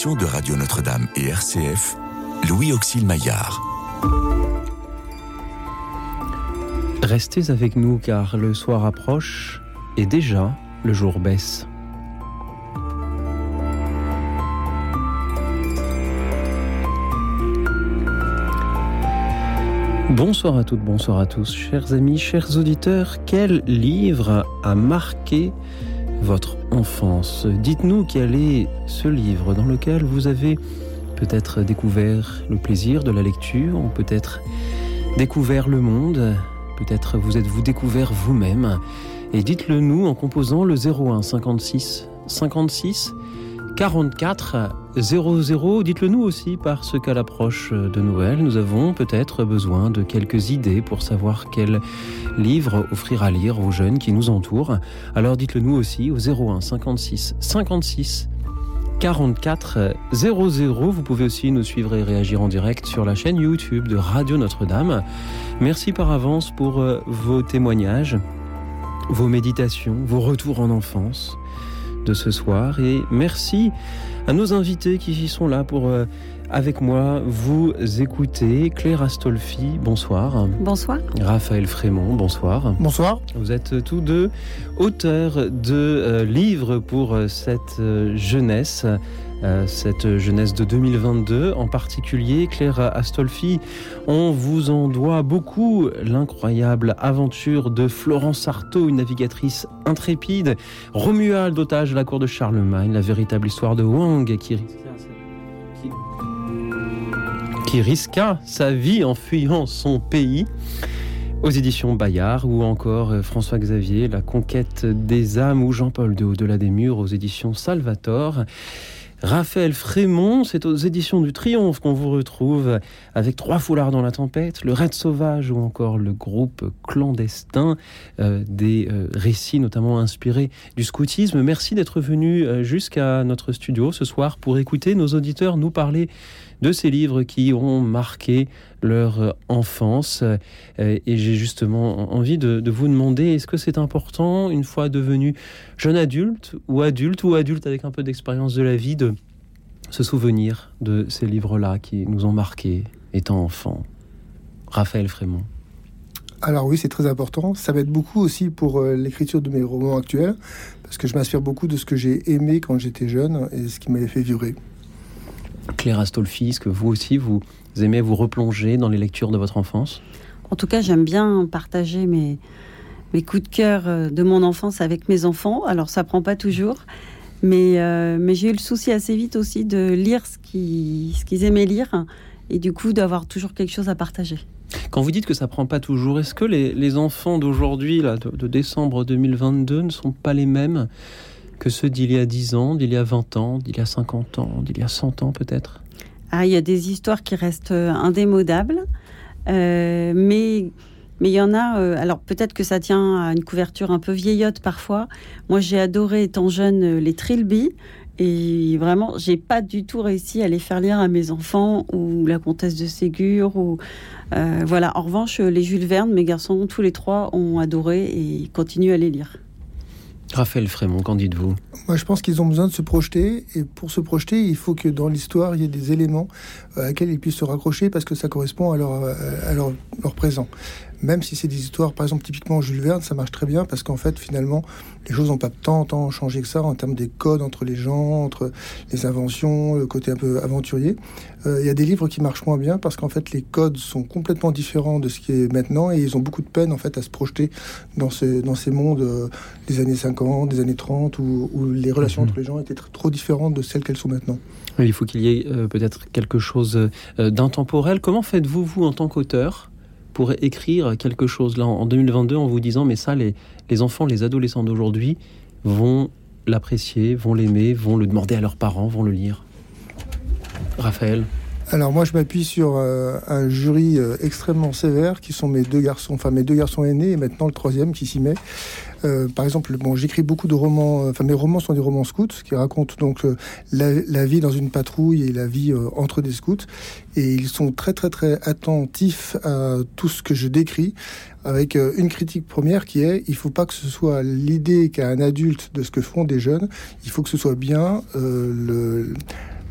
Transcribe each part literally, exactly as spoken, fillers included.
collaboration de Radio Notre-Dame et R C F, Louis Auxil Maillard. Restez avec nous car le soir approche et déjà le jour baisse. Bonsoir à toutes, bonsoir à tous, chers amis, chers auditeurs. Quel livre a marqué votre enfance ? Dites-nous quel est ce livre dans lequel vous avez peut-être découvert le plaisir de la lecture, ou peut-être découvert le monde, peut-être vous êtes-vous découvert vous-même. Et dites-le nous en composant le zéro un cinquante-six cinquante-six quarante-quatre zéro zéro. Dites-le nous aussi parce qu'à l'approche de Noël, nous avons peut-être besoin de quelques idées pour savoir quel livre offrir à lire aux jeunes qui nous entourent. Alors dites-le nous aussi au zéro un cinquante-six cinquante-six quarante-quatre zéro zéro. Vous pouvez aussi nous suivre et réagir en direct sur la chaîne YouTube de Radio Notre-Dame. Merci par avance pour vos témoignages, vos méditations, vos retours en enfance de ce soir, et merci à nos invités qui sont là pour, euh, avec moi, vous écouter. Claire Astolfi, bonsoir. Bonsoir. Raphaël Frémont, bonsoir. Bonsoir. Vous êtes tous deux auteurs de euh, livres pour euh, cette euh, jeunesse, euh, cette jeunesse de deux mille vingt-deux en particulier. Claire Astolfi, on vous en doit beaucoup l'incroyable aventure de Florence Artaud, une navigatrice intrépide, Romuald, otage à la cour de Charlemagne, la véritable histoire de Wang qui qui, qui risqua sa vie en fuyant son pays, aux éditions Bayard, ou encore François Xavier, La conquête des âmes, ou Jean-Paul II, Au-delà des murs, aux éditions Salvator. Raphaël Frémont, c'est aux éditions du Triomphe qu'on vous retrouve avec Trois foulards dans la tempête, Le raid sauvage, ou encore Le groupe clandestin, euh, des euh, récits notamment inspirés du scoutisme. Merci d'être venu euh, jusqu'à notre studio ce soir pour écouter nos auditeurs nous parler de ces livres qui ont marqué leur enfance. Euh, et j'ai justement envie de, de vous demander, est-ce que c'est important, une fois devenu jeune adulte ou adulte, ou adulte avec un peu d'expérience de la vie, de se souvenir de ces livres-là qui nous ont marqués étant enfants? Raphaël Frémont. Alors oui, c'est très important. Ça m'aide beaucoup aussi pour euh, l'écriture de mes romans actuels, parce que je m'inspire beaucoup de ce que j'ai aimé quand j'étais jeune et ce qui m'avait fait vibrer. Claire Astolfi, est-ce que vous aussi, vous aimez vous replonger dans les lectures de votre enfance? En tout cas, j'aime bien partager mes, mes coups de cœur de mon enfance avec mes enfants. Alors, ça prend pas toujours, mais, euh, mais j'ai eu le souci assez vite aussi de lire ce qu'ils, ce qu'ils aimaient lire, et du coup, d'avoir toujours quelque chose à partager. Quand vous dites que ça prend pas toujours, est-ce que les, les enfants d'aujourd'hui, là, de, de décembre deux mille vingt-deux, ne sont pas les mêmes que ceux d'il y a dix ans, d'il y a vingt ans, d'il y a cinquante ans, d'il y a cent ans peut-être? Ah, il y a des histoires qui restent indémodables, euh, mais mais il y en a, euh, alors peut-être que ça tient à une couverture un peu vieillotte parfois. Moi, j'ai adoré, étant jeune, les Trilby, et vraiment, j'ai pas du tout réussi à les faire lire à mes enfants, ou La Comtesse de Ségur, ou euh, voilà. En revanche, les Jules Verne, mes garçons, tous les trois, ont adoré et continuent à les lire. Raphaël Frémont, qu'en dites-vous? Moi, je pense qu'ils ont besoin de se projeter, et pour se projeter, il faut que dans l'histoire, il y ait des éléments à lesquels ils puissent se raccrocher, parce que ça correspond à leur, à leur, leur présent. Même si c'est des histoires, par exemple, typiquement Jules Verne, ça marche très bien, parce qu'en fait, finalement, les choses n'ont pas tant, tant changé que ça en termes des codes entre les gens, entre les inventions, le côté un peu aventurier. Euh, il y a des livres qui marchent moins bien, parce qu'en fait, les codes sont complètement différents de ce qui est maintenant, et ils ont beaucoup de peine, en fait, à se projeter dans, ce, dans ces mondes euh, des années cinquante, des années trente, où, où les relations mmh. entre les gens étaient tr- trop différentes de celles qu'elles sont maintenant. Il faut qu'il y ait euh, peut-être quelque chose euh, d'intemporel. Comment faites-vous, vous, en tant qu'auteur, pour écrire quelque chose là en deux mille vingt-deux en vous disant mais ça les, les enfants, les adolescents d'aujourd'hui vont l'apprécier, vont l'aimer, vont le demander à leurs parents, vont le lire? Raphaël? Alors moi je m'appuie sur euh, un jury euh, extrêmement sévère qui sont mes deux garçons, enfin mes deux garçons aînés et maintenant le troisième qui s'y met. Euh, par exemple, bon, j'écris beaucoup de romans, enfin mes romans sont des romans scouts qui racontent donc euh, la, la vie dans une patrouille et la vie euh, entre des scouts, et ils sont très très très attentifs à tout ce que je décris, avec euh, une critique première qui est il faut pas que ce soit l'idée qu'a un adulte de ce que font des jeunes, il faut que ce soit bien euh, le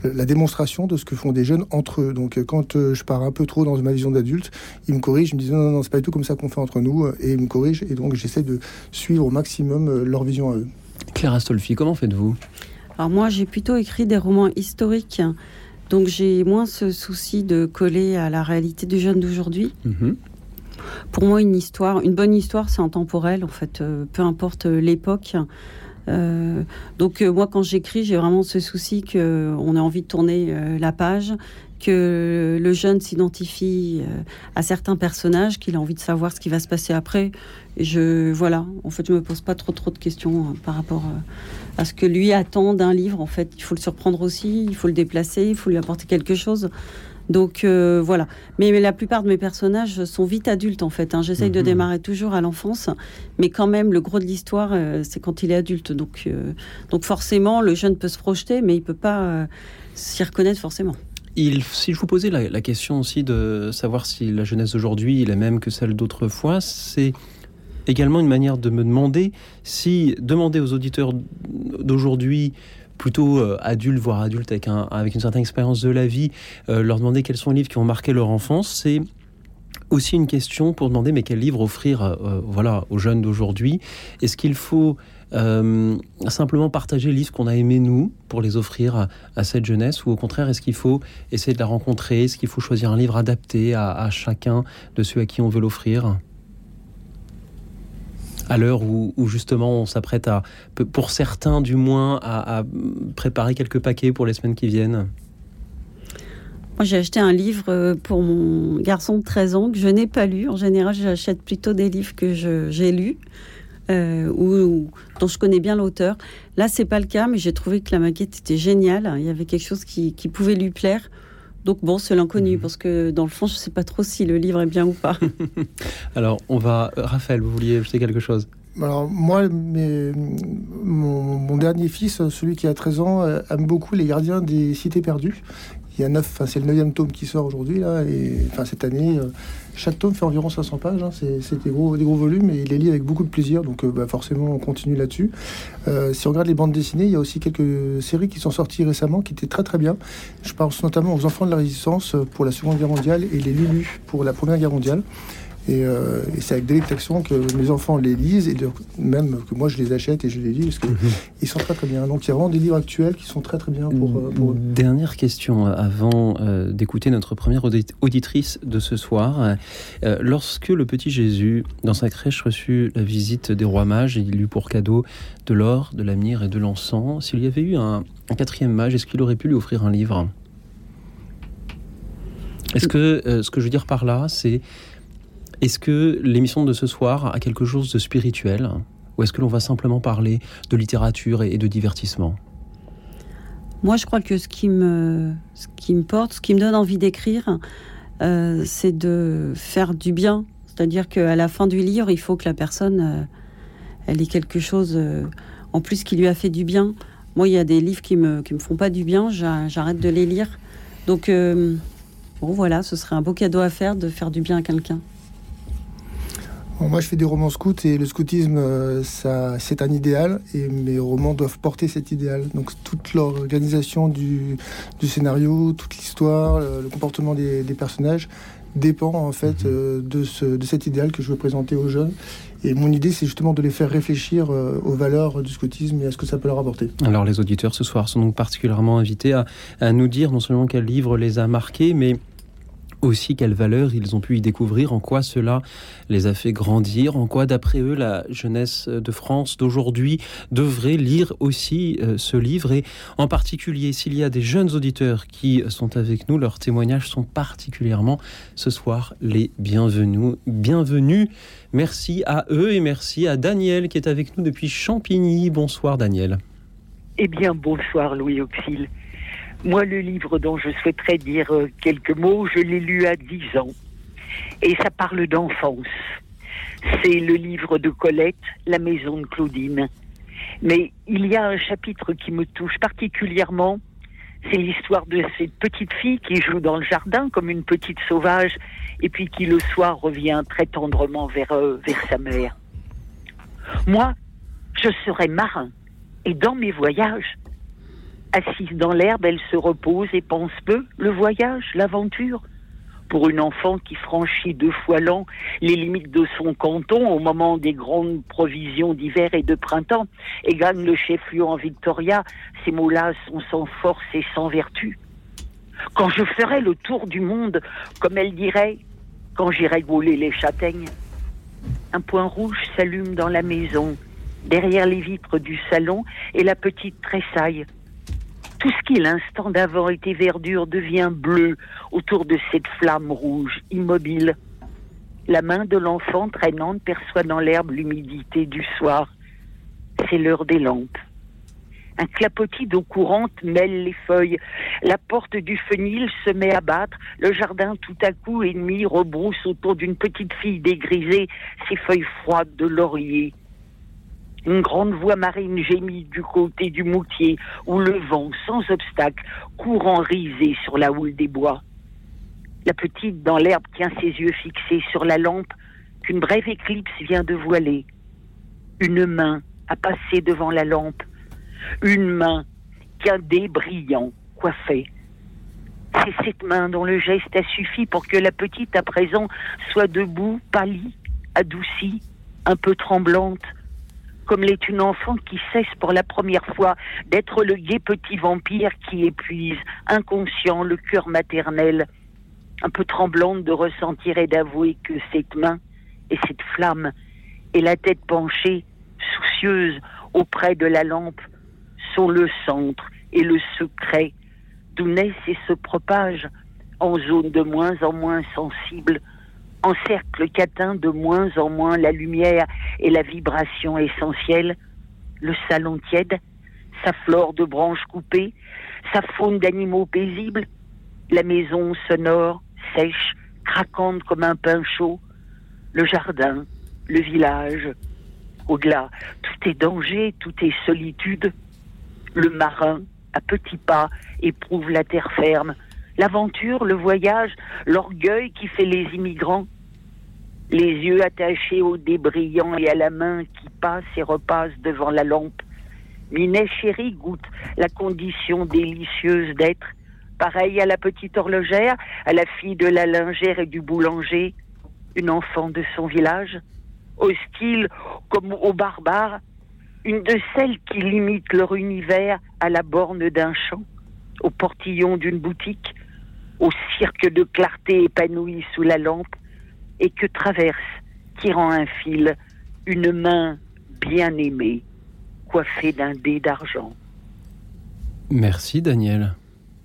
la démonstration de ce que font des jeunes entre eux. Donc quand euh, je pars un peu trop dans ma vision d'adulte, ils me corrigent, ils me disent non, non, non, c'est pas du tout comme ça qu'on fait entre nous, et ils me corrigent, et donc j'essaie de suivre au maximum euh, leur vision à eux. Claire Astolfi, comment faites-vous ? Alors moi, j'ai plutôt écrit des romans historiques, donc j'ai moins ce souci de coller à la réalité des jeunes d'aujourd'hui. Mmh. Pour moi, une histoire, une bonne histoire, c'est intemporel, en fait, euh, peu importe l'époque. Euh, donc euh, moi, quand j'écris, j'ai vraiment ce souci qu'on ait envie de tourner euh, la page, que le jeune s'identifie euh, à certains personnages, qu'il a envie de savoir ce qui va se passer après. Et je, voilà, en fait, je me pose pas trop trop de questions euh, par rapport euh, à ce que lui attend d'un livre. En fait, il faut le surprendre aussi, il faut le déplacer, il faut lui apporter quelque chose. Donc euh, voilà. Mais, mais la plupart de mes personnages sont vite adultes en fait. Hein. J'essaye mmh. de démarrer toujours à l'enfance, mais quand même le gros de l'histoire, euh, c'est quand il est adulte. Donc, euh, donc forcément, le jeune peut se projeter, mais il peut pas euh, s'y reconnaître forcément. Il, si je vous posais la, la question aussi de savoir si la jeunesse d'aujourd'hui est la même que celle d'autrefois, c'est également une manière de me demander si demander aux auditeurs d'aujourd'hui, plutôt euh, adultes, voire adultes avec, un, avec une certaine expérience de la vie, euh, leur demander quels sont les livres qui ont marqué leur enfance, c'est aussi une question pour demander mais quel livre offrir euh, voilà, aux jeunes d'aujourd'hui. Est-ce qu'il faut euh, simplement partager les livres qu'on a aimés nous pour les offrir à, à cette jeunesse, ou au contraire est-ce qu'il faut essayer de la rencontrer, est-ce qu'il faut choisir un livre adapté à, à chacun de ceux à qui on veut l'offrir ? À l'heure où, où justement on s'apprête à, pour certains du moins, à, à préparer quelques paquets pour les semaines qui viennent. Moi, j'ai acheté un livre pour mon garçon de treize ans que je n'ai pas lu. En général, j'achète plutôt des livres que je, j'ai lus, euh, ou, ou dont je connais bien l'auteur. Là, c'est pas le cas, mais j'ai trouvé que la maquette était géniale. Il y avait quelque chose qui, qui pouvait lui plaire. Donc bon, c'est l'inconnu, mmh. parce que dans le fond, je ne sais pas trop si le livre est bien ou pas. Alors, on va... Raphaël, vous vouliez ajouter quelque chose ? Alors moi, mes, mon, mon dernier fils, celui qui a treize ans, aime beaucoup Les Gardiens des Cités Perdues. Il y a neuf, enfin c'est le neuvième tome qui sort aujourd'hui là, et enfin cette année, chaque tome fait environ cinq cents pages. Hein, c'est, c'est des gros, des gros volumes, et il les lit avec beaucoup de plaisir. Donc bah, forcément, on continue là-dessus. Euh, si on regarde les bandes dessinées, il y a aussi quelques séries qui sont sorties récemment, qui étaient très très bien. Je pense notamment aux Enfants de la Résistance pour la Seconde Guerre mondiale et les Lulu pour la Première Guerre mondiale. Et, euh, et c'est avec délectation que mes enfants les lisent, et de, même que moi je les achète et je les lis, parce qu'ils mmh. sont très très bien. Donc il y a vraiment des livres actuels qui sont très très bien pour, euh, pour eux. Dernière question avant euh, d'écouter notre première audit- auditrice de ce soir. Euh, lorsque le petit Jésus, dans sa crèche, reçut la visite des rois mages, et il eut pour cadeau de l'or, de la myrrhe et de l'encens, s'il y avait eu un, un quatrième mage, est-ce qu'il aurait pu lui offrir un livre ? Est-ce que, euh, ce que je veux dire par là, c'est... Est-ce que l'émission de ce soir a quelque chose de spirituel, ou est-ce que l'on va simplement parler de littérature et de divertissement ? Moi, je crois que ce qui me, ce qui me porte, ce qui me donne envie d'écrire, euh, c'est de faire du bien. C'est-à-dire qu'à la fin du livre, il faut que la personne, euh, elle ait quelque chose euh, en plus qui lui a fait du bien. Moi, il y a des livres qui me, qui me font pas du bien, j'arrête de les lire. Donc, euh, bon, voilà, ce serait un beau cadeau à faire, de faire du bien à quelqu'un. Bon, moi, je fais des romans scouts, et le scoutisme, euh, ça, c'est un idéal, et mes romans doivent porter cet idéal. Donc, toute l'organisation du, du scénario, toute l'histoire, le, le comportement des, des personnages dépend en fait euh, de, ce, de cet idéal que je veux présenter aux jeunes. Et mon idée, c'est justement de les faire réfléchir euh, aux valeurs du scoutisme et à ce que ça peut leur apporter. Alors, les auditeurs ce soir sont donc particulièrement invités à, à nous dire non seulement quel livre les a marqués, mais aussi quelles valeurs ils ont pu y découvrir, en quoi cela les a fait grandir, en quoi d'après eux la jeunesse de France d'aujourd'hui devrait lire aussi euh, ce livre, et en particulier s'il y a des jeunes auditeurs qui sont avec nous, leurs témoignages sont particulièrement ce soir les bienvenus. Bienvenus, merci à eux et merci à Daniel qui est avec nous depuis Champigny. Bonsoir Daniel. Eh bien bonsoir Louis Auxil. Moi, le livre dont je souhaiterais dire quelques mots, je l'ai lu à dix ans. Et ça parle d'enfance. C'est le livre de Colette, La maison de Claudine. Mais il y a un chapitre qui me touche particulièrement. C'est l'histoire de cette petite fille qui joue dans le jardin comme une petite sauvage, et puis qui le soir revient très tendrement vers, euh, vers sa mère. Moi, je serais marin. Et dans mes voyages, Assise dans l'herbe, elle se repose et pense peu. Le voyage, l'aventure. Pour une enfant qui franchit deux fois l'an les limites de son canton au moment des grandes provisions d'hiver et de printemps et gagne le chef-lieu en Victoria, ces mots-là sont sans force et sans vertu. Quand je ferai le tour du monde, comme elle dirait, quand j'irai gauler les châtaignes, un point rouge s'allume dans la maison, derrière les vitres du salon, et la petite tressaille. Tout ce qui, l'instant d'avant, était verdure devient bleu autour de cette flamme rouge, immobile. La main de l'enfant traînante perçoit dans l'herbe l'humidité du soir. C'est l'heure des lampes. Un clapotis d'eau courante mêle les feuilles. La porte du fenil se met à battre. Le jardin, tout à coup, ennemi, rebrousse autour d'une petite fille dégrisée ses feuilles froides de laurier. Une grande voix marine gémit du côté du moutier, où le vent, sans obstacle, court en risée sur la houle des bois. La petite, dans l'herbe, tient ses yeux fixés sur la lampe qu'une brève éclipse vient de voiler. Une main a passé devant la lampe. Une main qu'un dé brillant coiffait. C'est cette main dont le geste a suffi pour que la petite, à présent, soit debout, pâlie, adoucie, un peu tremblante, comme l'est une enfant qui cesse pour la première fois d'être le gai petit vampire qui épuise, inconscient, le cœur maternel, un peu tremblante de ressentir et d'avouer que cette main et cette flamme et la tête penchée, soucieuse, auprès de la lampe, sont le centre et le secret d'où naissent et se propagent en zone de moins en moins sensible, en cercle qu'atteint de moins en moins la lumière et la vibration essentielle, le salon tiède, sa flore de branches coupées, sa faune d'animaux paisibles, la maison sonore, sèche, craquante comme un pain chaud, le jardin, le village. Au-delà, tout est danger, tout est solitude. Le marin, à petits pas, éprouve la terre ferme. L'aventure, le voyage, l'orgueil qui fait les immigrants. Les yeux attachés au dé brillant et à la main qui passe et repasse devant la lampe. Minet chéri goûte la condition délicieuse d'être, pareil à la petite horlogère, à la fille de la lingère et du boulanger, une enfant de son village, hostile comme aux barbares, une de celles qui limitent leur univers à la borne d'un champ, au portillon d'une boutique, au cirque de clarté épanoui sous la lampe, et que traverse, tirant un fil, une main bien aimée, coiffée d'un dé d'argent. Merci Daniel.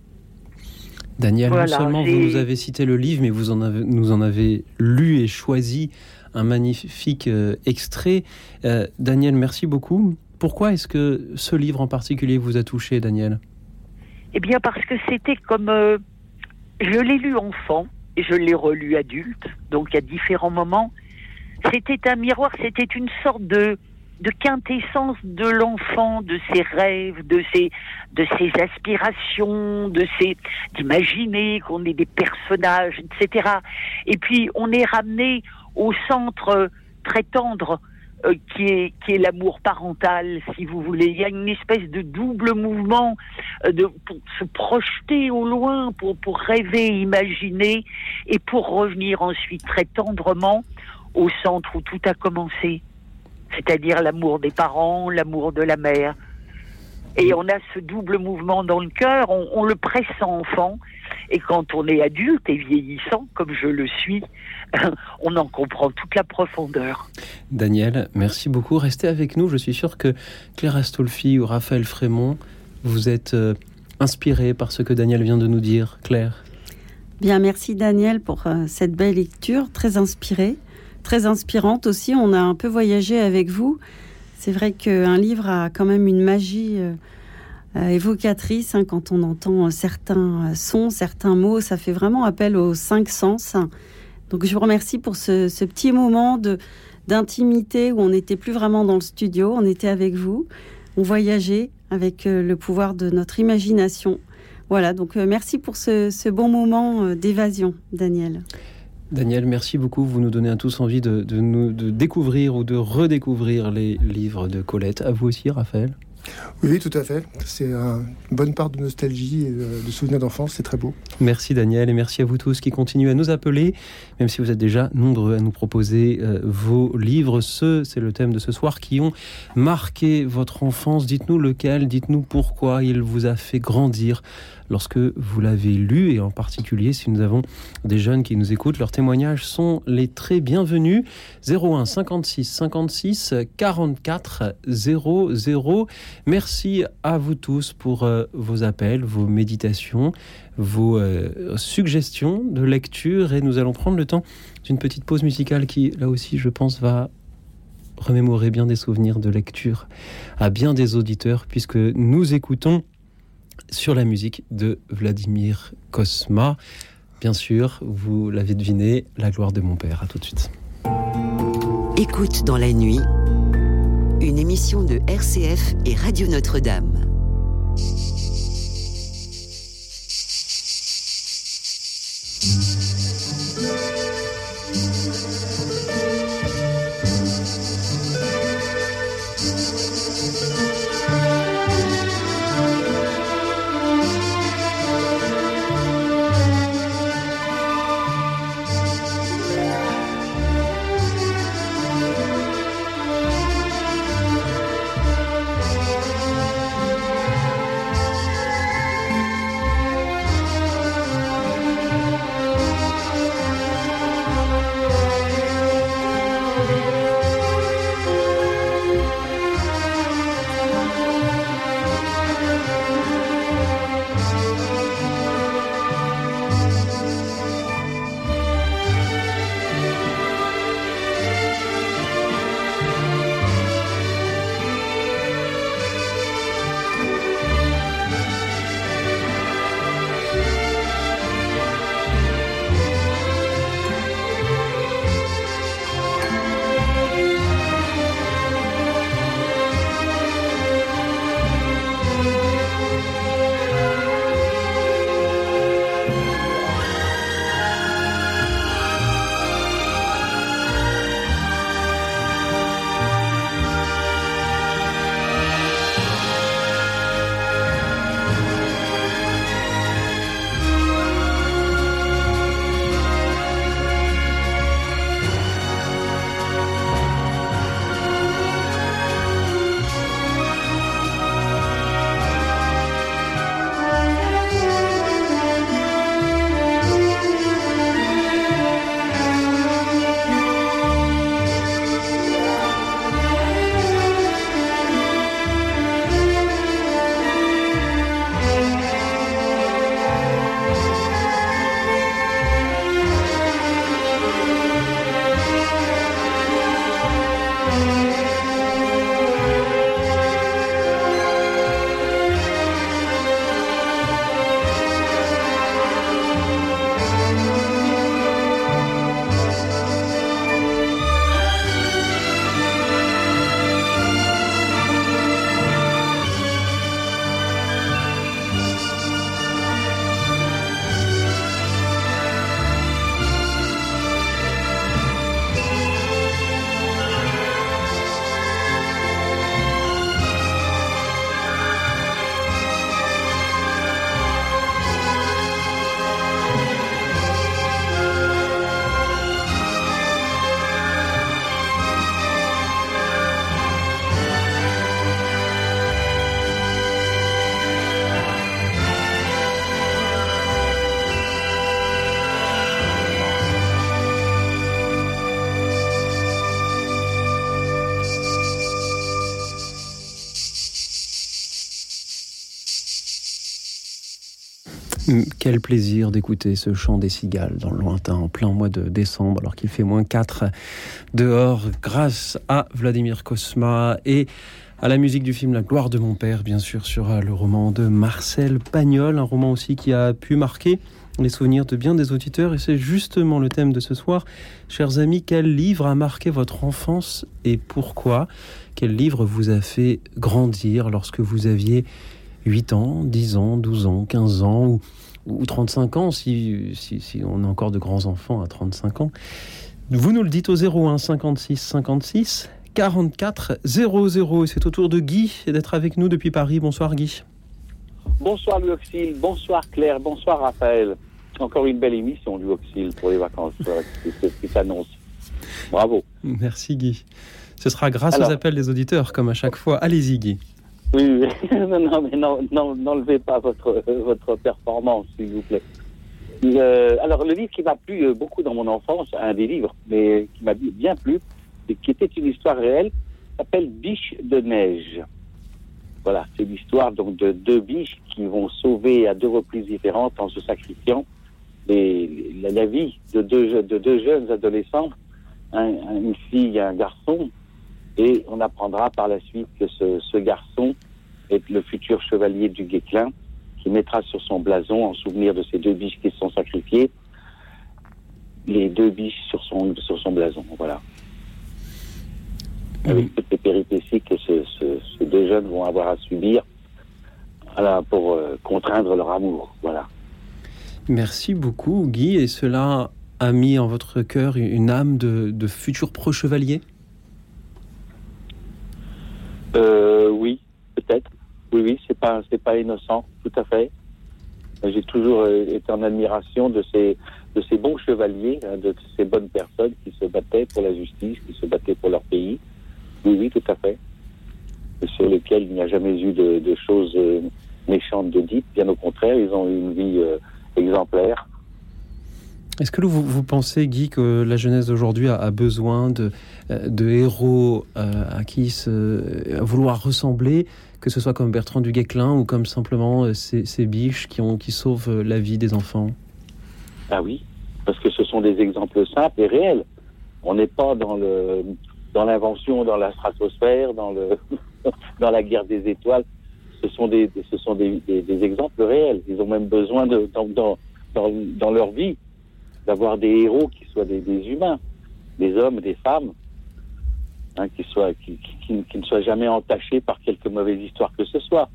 Daniel, voilà, non seulement j'ai... vous nous avez cité le livre, mais vous en avez, nous en avez lu et choisi un magnifique euh, extrait. Euh, Daniel, merci beaucoup. Pourquoi est-ce que ce livre en particulier vous a touché, Daniel ? Eh bien, parce que c'était comme... Euh, je l'ai lu enfant et je l'ai relu adulte, donc à différents moments. C'était un miroir, c'était une sorte de... de quintessence de l'enfant, de ses rêves, de ses, de ses aspirations, de ses, d'imaginer qu'on est des personnages, et cetera. Et puis, on est ramené au centre euh, très tendre euh, qui est, qui est l'amour parental, si vous voulez. Il y a une espèce de double mouvement euh, de, pour se projeter au loin, pour, pour rêver, imaginer, et pour revenir ensuite très tendrement au centre où tout a commencé. C'est-à-dire l'amour des parents, l'amour de la mère. Et on a ce double mouvement dans le cœur, on, on le pressent enfant, et quand on est adulte et vieillissant, comme je le suis, on en comprend toute la profondeur. Daniel, merci beaucoup. Restez avec nous. Je suis sûr que Claire Astolfi ou Raphaël Frémont, vous êtes euh, inspirés par ce que Daniel vient de nous dire. Claire ? Bien, merci Daniel pour euh, cette belle lecture, très inspirée. Très inspirante aussi, on a un peu voyagé avec vous. C'est vrai qu'un livre a quand même une magie euh, euh, évocatrice, hein, quand on entend certains sons, certains mots, ça fait vraiment appel aux cinq sens. Donc je vous remercie pour ce, ce petit moment de, d'intimité où on n'était plus vraiment dans le studio, on était avec vous, on voyageait avec euh, le pouvoir de notre imagination. Voilà, donc euh, merci pour ce, ce bon moment euh, d'évasion, Daniel. Daniel, merci beaucoup. Vous nous donnez à tous envie de, de, nous, de découvrir ou de redécouvrir les livres de Colette. À vous aussi, Raphaël. Oui, tout à fait. C'est un, une bonne part de nostalgie et de, de souvenirs d'enfance. C'est très beau. Merci Daniel et merci à vous tous qui continuez à nous appeler, même si vous êtes déjà nombreux à nous proposer euh, vos livres. Ceux, c'est le thème de ce soir, qui ont marqué votre enfance. Dites-nous lequel, dites-nous pourquoi il vous a fait grandir lorsque vous l'avez lu, et en particulier si nous avons des jeunes qui nous écoutent, leurs témoignages sont les très bienvenus. zéro un cinquante-six cinquante-six quarante-quatre zéro zéro. Merci à vous tous pour euh, vos appels, vos méditations, vos euh, suggestions de lecture, et nous allons prendre le temps d'une petite pause musicale qui, là aussi, je pense, va remémorer bien des souvenirs de lecture à bien des auditeurs, puisque nous écoutons sur la musique de Vladimir Cosma. Bien sûr, vous l'avez deviné, La gloire de mon père. À tout de suite. Écoute dans la nuit, une émission de R C F et Radio Notre-Dame. Quel plaisir d'écouter ce chant des cigales dans le lointain, en plein mois de décembre, alors qu'il fait moins quatre dehors, grâce à Vladimir Cosma et à la musique du film La gloire de mon père, bien sûr, sur le roman de Marcel Pagnol, un roman aussi qui a pu marquer les souvenirs de bien des auditeurs, et c'est justement le thème de ce soir. Chers amis, quel livre a marqué votre enfance et pourquoi ? Quel livre vous a fait grandir lorsque vous aviez huit ans, dix ans, douze ans, quinze ans ou, ou trente-cinq ans, si, si, si on a encore de grands enfants à trente-cinq ans. Vous nous le dites au zéro un cinquante-six cinquante-six quarante-quatre zéro zéro. Et c'est au tour de Guy d'être avec nous depuis Paris. Bonsoir Guy. Bonsoir Louis Auxil, bonsoir Claire, bonsoir Raphaël. Encore une belle émission Louis Auxil pour les vacances qui s'annonce. Bravo. Merci Guy. Ce sera grâce Alors, aux appels des auditeurs comme à chaque fois. Allez-y Guy. Oui, oui. non, non, mais non, non, n'enlevez pas votre, votre performance s'il vous plaît. Euh, alors le livre qui m'a plu beaucoup dans mon enfance, un des livres, mais qui m'a bien plu, et qui était une histoire réelle, s'appelle Biche de neige. Voilà, c'est l'histoire donc de deux biches qui vont sauver à deux reprises différentes en se sacrifiant les, la, la vie de deux, de deux jeunes adolescents, un, une fille et un garçon, et on apprendra par la suite que ce, ce garçon est le futur chevalier du Guesclin, qui mettra sur son blason, en souvenir de ces deux biches qui se sont sacrifiées, les deux biches sur son, sur son blason, voilà. Avec mmh. toutes les péripéties que ce, ce, ces deux jeunes vont avoir à subir voilà, pour euh, contraindre leur amour. Voilà. Merci beaucoup Guy. Et cela a mis en votre cœur une âme de, de futur pro-chevalier ? euh, Oui, peut-être. Oui, oui, c'est pas, c'est pas innocent, tout à fait. J'ai toujours euh, été en admiration de ces, de ces bons chevaliers, hein, de ces bonnes personnes qui se battaient pour la justice, qui se battaient pour leur pays. Oui, oui, tout à fait. Et sur lesquels il n'y a jamais eu de, de choses euh, méchantes de dites. Bien au contraire, ils ont eu une vie euh, exemplaire. Est-ce que vous, vous pensez, Guy, que la jeunesse d'aujourd'hui a, a besoin de, de héros euh, à qui se, à vouloir ressembler, que ce soit comme Bertrand du Guesclin ou comme simplement euh, ces, ces biches qui, ont, qui sauvent la vie des enfants ? Ah oui, parce que ce sont des exemples simples et réels. On n'est pas dans le... dans l'invention, dans la stratosphère, dans le, dans la guerre des étoiles, ce sont des, ce sont des, des, des exemples réels. Ils ont même besoin de, dans, dans, dans, dans leur vie, d'avoir des héros qui soient des, des humains, des hommes, des femmes, hein, qui soient, qui, qui, qui ne soient jamais entachés par quelque mauvaise histoire que ce soit.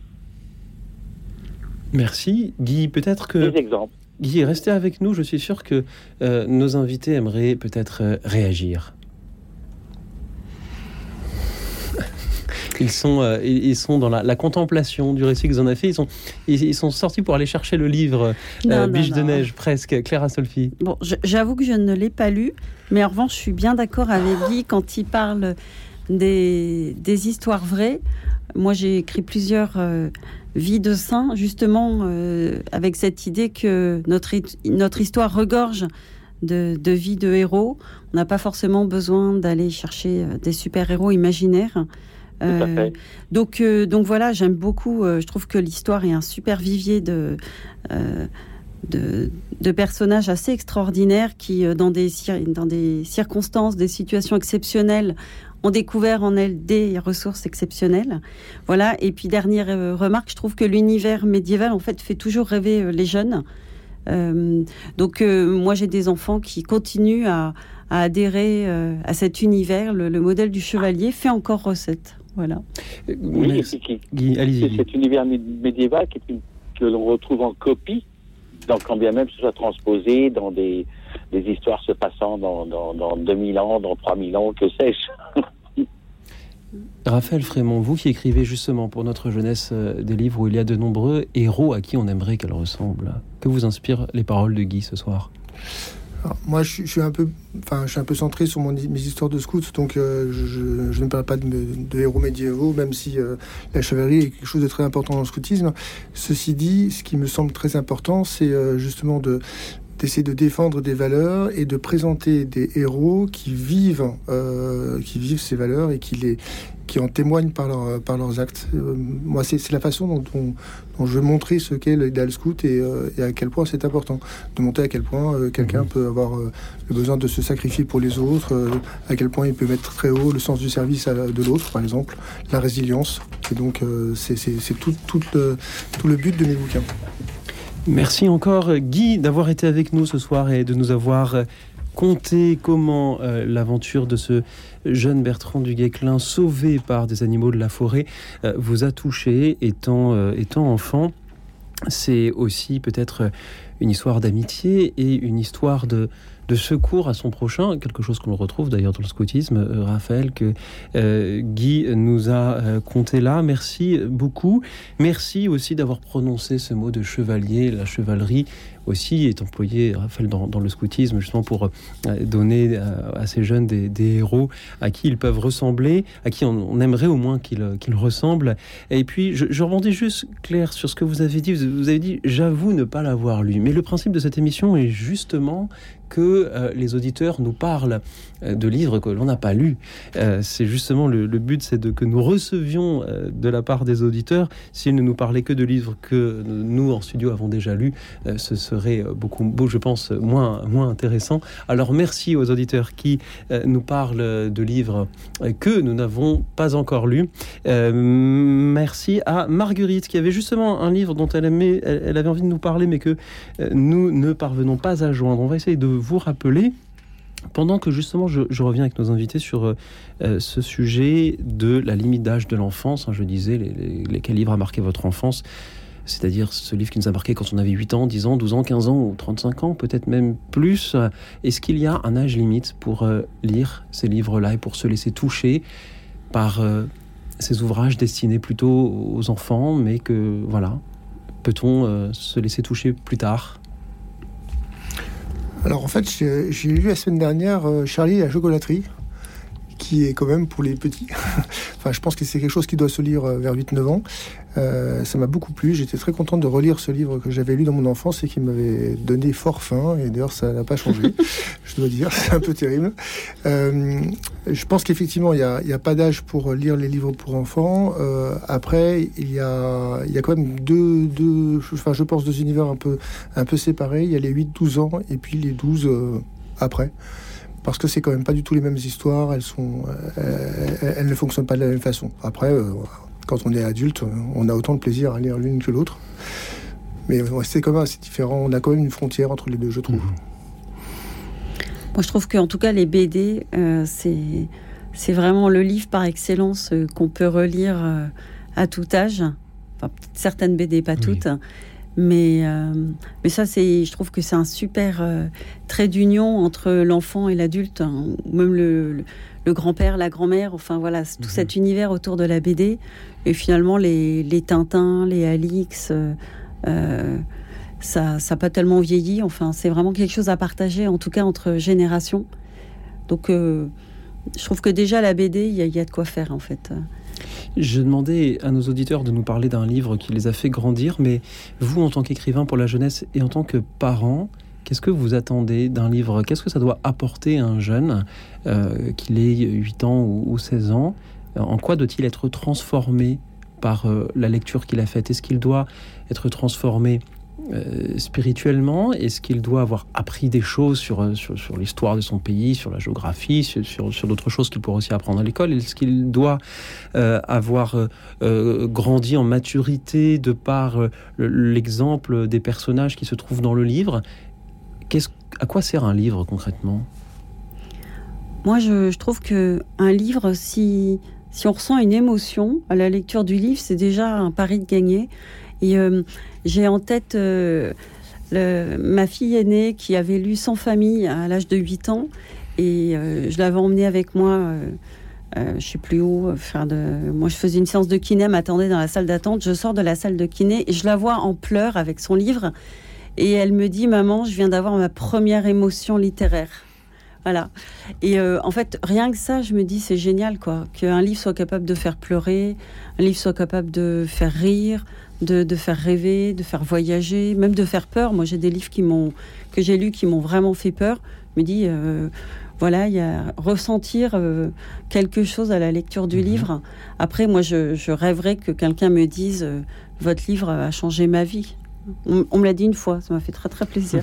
Merci, Guy. Peut-être que des exemples. Guy, restez avec nous. Je suis sûr que euh, nos invités aimeraient peut-être euh, réagir. Ils sont, euh, ils sont dans la, la contemplation du récit que vous en avez fait. Ils sont, ils, ils sont sortis pour aller chercher le livre euh, Biche de neige, presque. Claire Astolfi. Bon, je, j'avoue que je ne l'ai pas lu, mais en revanche, je suis bien d'accord avec Guy quand il parle des, des histoires vraies. Moi, j'ai écrit plusieurs euh, vies de saints, justement, euh, avec cette idée que notre, notre histoire regorge de, de vies de héros. On n'a pas forcément besoin d'aller chercher des super-héros imaginaires. Euh, donc, euh, donc voilà, j'aime beaucoup. Euh, je trouve que l'histoire est un super vivier de, euh, de, de personnages assez extraordinaires qui, euh, dans, des, dans des circonstances, des situations exceptionnelles, ont découvert en elles des ressources exceptionnelles. Voilà. Et puis, dernière euh, remarque, je trouve que l'univers médiéval, en fait, fait toujours rêver euh, les jeunes. Euh, donc, euh, moi, j'ai des enfants qui continuent à, à adhérer euh, à cet univers. Le, le modèle du chevalier fait encore recette. Voilà. Oui, et puis qui, Guy, allez-y, c'est cet univers médiéval qui est une, que l'on retrouve en copie, donc quand bien même ce soit transposé dans des, des histoires se passant dans, dans, dans deux mille ans, dans trois mille ans, que sais-je. Raphaël Frémont, vous qui écrivez justement pour notre jeunesse euh, des livres où il y a de nombreux héros à qui on aimerait qu'elle ressemble, que vous inspirent les paroles de Guy ce soir ? Alors, moi, je, je suis un peu, enfin, je suis un peu centré sur mon, mes histoires de scouts, donc euh, je, je, je ne parle pas de, de héros médiévaux, même si euh, la chevalerie est quelque chose de très important dans le scoutisme. Ceci dit, ce qui me semble très important, c'est euh, justement de d'essayer de défendre des valeurs et de présenter des héros qui vivent, euh, qui vivent ces valeurs et qui les, qui en témoignent par, leur, par leurs actes. Euh, moi, c'est, c'est la façon dont, on, dont je veux montrer ce qu'est l'idéal scout et, euh, et à quel point c'est important de montrer à quel point euh, quelqu'un mmh. peut avoir euh, le besoin de se sacrifier pour les autres, euh, à quel point il peut mettre très haut le sens du service à, de l'autre, par exemple, la résilience. Et donc, euh, c'est, c'est, c'est tout, tout, le, tout le but de mes bouquins. Merci encore Guy d'avoir été avec nous ce soir et de nous avoir conté comment euh, l'aventure de ce jeune Bertrand du Guesclin, sauvé par des animaux de la forêt, euh, vous a touché étant, euh, étant enfant. c'est aussi peut-être une histoire d'amitié et une histoire de, de secours à son prochain, quelque chose qu'on retrouve d'ailleurs dans le scoutisme, euh, Raphaël, que euh, Guy nous a euh, conté là. Merci beaucoup. Merci aussi d'avoir prononcé ce mot de chevalier. La chevalerie aussi est employée, Raphaël, dans, dans le scoutisme, justement pour euh, donner euh, à ces jeunes des, des héros à qui ils peuvent ressembler, à qui on, on aimerait au moins qu'ils, qu'ils ressemblent. Et puis, je, je rebondis juste, Claire, sur ce que vous avez dit. Vous, vous avez dit, j'avoue ne pas l'avoir lu. Mais le principe de cette émission est justement que euh, les auditeurs nous parlent euh, de livres que l'on n'a pas lus. Euh, c'est justement le, le but, c'est de, que nous recevions euh, de la part des auditeurs. S'ils ne nous parlaient que de livres que nous, en studio, avons déjà lus, euh, ce serait beaucoup, beau, je pense, moins, moins intéressant. Alors, merci aux auditeurs qui euh, nous parlent de livres euh, que nous n'avons pas encore lus. Euh, merci à Marguerite, qui avait justement un livre dont elle, aimait, elle, elle avait envie de nous parler, mais que euh, nous ne parvenons pas à joindre. On va essayer de vous rappeler, pendant que justement je, je reviens avec nos invités sur euh, ce sujet de la limite d'âge de l'enfance, hein, je disais, les, les, lesquels livres a marqué votre enfance, c'est-à-dire ce livre qui nous a marqué quand on avait huit ans, dix ans, douze ans, quinze ans ou trente-cinq ans, peut-être même plus. Est-ce qu'il y a un âge limite pour euh, lire ces livres-là et pour se laisser toucher par euh, ces ouvrages destinés plutôt aux enfants, mais que, voilà, peut-on euh, se laisser toucher plus tard ? Alors en fait, j'ai, j'ai lu la semaine dernière euh, Charlie et la chocolaterie, qui est quand même pour les petits. Enfin, je pense que c'est quelque chose qui doit se lire vers huit neuf ans. Euh, ça m'a beaucoup plu. J'étais très content de relire ce livre que j'avais lu dans mon enfance et qui m'avait donné fort faim. Et d'ailleurs, ça n'a pas changé, je dois dire. C'est un peu terrible. Euh, je pense qu'effectivement, il n'y a, a pas d'âge pour lire les livres pour enfants. Euh, après, il y a, il y a quand même deux, deux, enfin, je pense, deux univers un peu, un peu séparés. Il y a les huit douze ans et puis les douze euh, après. Parce que c'est quand même pas du tout les mêmes histoires, elles sont, elles, elles ne fonctionnent pas de la même façon. Après, euh, quand on est adulte, on a autant de plaisir à lire l'une que l'autre. Mais ouais, c'est quand même assez différent. On a quand même une frontière entre les deux, je trouve. Moi, je trouve qu'en tout cas, les B D, euh, c'est, c'est vraiment le livre par excellence euh, qu'on peut relire euh, à tout âge. Enfin, certaines B D, pas toutes. Oui. Mais, euh, mais ça, c'est, je trouve que c'est un super euh, trait d'union entre l'enfant et l'adulte, hein, ou même le, le, le grand-père, la grand-mère, enfin voilà, tout mmh. cet univers autour de la B D. Et finalement, les, les Tintins, les Alix, euh, euh, ça n'a pas tellement vieilli. Enfin, c'est vraiment quelque chose à partager, en tout cas entre générations. Donc, euh, je trouve que déjà, la B D, il y, y a de quoi faire, en fait. Je demandais à nos auditeurs de nous parler d'un livre qui les a fait grandir, mais vous, en tant qu'écrivain pour la jeunesse et en tant que parent, qu'est-ce que vous attendez d'un livre ? Qu'est-ce que ça doit apporter à un jeune, euh, qu'il ait huit ans ou, ou seize ans ? En quoi doit-il être transformé par euh, la lecture qu'il a faite ? Est-ce qu'il doit être transformé Euh, spirituellement? Est-ce qu'il doit avoir appris des choses sur, sur, sur l'histoire de son pays, sur la géographie, sur, sur, sur d'autres choses qu'il pourrait aussi apprendre à l'école? Est-ce qu'il doit euh, avoir euh, grandi en maturité de par euh, l'exemple des personnages qui se trouvent dans le livre? Qu'est-ce, à quoi sert un livre concrètement? Moi, je, je trouve qu'un livre, si, si on ressent une émotion à la lecture du livre, c'est déjà un pari de gagner. Et euh, j'ai en tête euh, le, ma fille aînée qui avait lu Sans famille à l'âge de huit ans. Et euh, je l'avais emmenée avec moi, euh, euh, je ne sais plus où. Faire de... Moi, je faisais une séance de kiné, elle m'attendait dans la salle d'attente. Je sors de la salle de kiné et je la vois en pleurs avec son livre. Et elle me dit, maman, je viens d'avoir ma première émotion littéraire. Voilà. Et euh, en fait, rien que ça, je me dis, c'est génial, quoi. Qu'un livre soit capable de faire pleurer, un livre soit capable de faire rire, de, de faire rêver, de faire voyager, même de faire peur. Moi, j'ai des livres qui m'ont, que j'ai lus qui m'ont vraiment fait peur. Je me dis, euh, voilà, il y a ressentir euh, quelque chose à la lecture du mmh. livre. Après, moi, je, je rêverais que quelqu'un me dise, euh, votre livre a changé ma vie. On, on me l'a dit une fois, ça m'a fait très, très plaisir.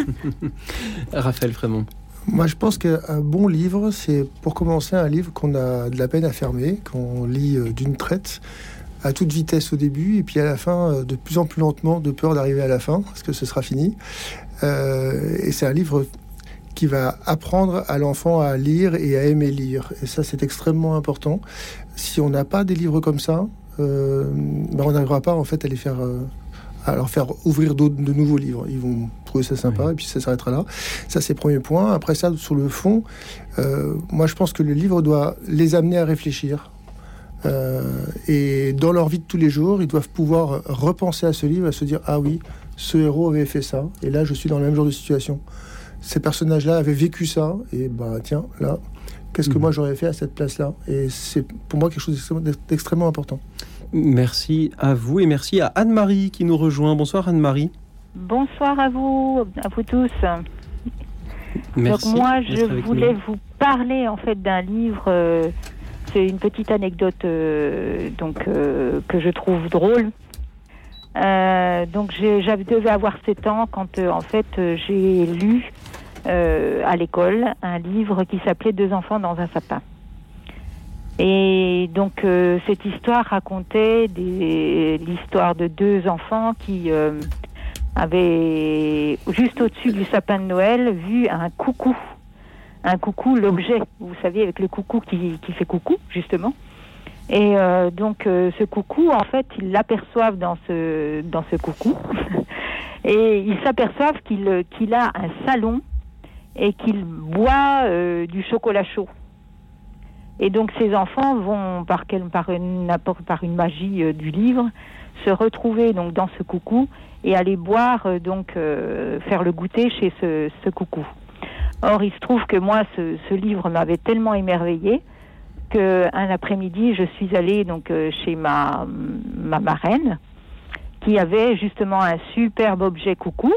Raphaël Frémont. Moi, je pense qu'un bon livre, c'est pour commencer un livre qu'on a de la peine à fermer, qu'on lit d'une traite, à toute vitesse au début, et puis à la fin, de plus en plus lentement, de peur d'arriver à la fin, parce que ce sera fini. Euh, et c'est un livre qui va apprendre à l'enfant à lire et à aimer lire. Et ça, c'est extrêmement important. Si on n'a pas des livres comme ça, euh, ben on n'arrivera pas en fait à les faire... Euh, à leur faire ouvrir d'autres, de nouveaux livres. Ils vont trouver ça sympa, oui. Et puis ça s'arrêtera là. Ça, c'est le premier point. Après ça, sur le fond, euh, moi, je pense que le livre doit les amener à réfléchir. Euh, et dans leur vie de tous les jours, ils doivent pouvoir repenser à ce livre, à se dire « Ah oui, ce héros avait fait ça, et là, je suis dans le même genre de situation. Ces personnages-là avaient vécu ça, et bah tiens, là, qu'est-ce que mmh. moi j'aurais fait à cette place-là ?» Et c'est pour moi quelque chose d'extrêmement, d'extrêmement important. Merci à vous et merci à Anne-Marie qui nous rejoint. Bonsoir Anne-Marie. Bonsoir à vous, à vous tous. Merci. Donc moi, je voulais nous. vous parler en fait d'un livre. Euh, c'est une petite anecdote euh, donc euh, que je trouve drôle. Euh, donc j'ai, j'avais devais avoir sept ans quand euh, en fait euh, j'ai lu euh, à l'école un livre qui s'appelait Deux enfants dans un sapin. Et donc euh, cette histoire racontait des, l'histoire de deux enfants qui euh, avaient juste au-dessus du sapin de Noël vu un coucou, un coucou, l'objet, vous savez, avec le coucou qui, qui fait coucou justement. Et euh, donc euh, ce coucou, en fait, ils l'aperçoivent dans ce dans ce coucou et ils s'aperçoivent qu'il qu'il a un salon et qu'il boit euh, du chocolat chaud. Et donc ces enfants vont, par, quel, par, une, par une magie euh, du livre, se retrouver donc dans ce coucou et aller boire, euh, donc euh, faire le goûter chez ce, ce coucou. Or, il se trouve que moi, ce, ce livre m'avait tellement émerveillée qu'un après-midi, je suis allée donc, euh, chez ma, ma marraine, qui avait justement un superbe objet coucou.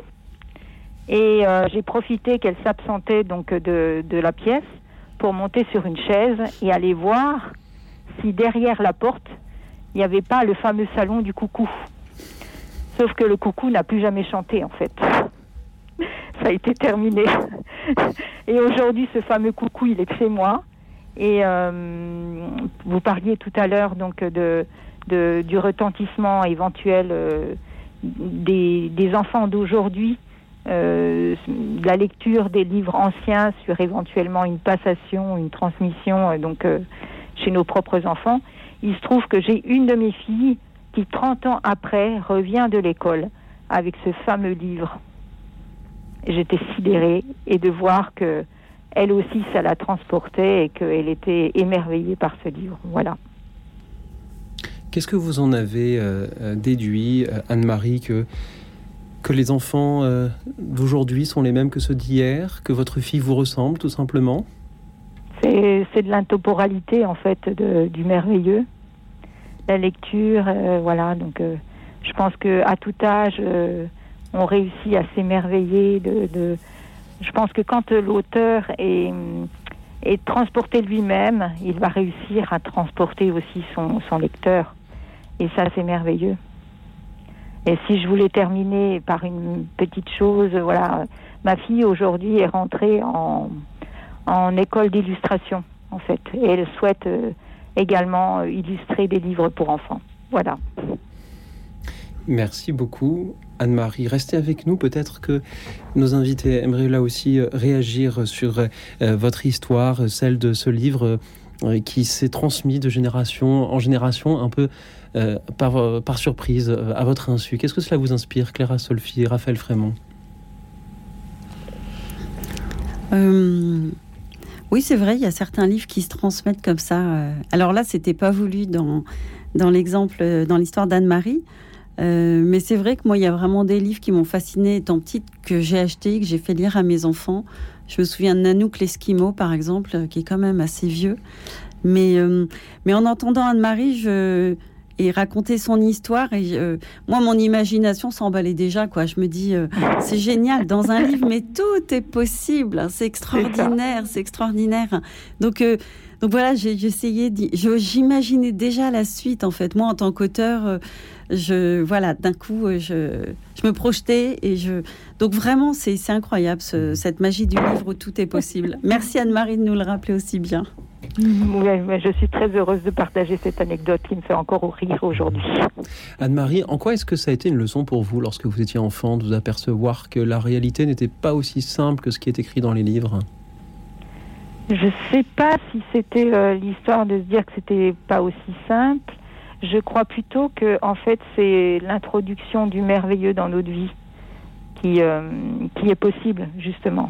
Et euh, j'ai profité qu'elle s'absentait donc, de, de la pièce pour monter sur une chaise et aller voir si derrière la porte, il n'y avait pas le fameux salon du coucou. Sauf que le coucou n'a plus jamais chanté, en fait. Ça a été terminé. Et aujourd'hui, ce fameux coucou, il est chez moi. Et euh, vous parliez tout à l'heure donc de, de, du retentissement éventuel euh, des, des enfants d'aujourd'hui, Euh, la lecture des livres anciens sur éventuellement une passation, une transmission euh, donc euh, chez nos propres enfants. Il se trouve que j'ai une de mes filles qui, trente ans après, revient de l'école avec ce fameux livre. J'étais sidérée et de voir que elle aussi ça la transportait et qu'elle était émerveillée par ce livre. Voilà. Qu'est-ce que vous en avez euh, déduit, Anne-Marie, que que les enfants euh, d'aujourd'hui sont les mêmes que ceux d'hier, que votre fille vous ressemble tout simplement? C'est, c'est de l'intemporalité en fait de, du merveilleux, la lecture, euh, voilà. Donc euh, je pense que à tout âge euh, on réussit à s'émerveiller. De, de, je pense que quand l'auteur est, est transporté lui-même, il va réussir à transporter aussi son, son lecteur, et ça c'est merveilleux. Et si je voulais terminer par une petite chose, voilà, ma fille aujourd'hui est rentrée en, en école d'illustration, en fait. Et elle souhaite euh, également euh, illustrer des livres pour enfants. Voilà. Merci beaucoup, Anne-Marie. Restez avec nous. Peut-être que nos invités aimeraient là aussi réagir sur euh, votre histoire, celle de ce livre euh, qui s'est transmis de génération en génération, un peu Euh, par, euh, par surprise, euh, à votre insu. Qu'est-ce que cela vous inspire, Claire Astolfi et Raphaël Frémont? euh, Oui, c'est vrai, il y a certains livres qui se transmettent comme ça. Euh, alors là, c'était pas voulu dans, dans l'exemple, dans l'histoire d'Anne-Marie. Euh, mais c'est vrai que moi, il y a vraiment des livres qui m'ont fascinée étant petite, que j'ai acheté, que j'ai fait lire à mes enfants. Je me souviens de Nanook l'Esquimau, par exemple, qui est quand même assez vieux. Mais, euh, mais en entendant Anne-Marie, je... et raconter son histoire, et euh, moi mon imagination s'emballait déjà, quoi. Je me dis euh, c'est génial dans un livre, mais tout est possible, c'est extraordinaire, c'est, c'est extraordinaire. Donc euh, donc voilà, j'ai, j'ai essayé d'y, je, j'imaginais déjà la suite en fait. Moi en tant qu'auteur, euh, je voilà, d'un coup euh, je je me projetais et je donc vraiment c'est c'est incroyable ce, cette magie du livre où tout est possible. Merci Anne-Marie de nous le rappeler aussi bien. Oui, je suis très heureuse de partager cette anecdote qui me fait encore rire aujourd'hui. Anne-Marie, en quoi est-ce que ça a été une leçon pour vous lorsque vous étiez enfant, de vous apercevoir que la réalité n'était pas aussi simple que ce qui est écrit dans les livres? Je ne sais pas si c'était euh, l'histoire de se dire que c'était pas aussi simple. je crois plutôt que, en fait, c'est l'introduction du merveilleux dans notre vie qui, euh, qui est possible, justement.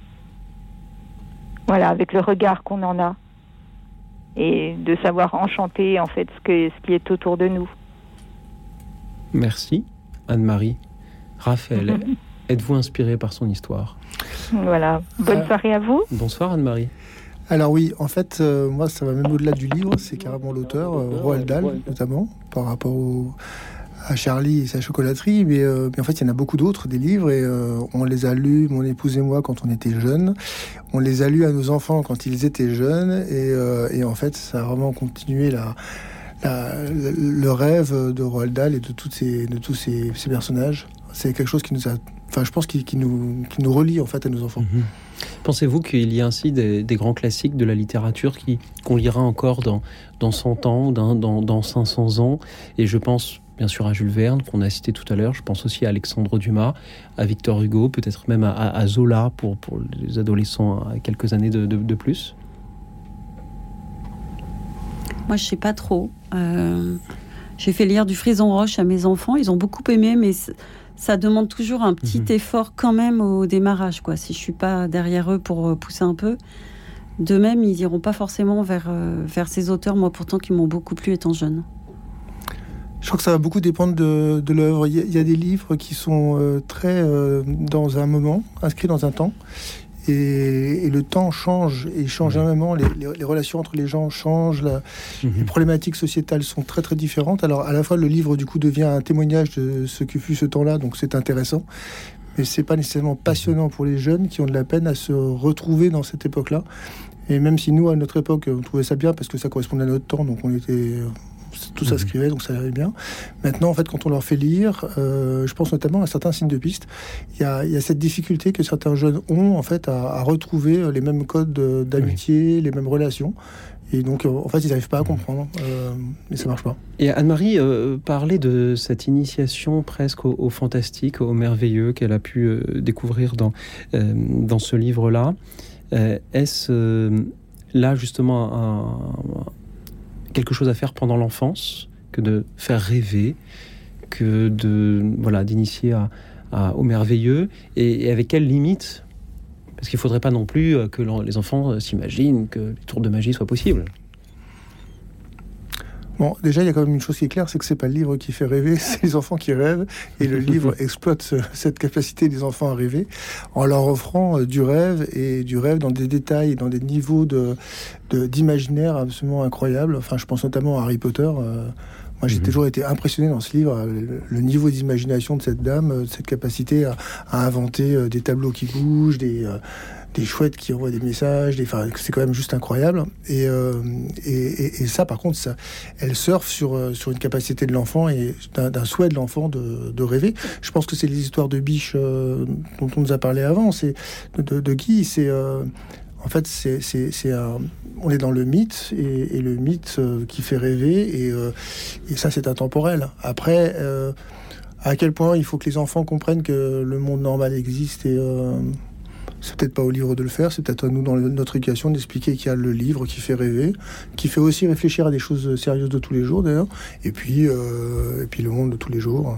Voilà, avec le regard qu'on en a. Et de savoir enchanter, en fait, ce, que, ce qui est autour de nous. Merci, Anne-Marie. Raphaël, mm-hmm. êtes-vous inspirée par son histoire ? Voilà. Bonne euh, soirée à vous. Bonsoir, Anne-Marie. Alors oui, en fait, euh, moi, ça va même au-delà du livre. C'est carrément l'auteur, euh, Roald Dahl, notamment, par rapport au... à Charlie et sa chocolaterie, mais, euh, mais en fait il y en a beaucoup d'autres, des livres, et euh, on les a lus, mon épouse et moi, quand on était jeunes, on les a lus à nos enfants quand ils étaient jeunes, et, euh, et en fait ça a vraiment continué la, la, le rêve de Roald Dahl et de, toutes ces, de tous ces, ces personnages. C'est quelque chose qui nous a, enfin je pense qui, qui, nous, qui nous relie en fait à nos enfants. Mmh. Pensez-vous qu'il y a ainsi des, des grands classiques de la littérature qui, qu'on lira encore dans, dans cent ans, dans, dans, dans cinq cents ans, et je pense bien sûr à Jules Verne, qu'on a cité tout à l'heure. Je pense aussi à Alexandre Dumas, à Victor Hugo, peut-être même à, à Zola pour, pour les adolescents à quelques années de, de, de plus. Moi, je ne sais pas trop. Euh, j'ai fait lire du Frison Roche à mes enfants. Ils ont beaucoup aimé, mais ça demande toujours un petit mmh. effort quand même au démarrage, quoi. Si je ne suis pas derrière eux pour pousser un peu. De même, ils n'iront pas forcément vers, euh, vers ces auteurs, moi pourtant, qui m'ont beaucoup plu étant jeune. Je crois que ça va beaucoup dépendre de, de l'œuvre. Il y, a, il y a des livres qui sont euh, très euh, dans un moment, inscrits dans un temps, et, et le temps change, et change mmh. énormément. Les, les, les relations entre les gens changent, la, mmh. les problématiques sociétales sont très très différentes. Alors à la fois le livre du coup devient un témoignage de ce que fut ce temps-là, donc c'est intéressant, mais c'est pas nécessairement passionnant pour les jeunes qui ont de la peine à se retrouver dans cette époque-là. Et même si nous à notre époque on trouvait ça bien parce que ça correspondait à notre temps, donc on était tout s'inscrivait, donc ça allait bien. Maintenant, en fait, quand on leur fait lire, euh, je pense notamment à certains signes de piste, il y a, il y a cette difficulté que certains jeunes ont, en fait, à, à retrouver les mêmes codes d'amitié, oui. les mêmes relations. Et donc, en fait, ils n'arrivent pas à comprendre, euh, mais ça ne marche pas. Et Anne-Marie euh, parlait de cette initiation presque au, au fantastique, au merveilleux qu'elle a pu euh, découvrir dans, euh, dans ce livre-là. Euh, est-ce euh, là, justement, un... quelque chose à faire pendant l'enfance, que de faire rêver, que de voilà d'initier à, à, au merveilleux, et, et avec quelles limites ? Parce qu'il ne faudrait pas non plus que les enfants s'imaginent que les tours de magie soient possibles. Bon, déjà, il y a quand même une chose qui est claire, c'est que c'est pas le livre qui fait rêver, c'est les enfants qui rêvent, et le livre exploite ce, cette capacité des enfants à rêver, en leur offrant du rêve, et du rêve dans des détails, dans des niveaux de, de, d'imaginaire absolument incroyables. Enfin, je pense notamment à Harry Potter. Euh, moi, j'ai mmh. toujours été impressionné dans ce livre, le, le niveau d'imagination de cette dame, cette capacité à, à inventer des tableaux qui bougent, des... Euh, des chouettes qui envoient des messages, des... Enfin, c'est quand même juste incroyable. Et, euh, et, et, et ça, par contre, ça, elle surfe sur, sur une capacité de l'enfant et d'un, d'un souhait de l'enfant de, de rêver. Je pense que c'est les histoires de Biche euh, dont on nous a parlé avant, c'est de, de, de Guy. C'est, euh, en fait, c'est, c'est, c'est un... on est dans le mythe, et, et le mythe euh, qui fait rêver, et, euh, et ça, c'est intemporel. Après, euh, à quel point il faut que les enfants comprennent que le monde normal existe, et... Euh, c'est peut-être pas au livre de le faire, c'est peut-être à nous dans notre éducation d'expliquer qu'il y a le livre qui fait rêver, qui fait aussi réfléchir à des choses sérieuses de tous les jours d'ailleurs, et puis, euh, et puis le monde de tous les jours.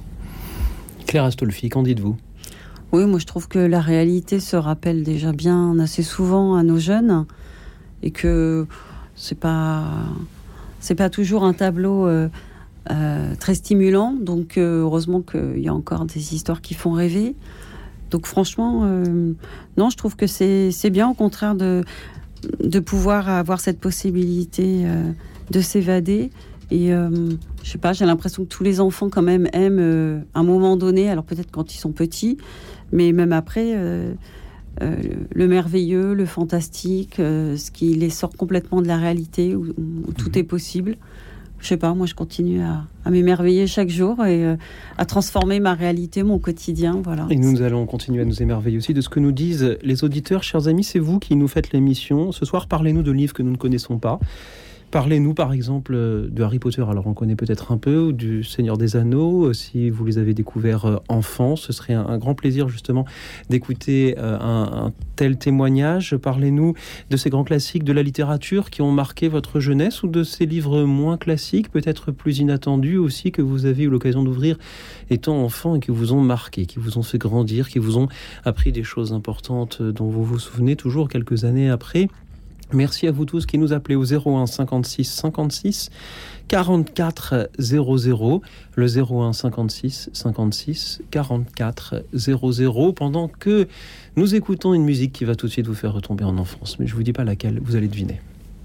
Claire Astolfi, qu'en dites-vous ? Oui, moi je trouve que la réalité se rappelle déjà bien assez souvent à nos jeunes, et que c'est pas, c'est pas toujours un tableau euh, euh, très stimulant, donc euh, heureusement qu'il y a encore des histoires qui font rêver. Donc franchement, euh, non, je trouve que c'est, c'est bien, au contraire, de, de pouvoir avoir cette possibilité euh, de s'évader. Et euh, je sais pas, j'ai l'impression que tous les enfants quand même aiment euh, à un moment donné, alors peut-être quand ils sont petits, mais même après, euh, euh, le merveilleux, le fantastique, euh, ce qui les sort complètement de la réalité, où, où tout est possible. Je sais pas, moi je continue à, à m'émerveiller chaque jour et euh, à transformer ma réalité, mon quotidien, voilà. Et nous, nous allons continuer à nous émerveiller aussi de ce que nous disent les auditeurs. Chers amis, c'est vous qui nous faites l'émission. Ce soir, parlez-nous de livres que nous ne connaissons pas. Parlez-nous par exemple de Harry Potter, alors on connaît peut-être un peu, ou du Seigneur des Anneaux, si vous les avez découverts enfants, ce serait un, un grand plaisir justement d'écouter un, un tel témoignage. Parlez-nous de ces grands classiques de la littérature qui ont marqué votre jeunesse, ou de ces livres moins classiques, peut-être plus inattendus aussi, que vous avez eu l'occasion d'ouvrir étant enfant et qui vous ont marqué, qui vous ont fait grandir, qui vous ont appris des choses importantes dont vous vous souvenez toujours quelques années après. Merci à vous tous qui nous appelez au zéro un cinquante-six cinquante-six quarante-quatre zéro zéro, le zéro un cinquante-six cinquante-six quarante-quatre zéro zéro, pendant que nous écoutons une musique qui va tout de suite vous faire retomber en enfance. Mais je ne vous dis pas laquelle, vous allez deviner.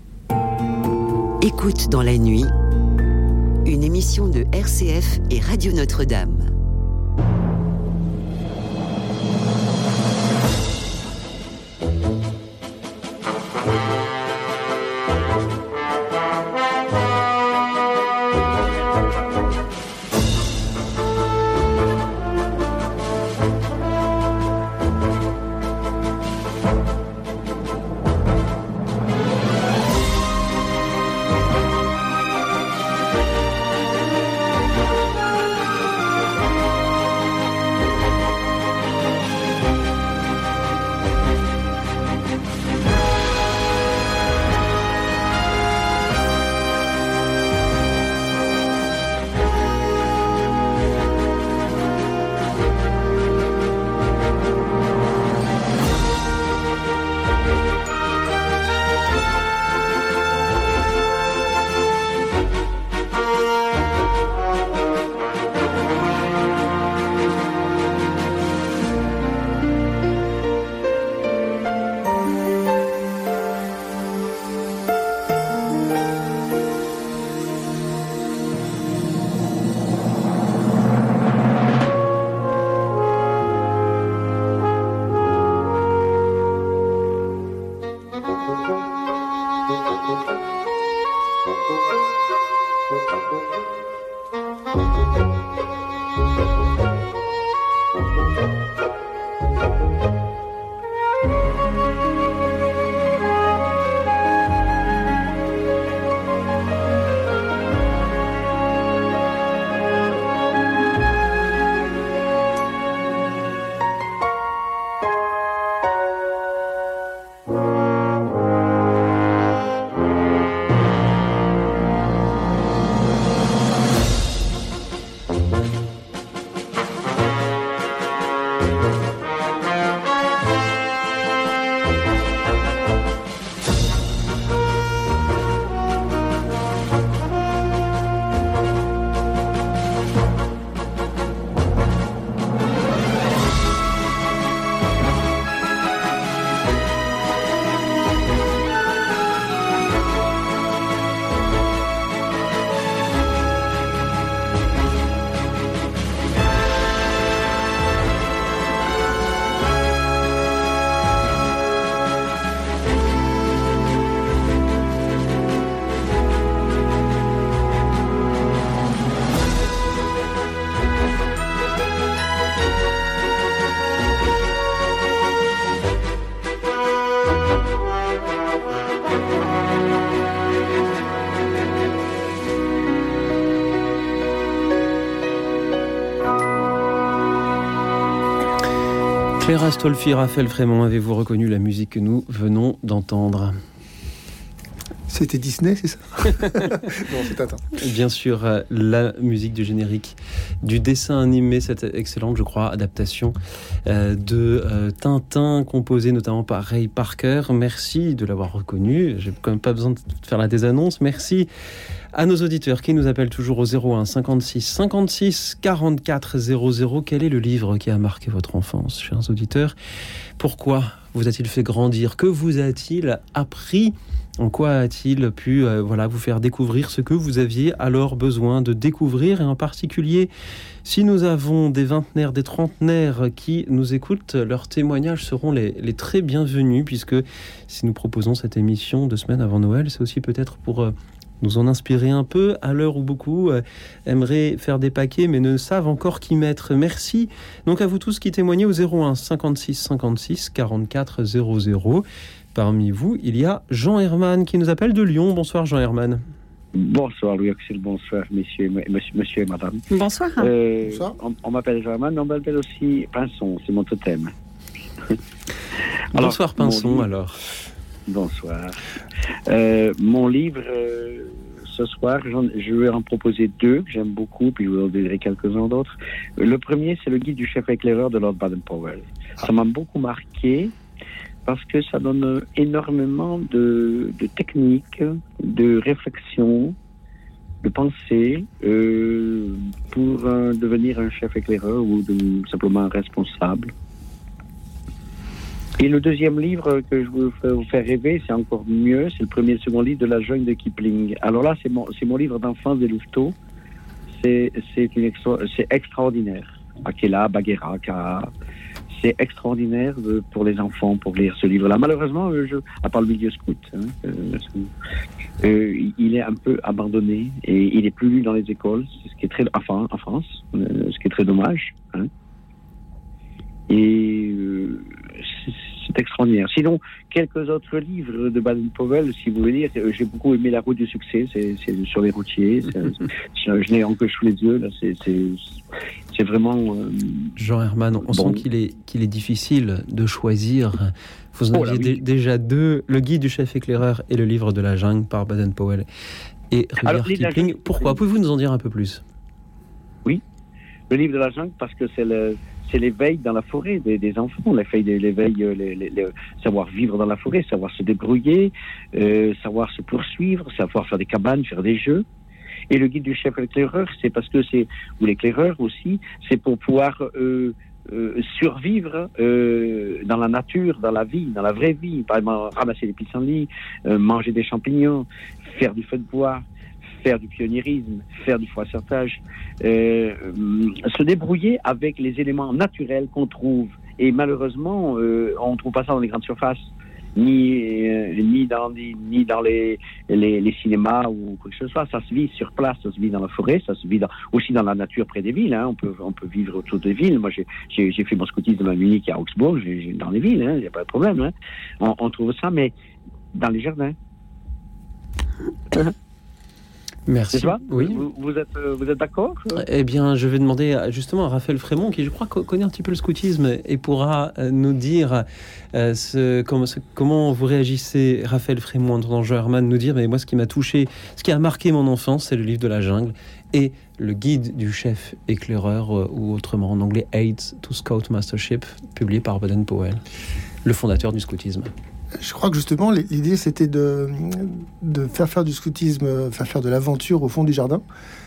Écoute dans la nuit, une émission de R C F et Radio Notre-Dame. Claire Astolfi, Raphaël Frémont, avez-vous reconnu la musique que nous venons d'entendre ? C'était Disney, c'est ça? Non, c'est Tintin. Bien sûr, la musique du générique du dessin animé, cette excellente, je crois, adaptation euh, de euh, Tintin, composée notamment par Ray Parker. Merci de l'avoir reconnu. J'ai quand même pas besoin de faire la désannonce. Merci à nos auditeurs qui nous appellent toujours au zéro un cinquante-six cinquante-six quarante-quatre zéro zéro. Quel est le livre qui a marqué votre enfance, chers auditeurs? Pourquoi vous a-t-il fait grandir? Que vous a-t-il appris? En quoi a-t-il pu euh, voilà, vous faire découvrir ce que vous aviez alors besoin de découvrir? Et en particulier, si nous avons des vingtenaires, des trentenaires qui nous écoutent, leurs témoignages seront les, les très bienvenus, puisque si nous proposons cette émission deux semaines avant Noël, c'est aussi peut-être pour euh, nous en inspirer un peu, à l'heure où beaucoup euh, aimeraient faire des paquets, mais ne savent encore qu'y mettre. Merci donc à vous tous qui témoignez au zéro un cinquante-six cinquante-six quarante-quatre zéro zéro. parmi vous, il y a Jean Herman qui nous appelle de Lyon. Bonsoir Jean Herman. Bonsoir Louis Auxil, bonsoir messieurs, monsieur, monsieur et madame. Bonsoir. Euh, Bonsoir. On, on m'appelle Jean Herman, on m'appelle aussi Pinson, c'est mon totem. Alors, bonsoir Pinson livre, alors. Bonsoir. Euh, mon livre, euh, ce soir, je vais en proposer deux que j'aime beaucoup, puis je vous en donnerai quelques-uns d'autres. Le premier, c'est le guide du chef éclaireur de Lord Baden-Powell. Ça m'a beaucoup marqué parce que ça donne énormément de, de techniques, de réflexion, de pensée euh, pour euh, devenir un chef éclaireur ou de, simplement un responsable. Et le deuxième livre que je veux vous faire rêver, c'est encore mieux, c'est le premier et le second livre de La Jungle de Kipling. Alors là, c'est mon, c'est mon livre d'enfance des louveteaux. C'est, c'est, une extra, c'est extraordinaire. Akela, Bagheera, Ka. C'est extraordinaire de, pour les enfants, pour lire ce livre-là. Malheureusement, je, à part le milieu scout, hein, euh, euh, il est un peu abandonné et il n'est plus lu dans les écoles, ce qui est très, enfin, en France, euh, ce qui est très dommage. Hein. Et euh, c'est, c'est extraordinaire. Sinon, quelques autres livres de Baden-Powell, si vous voulez lire, j'ai beaucoup aimé La route du succès, c'est, c'est sur les routiers, c'est, c'est, je l'ai encore sous les yeux, là, c'est, c'est, c'est vraiment... Euh, Jean Herman, on bon. sent qu'il est, qu'il est difficile de choisir. Vous en oh, aviez là, oui. d- déjà deux, le guide du chef éclaireur et le livre de la jungle par Baden-Powell et Rudyard Kipling. Jungle, Pourquoi oui. Pouvez-vous nous en dire un peu plus? Oui, le livre de la jungle, parce que c'est le... c'est l'éveil dans la forêt des, des enfants, l'éveil, l'éveil les, les, les, savoir vivre dans la forêt, savoir se débrouiller, euh, savoir se poursuivre, savoir faire des cabanes, faire des jeux. Et le guide du chef éclaireur, c'est parce que c'est, ou l'éclaireur aussi, c'est pour pouvoir euh, euh, survivre euh, dans la nature, dans la vie, dans la vraie vie. Par exemple, ramasser des pissenlits, euh, manger des champignons, faire du feu de bois, faire du pionniérisme, faire du foissertage, euh, se débrouiller avec les éléments naturels qu'on trouve. Et malheureusement, euh, on ne trouve pas ça dans les grandes surfaces, ni, euh, ni dans, ni, ni dans les, les, les cinémas ou quoi que ce soit. Ça se vit sur place, ça se vit dans la forêt, ça se vit dans, aussi dans la nature près des villes. Hein. On peut, on peut vivre autour des villes. Moi, j'ai, j'ai, j'ai fait mon scoutisme à Munich et à Augsbourg, j'ai, j'ai, dans les villes, il hein, n'y a pas de problème. Hein. On, on trouve ça, mais dans les jardins. Merci. C'est ça ? Oui. Vous, vous, êtes, vous êtes d'accord ? Eh bien, je vais demander justement à Raphaël Frémont, qui je crois connaît un petit peu le scoutisme et pourra nous dire euh, ce, comment, ce, comment vous réagissez, Raphaël Frémont, en entendant Jean Herman nous dire, mais moi, ce qui m'a touché, ce qui a marqué mon enfance, c'est le livre de la jungle et le guide du chef éclaireur, euh, ou autrement en anglais, Aids to Scout Mastership, publié par Baden-Powell, le fondateur du scoutisme. Je crois que justement, l'idée, c'était de, de faire faire du scoutisme, faire faire de l'aventure au fond du jardin.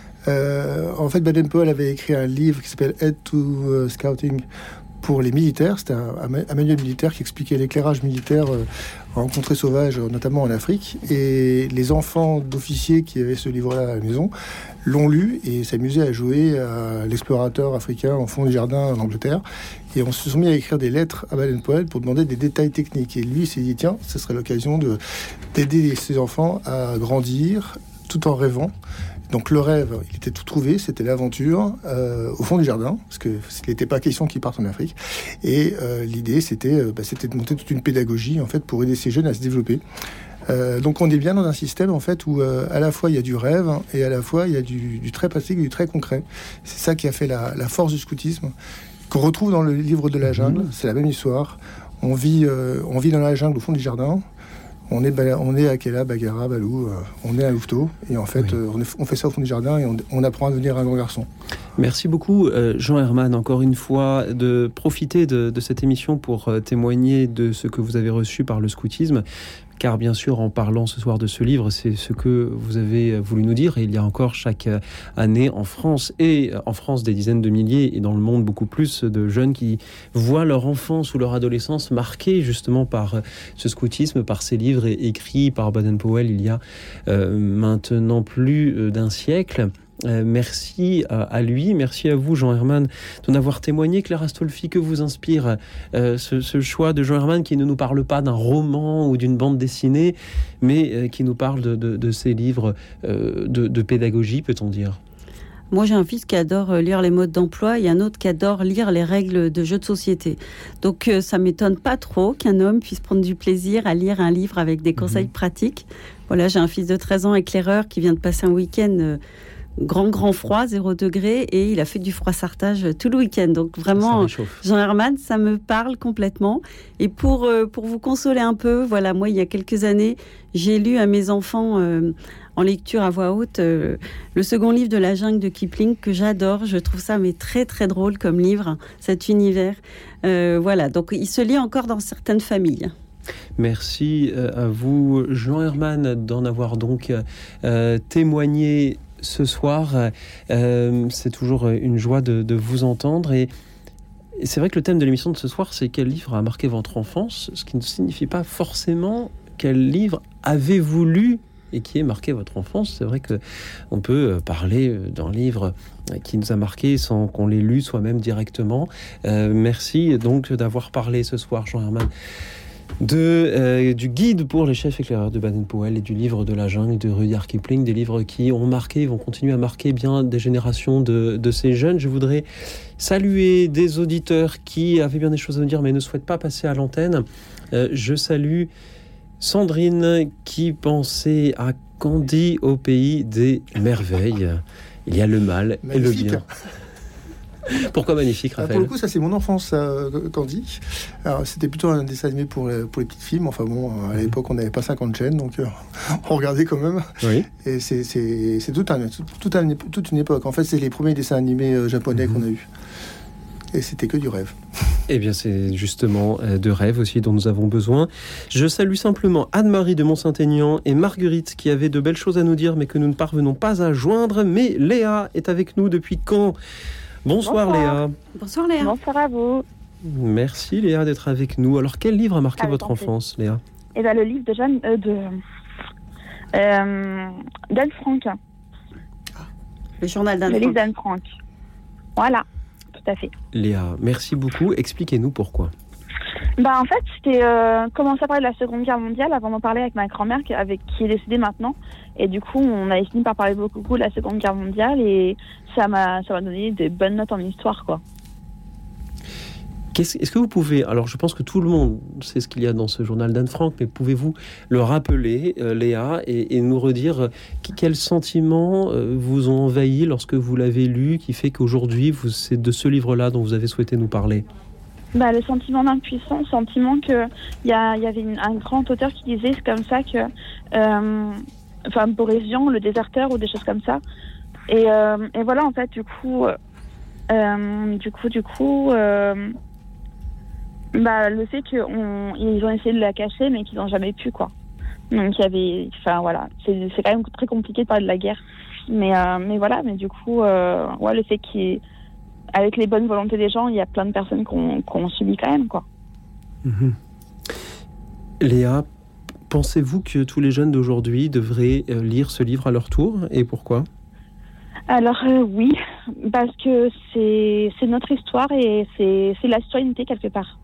Euh, en fait, Baden-Powell avait écrit un livre qui s'appelle Aid to Scouting pour les militaires. C'était un, un manuel militaire qui expliquait l'éclairage militaire en contrées sauvages, notamment en Afrique. Et les enfants d'officiers qui avaient ce livre-là à la maison l'ont lu et s'amusaient à jouer à l'explorateur africain au fond du jardin en Angleterre. Et on se sont mis à écrire des lettres à Baden-Powell pour demander des détails techniques. Et lui, il s'est dit, tiens, ce serait l'occasion de, d'aider ses enfants à grandir tout en rêvant. Donc le rêve, il était tout trouvé, c'était l'aventure euh, au fond du jardin, parce que il n'était pas question qu'ils partent en Afrique. Et euh, l'idée, c'était, euh, bah, c'était de monter toute une pédagogie en fait pour aider ces jeunes à se développer. Euh, donc on est bien dans un système en fait où euh, à la fois il y a du rêve et à la fois il y a du, du très pratique et du très concret. C'est ça qui a fait la, la force du scoutisme qu'on retrouve dans le livre de la jungle. C'est la même histoire. On vit, euh, on vit dans la jungle au fond du jardin. On est, on est à Akela, Bagheera, Balou, euh, on est à Louveteau, et en fait, oui. euh, on, est, on fait ça au fond du jardin et on, on apprend à devenir un grand garçon. Merci beaucoup, euh, Jean Herman, encore une fois, de profiter de, de cette émission pour euh, témoigner de ce que vous avez reçu par le scoutisme. Car bien sûr, en parlant ce soir de ce livre, c'est ce que vous avez voulu nous dire. Et il y a encore chaque année en France, et en France des dizaines de milliers, et dans le monde beaucoup plus de jeunes qui voient leur enfance ou leur adolescence marquée justement par ce scoutisme, par ces livres écrits par Baden-Powell il y a euh, maintenant plus d'un siècle. Euh, merci à, à lui, merci à vous Jean Herman d'en avoir témoigné. Claire Astolfi, que vous inspire euh, ce, ce choix de Jean Herman qui ne nous parle pas d'un roman ou d'une bande dessinée, mais euh, qui nous parle de, de, de ces livres euh, de, de pédagogie, peut-on dire? Moi, j'ai un fils qui adore lire les modes d'emploi et un autre qui adore lire les règles de jeux de société. Donc, euh, ça m'étonne pas trop qu'un homme puisse prendre du plaisir à lire un livre avec des conseils mmh. pratiques. Voilà, j'ai un fils de treize ans éclaireur qui vient de passer un week-end euh, grand, grand froid, zéro degré, et il a fait du froissartage tout le week-end. Donc vraiment, Jean Herman, ça me parle complètement. Et pour, euh, pour vous consoler un peu, voilà, moi, il y a quelques années, j'ai lu à mes enfants, euh, en lecture à voix haute, euh, le second livre de La Jungle de Kipling, que j'adore. Je trouve ça mais très, très drôle comme livre, cet univers. Euh, voilà, donc il se lit encore dans certaines familles. Merci à vous, Jean Herman, d'en avoir donc euh, témoigné ce soir. Euh, c'est toujours une joie de, de vous entendre. Et, et c'est vrai que le thème de l'émission de ce soir, c'est quel livre a marqué votre enfance, ce qui ne signifie pas forcément quel livre avez-vous lu et qui ait marqué votre enfance. C'est vrai qu'on peut parler d'un livre qui nous a marqué sans qu'on l'ait lu soi-même directement. Euh, merci donc d'avoir parlé ce soir, Jean Herman, de, euh, du guide pour les chefs éclaireurs de Baden-Powell et du livre de La Jungle de Rudyard Kipling, des livres qui ont marqué, vont continuer à marquer bien des générations de, de ces jeunes. Je voudrais saluer des auditeurs qui avaient bien des choses à nous dire mais ne souhaitent pas passer à l'antenne. Euh, je salue Sandrine qui pensait à Candy au pays des merveilles. Il y a le mal magnifique. Et le bien. Pourquoi magnifique, Raphaël ? Pour le coup, ça c'est mon enfance, euh, Candy. Alors, c'était plutôt un dessin animé pour les, pour les petites filles. Enfin bon, à l'époque, on n'avait pas cinquante chaînes, donc euh, on regardait quand même. Oui. Et c'est, c'est, c'est tout un, tout un, toute une époque. En fait, c'est les premiers dessins animés euh, japonais mmh. qu'on a eus. Et c'était que du rêve. Eh bien, c'est justement de rêve aussi dont nous avons besoin. Je salue simplement Anne-Marie de Mont-Saint-Aignan et Marguerite qui avaient de belles choses à nous dire, mais que nous ne parvenons pas à joindre. Mais Léa est avec nous depuis quand ? Bonsoir, Bonsoir Léa. Bonsoir Léa. Bonsoir à vous. Merci Léa d'être avec nous. Alors, quel livre a marqué avec votre enfance, Léa ? Eh bien, le livre de Jeanne, euh, de euh, d'Anne Frank. Le journal d'Anne Le Frank. livre d'Anne Frank. Voilà. Tout à fait. Léa, merci beaucoup. Expliquez-nous pourquoi. Bah en fait, c'était euh, commencer à parler de la Seconde Guerre mondiale avant d'en parler avec ma grand-mère qui, avec, qui est décédée maintenant. Et du coup, on avait fini par parler beaucoup, beaucoup de la Seconde Guerre mondiale et ça m'a, ça m'a donné des bonnes notes en histoire, quoi. Qu'est-ce, est-ce que vous pouvez, alors je pense que tout le monde sait ce qu'il y a dans ce journal d'Anne Frank, mais pouvez-vous le rappeler, euh, Léa, et, et nous redire euh, quels sentiments euh, vous ont envahi lorsque vous l'avez lu, qui fait qu'aujourd'hui, vous, c'est de ce livre-là dont vous avez souhaité nous parler ? Bah, le sentiment d'impuissance, le sentiment qu'il y, a, y avait une, un grand auteur qui disait c'est comme ça que, euh, enfin, Borésian, le déserteur ou des choses comme ça. Et, euh, et voilà, en fait, du coup, euh, du coup, du coup, euh, bah, le fait qu'ils ont essayé de la cacher, mais qu'ils n'ont jamais pu, quoi. Donc, il y avait, enfin, voilà, c'est, c'est quand même très compliqué de parler de la guerre. Mais, euh, mais voilà, mais du coup, euh, ouais, le fait qu'il y ait, avec les bonnes volontés des gens, il y a plein de personnes qu'on, qu'on subit quand même, quoi. Mmh. Léa, pensez-vous que tous les jeunes d'aujourd'hui devraient lire ce livre à leur tour, et pourquoi ? Alors euh, oui, parce que c'est, c'est notre histoire et c'est, c'est la citoyenneté quelque part.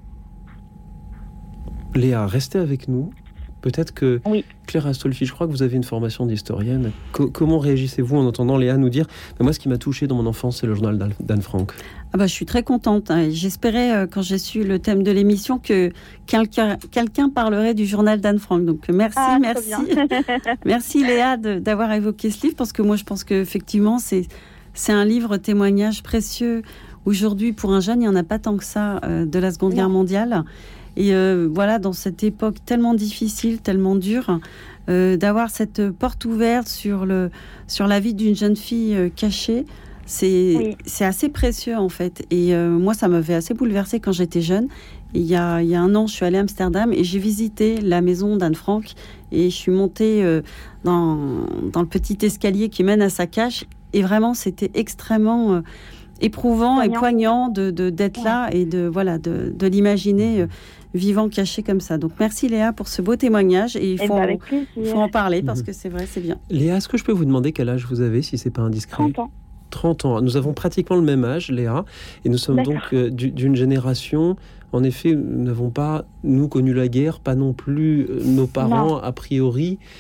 Léa, restez avec nous. Peut-être que oui. Claire Astolfi, je crois que vous avez une formation d'historienne. Co- comment réagissez-vous en entendant Léa nous dire « Moi, ce qui m'a touchée dans mon enfance, c'est le journal d'Anne Frank ». Ah bah, je suis très contente. Hein. J'espérais, euh, quand j'ai su le thème de l'émission, que quelqu'un, quelqu'un parlerait du journal d'Anne Frank. Donc merci, ah, merci. Merci Léa de, d'avoir évoqué ce livre, parce que moi, je pense qu'effectivement, c'est, c'est un livre témoignage précieux. Aujourd'hui, pour un jeune, il n'y en a pas tant que ça euh, de la Seconde non. Guerre mondiale. Et euh, voilà, dans cette époque tellement difficile, tellement dure, euh, d'avoir cette porte ouverte sur, le, sur la vie d'une jeune fille euh, cachée, c'est, oui. c'est assez précieux en fait. Et euh, moi, ça m'avait assez bouleversée quand j'étais jeune. Et il y a, il y a un an, je suis allée à Amsterdam et j'ai visité la maison d'Anne Frank. Et je suis montée euh, dans, dans le petit escalier qui mène à sa cage. Et vraiment, c'était extrêmement... Euh, éprouvant poignant. et poignant de, de, d'être ouais. là et de, voilà, de, de l'imaginer euh, vivant caché comme ça. Donc merci Léa pour ce beau témoignage et il faut, en, il faut en parler parce que c'est vrai, c'est bien. Léa, est-ce que je peux vous demander quel âge vous avez si c'est pas indiscret ? trente ans. trente ans. Nous avons pratiquement le même âge, Léa, et nous sommes D'accord. donc euh, d'une génération... En effet, nous n'avons pas, nous, connu la guerre, pas non plus euh, nos parents, non. a priori.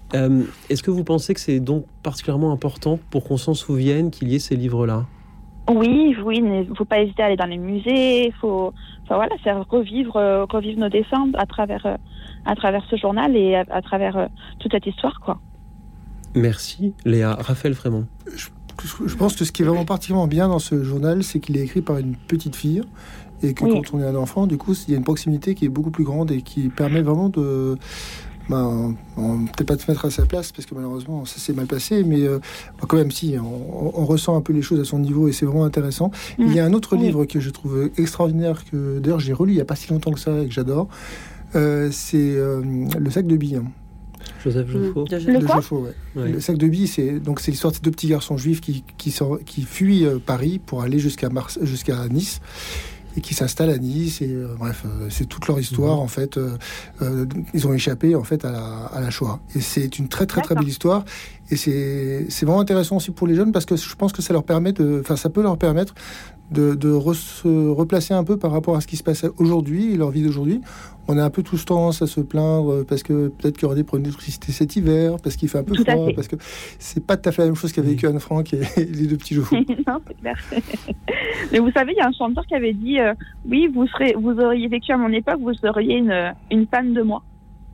Euh, est-ce que vous pensez que c'est donc particulièrement important pour qu'on s'en souvienne qu'il y ait ces livres-là ? Oui, oui, il ne faut pas hésiter à aller dans les musées, il faut, enfin, voilà, faire revivre, euh, revivre nos dessins à travers, euh, à travers ce journal et à, à travers euh, toute cette histoire, quoi. Merci, Léa. Raphaël Frémont. Je, je pense que ce qui est vraiment particulièrement bien dans ce journal, c'est qu'il est écrit par une petite fille et que oui. Quand on est un enfant, du coup, il y a une proximité qui est beaucoup plus grande et qui permet vraiment de... Ben, on, peut-être pas de se mettre à sa place parce que malheureusement ça s'est mal passé, mais euh, quand même si on, on ressent un peu les choses à son niveau et c'est vraiment intéressant. Mmh. Il y a un autre oui. livre que je trouve extraordinaire, que d'ailleurs j'ai relu il y a pas si longtemps que ça et que j'adore, euh, c'est euh, Le sac de billes. Joseph Joffo. Mmh. Le, le Joffo, ouais. Ouais. Le sac de billes, c'est donc c'est l'histoire de ces deux petits garçons juifs qui qui, sort, qui fuient euh, Paris pour aller jusqu'à Mars, jusqu'à Nice. Et qui s'installent à Nice, et euh, bref, euh, c'est toute leur histoire, mmh. en fait. Euh, euh, ils ont échappé, en fait, à la, à la Shoah. Et c'est une très, très, très belle histoire. Et c'est, c'est vraiment intéressant aussi pour les jeunes, parce que je pense que ça leur permet de... Enfin, ça peut leur permettre de, de re, se replacer un peu par rapport à ce qui se passe aujourd'hui, et leur vie d'aujourd'hui. On a un peu tous tendance à se plaindre, parce que peut-être qu'il y aura des problèmes d'électricité cet hiver, parce qu'il fait un peu tout froid, parce que c'est pas tout à fait la même chose qu'a vécu Anne Frank et, et les deux petits Joffo. Non, c'est clair. Mais vous savez, il y a un chanteur qui avait dit euh, oui, vous serez, vous auriez vécu à mon époque, vous seriez une, une fan de moi.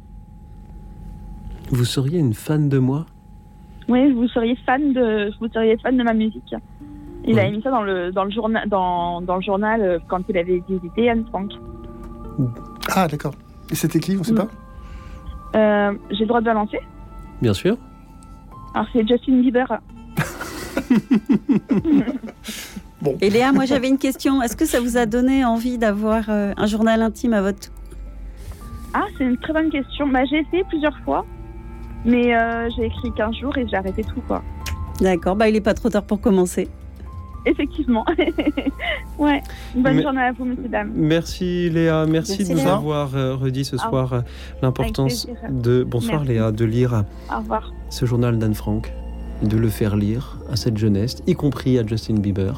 Vous seriez une fan de moi ? Oui, vous seriez fan de, vous seriez fan de ma musique. Il oui. a mis ça dans le dans le journal dans, dans le journal euh, quand il avait visité Anne Frank. Ah d'accord. Et c'était qui, on ne sait pas euh, J'ai le droit de balancer ? Bien sûr. Alors c'est Justin Bieber. Bon. Et Léa, moi j'avais une question. Est-ce que ça vous a donné envie d'avoir euh, un journal intime à votre... Ah, c'est une très bonne question. Bah, j'ai essayé plusieurs fois, mais euh, j'ai écrit quinze jours et j'ai arrêté tout, quoi. D'accord, bah, il n'est pas trop tard pour commencer. Effectivement. Ouais. Bonne Mais, journée à vous, messieurs, dames. Merci Léa, merci, merci de nous Léa. avoir euh, redit ce soir euh, l'importance de... Bonsoir merci. Léa, de lire Au revoir. ce journal d'Anne Frank, de le faire lire à cette jeunesse, y compris à Justin Bieber.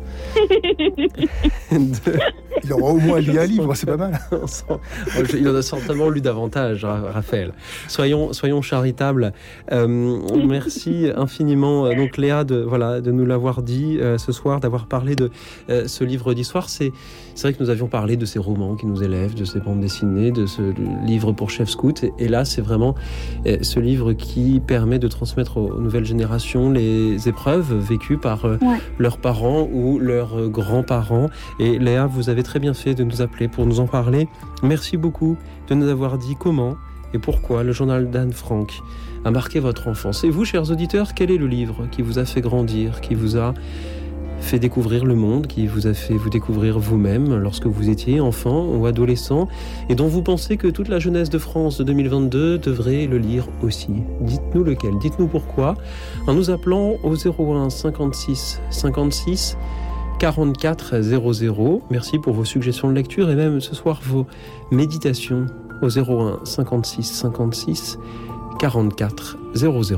de... Il aura au moins lu un livre, c'est pas mal. Il en a certainement lu davantage, Raphaël. Soyons, soyons charitables. Euh, merci infiniment, donc Léa, de, voilà, de nous l'avoir dit euh, ce soir, d'avoir parlé de euh, ce livre d'histoire. C'est, c'est vrai que nous avions parlé de ces romans qui nous élèvent, de ces bandes dessinées, de ce livre pour chef scout. Et, et là, c'est vraiment euh, ce livre qui permet de transmettre aux, aux nouvelles générations les épreuves vécues par euh, ouais. leurs parents ou leurs euh, grands-parents. Et Léa, vous avez très bien fait de nous appeler pour nous en parler. Merci beaucoup de nous avoir dit comment et pourquoi le journal d'Anne Frank a marqué votre enfance. Et vous, chers auditeurs, quel est le livre qui vous a fait grandir, qui vous a fait découvrir le monde, qui vous a fait vous découvrir vous-même lorsque vous étiez enfant ou adolescent, et dont vous pensez que toute la jeunesse de France de deux mille vingt-deux devrait le lire aussi? Dites-nous lequel, dites-nous pourquoi, en nous appelant au zéro un cinquante-six cinquante-six quarante-quatre zéro zéro. Merci pour vos suggestions de lecture et même ce soir vos méditations au zéro un cinquante-six cinquante-six quarante-quatre zéro zéro.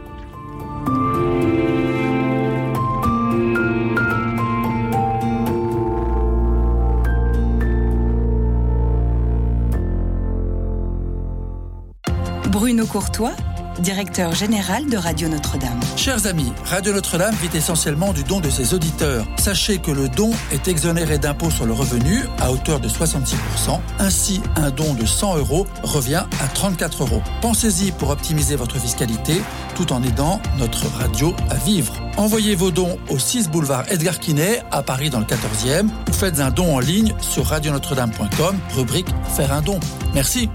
Bruno Courtois, directeur général de Radio Notre-Dame. Chers amis, Radio Notre-Dame vit essentiellement du don de ses auditeurs. Sachez que le don est exonéré d'impôt sur le revenu à hauteur de soixante-six pour cent. Ainsi, un don de cent euros revient à trente-quatre euros. Pensez-y pour optimiser votre fiscalité tout en aidant notre radio à vivre. Envoyez vos dons au six boulevard Edgar Quinet à Paris dans le quatorzième ou faites un don en ligne sur radio notre dame point com, rubrique Faire un don. Merci.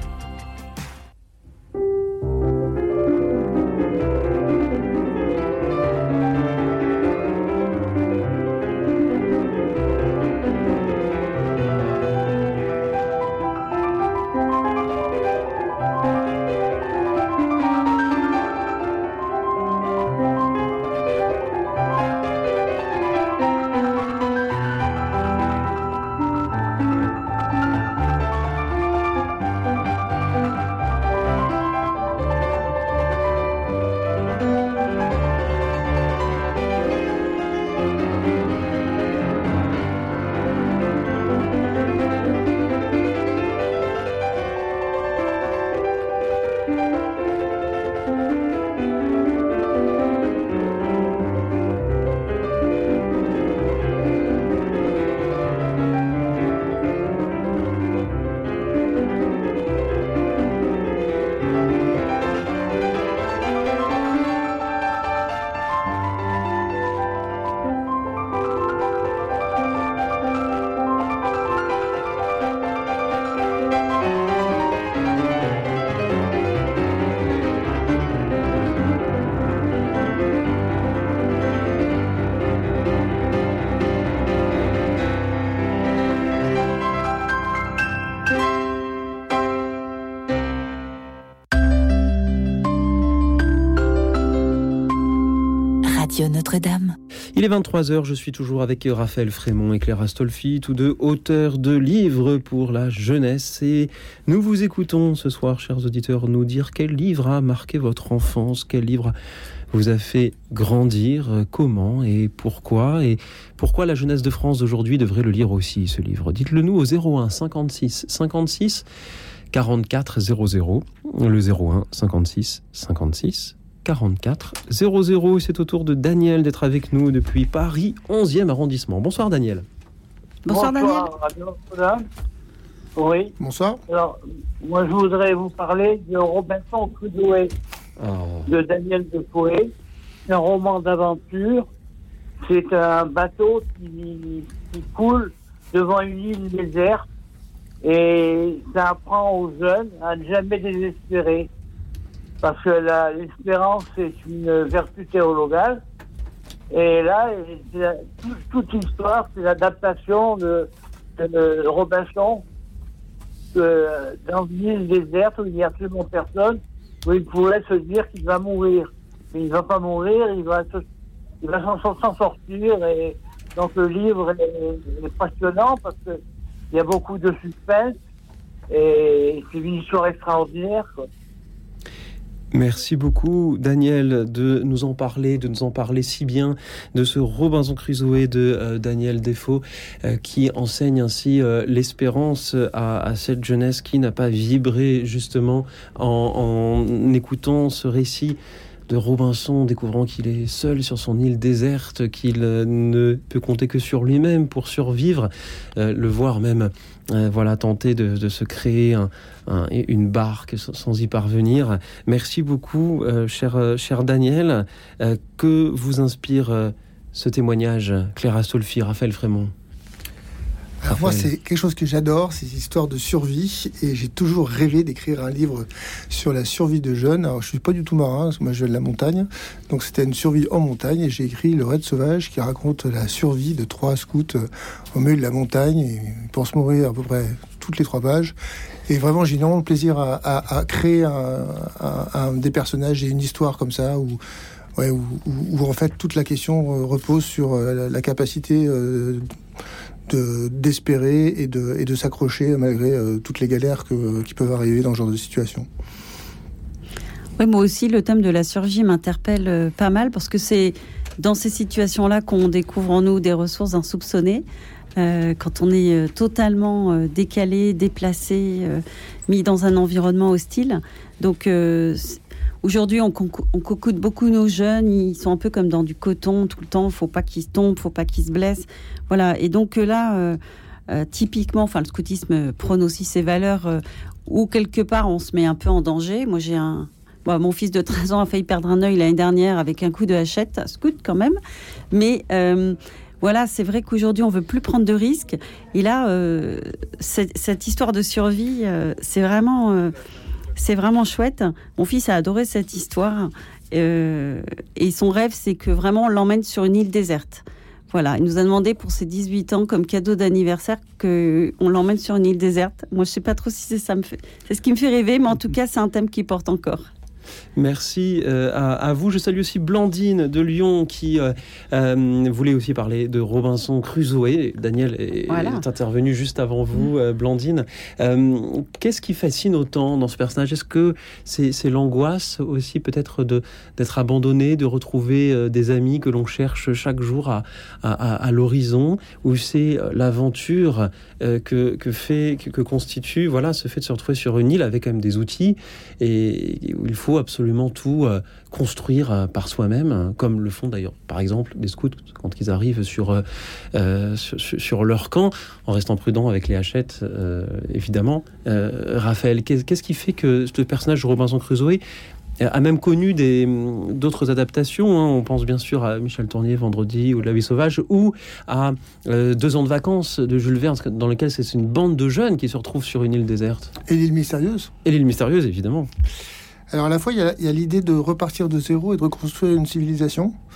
Radio Notre-Dame. Il est vingt-trois heures, je suis toujours avec Raphaël Frémont et Claire Astolfi, tous deux auteurs de livres pour la jeunesse. Et nous vous écoutons ce soir, chers auditeurs, nous dire quel livre a marqué votre enfance, quel livre vous a fait grandir, comment et pourquoi, et pourquoi la jeunesse de France d'aujourd'hui devrait le lire aussi, ce livre. Dites-le nous au zéro un cinquante-six cinquante-six quarante-quatre zéro zéro, le zéro un cinquante-six cinquante-six quarante-quatre zéro zéro. C'est au tour de Daniel d'être avec nous depuis Paris, onzième arrondissement. Bonsoir Daniel. Bonsoir, Bonsoir Daniel. Oui. Bonsoir. Alors, moi je voudrais vous parler de Robinson Crusoe oh. de Daniel Defoe. C'est un roman d'aventure. C'est un bateau qui, qui coule devant une île déserte et ça apprend aux jeunes à ne jamais désespérer. Parce que la, l'espérance, c'est une vertu théologale. Et là, c'est la, tout, toute l'histoire, c'est l'adaptation de, de, de Robinson de, dans une île déserte où il n'y a absolument personne, où il pourrait se dire qu'il va mourir. Mais il ne va pas mourir, il va, se, il va s'en, s'en sortir. Et donc le livre est, est passionnant parce qu'il y a beaucoup de suspense et c'est une histoire extraordinaire, quoi. Merci beaucoup Daniel de nous en parler, de nous en parler si bien de ce Robinson Crusoe de euh, Daniel Defoe euh, qui enseigne ainsi euh, l'espérance à, à cette jeunesse qui n'a pas vibré justement en, en écoutant ce récit de Robinson, découvrant qu'il est seul sur son île déserte, qu'il euh, ne peut compter que sur lui-même pour survivre, euh, le voir même euh, voilà, tenter de, de se créer un, un, une barque sans, sans y parvenir. Merci beaucoup, euh, cher, euh, cher Daniel. Euh, que vous inspire euh, ce témoignage, Claire Astolfi, Raphaël Frémont? Alors moi, c'est quelque chose que j'adore, ces histoires de survie, et j'ai toujours rêvé d'écrire un livre sur la survie de jeunes. Alors, je suis pas du tout marin, parce que moi, je viens de la montagne, donc c'était une survie en montagne, et j'ai écrit Le Raid Sauvage, qui raconte la survie de trois scouts au milieu de la montagne, et ils pensent mourir à peu près toutes les trois pages. Et vraiment, j'ai énormément de plaisir à, à, à créer un, un, un, des personnages et une histoire comme ça, où Ouais, où, où, où en fait toute la question repose sur la, la capacité euh, de, d'espérer et de, et de s'accrocher malgré euh, toutes les galères que, qui peuvent arriver dans ce genre de situation. Oui, moi aussi, le thème de la survie m'interpelle euh, pas mal parce que c'est dans ces situations-là qu'on découvre en nous des ressources insoupçonnées. Euh, quand on est euh, totalement euh, décalé, déplacé, euh, mis dans un environnement hostile. Donc, euh, aujourd'hui, on, conc- on cocoute beaucoup nos jeunes. Ils sont un peu comme dans du coton tout le temps. Il ne faut pas qu'ils se tombent, il ne faut pas qu'ils se blessent. Voilà. Et donc là, euh, euh, typiquement, enfin, le scoutisme prône aussi ces valeurs euh, où quelque part on se met un peu en danger. Moi, j'ai un... Bon, mon fils de treize ans a failli perdre un œil l'année dernière avec un coup de hachette, scout quand même. Mais... Euh, Voilà, c'est vrai qu'aujourd'hui, on veut plus prendre de risques. Et là, euh, cette, cette histoire de survie, euh, c'est vraiment, euh, c'est vraiment chouette. Mon fils a adoré cette histoire. Euh, et son rêve, c'est que vraiment, on l'emmène sur une île déserte. Voilà, il nous a demandé pour ses dix-huit ans, comme cadeau d'anniversaire, qu'on l'emmène sur une île déserte. Moi, je ne sais pas trop si c'est ça me fait... C'est ce qui me fait rêver, mais en tout cas, c'est un thème qui porte encore. Merci euh, à, à vous. Je salue aussi Blandine de Lyon qui euh, euh, voulait aussi parler de Robinson Crusoe. Daniel est, voilà. est intervenu juste avant vous, euh, Blandine. Euh, qu'est-ce qui fascine autant dans ce personnage? Est-ce que c'est, c'est l'angoisse aussi peut-être de, d'être abandonné, de retrouver euh, des amis que l'on cherche chaque jour à, à, à, à l'horizon, ou c'est l'aventure euh, que, que, fait, que, que constitue voilà, ce fait de se retrouver sur une île avec quand même des outils et où il faut absolument tout euh, construire euh, par soi-même, hein, comme le font d'ailleurs, par exemple, les scouts quand ils arrivent sur, euh, sur, sur leur camp, en restant prudent avec les hachettes, euh, évidemment. Euh, Raphaël, qu'est-ce, qu'est-ce qui fait que ce personnage de Robinson Crusoe a même connu des, d'autres adaptations, hein. On pense bien sûr à Michel Tournier, Vendredi ou La Vie sauvage, ou à euh, Deux ans de vacances de Jules Verne, dans lequel c'est une bande de jeunes qui se retrouvent sur une île déserte. Et l'île mystérieuse. Et l'île mystérieuse, évidemment. Alors à la fois, il y a, il y a l'idée de repartir de zéro et de reconstruire une civilisation.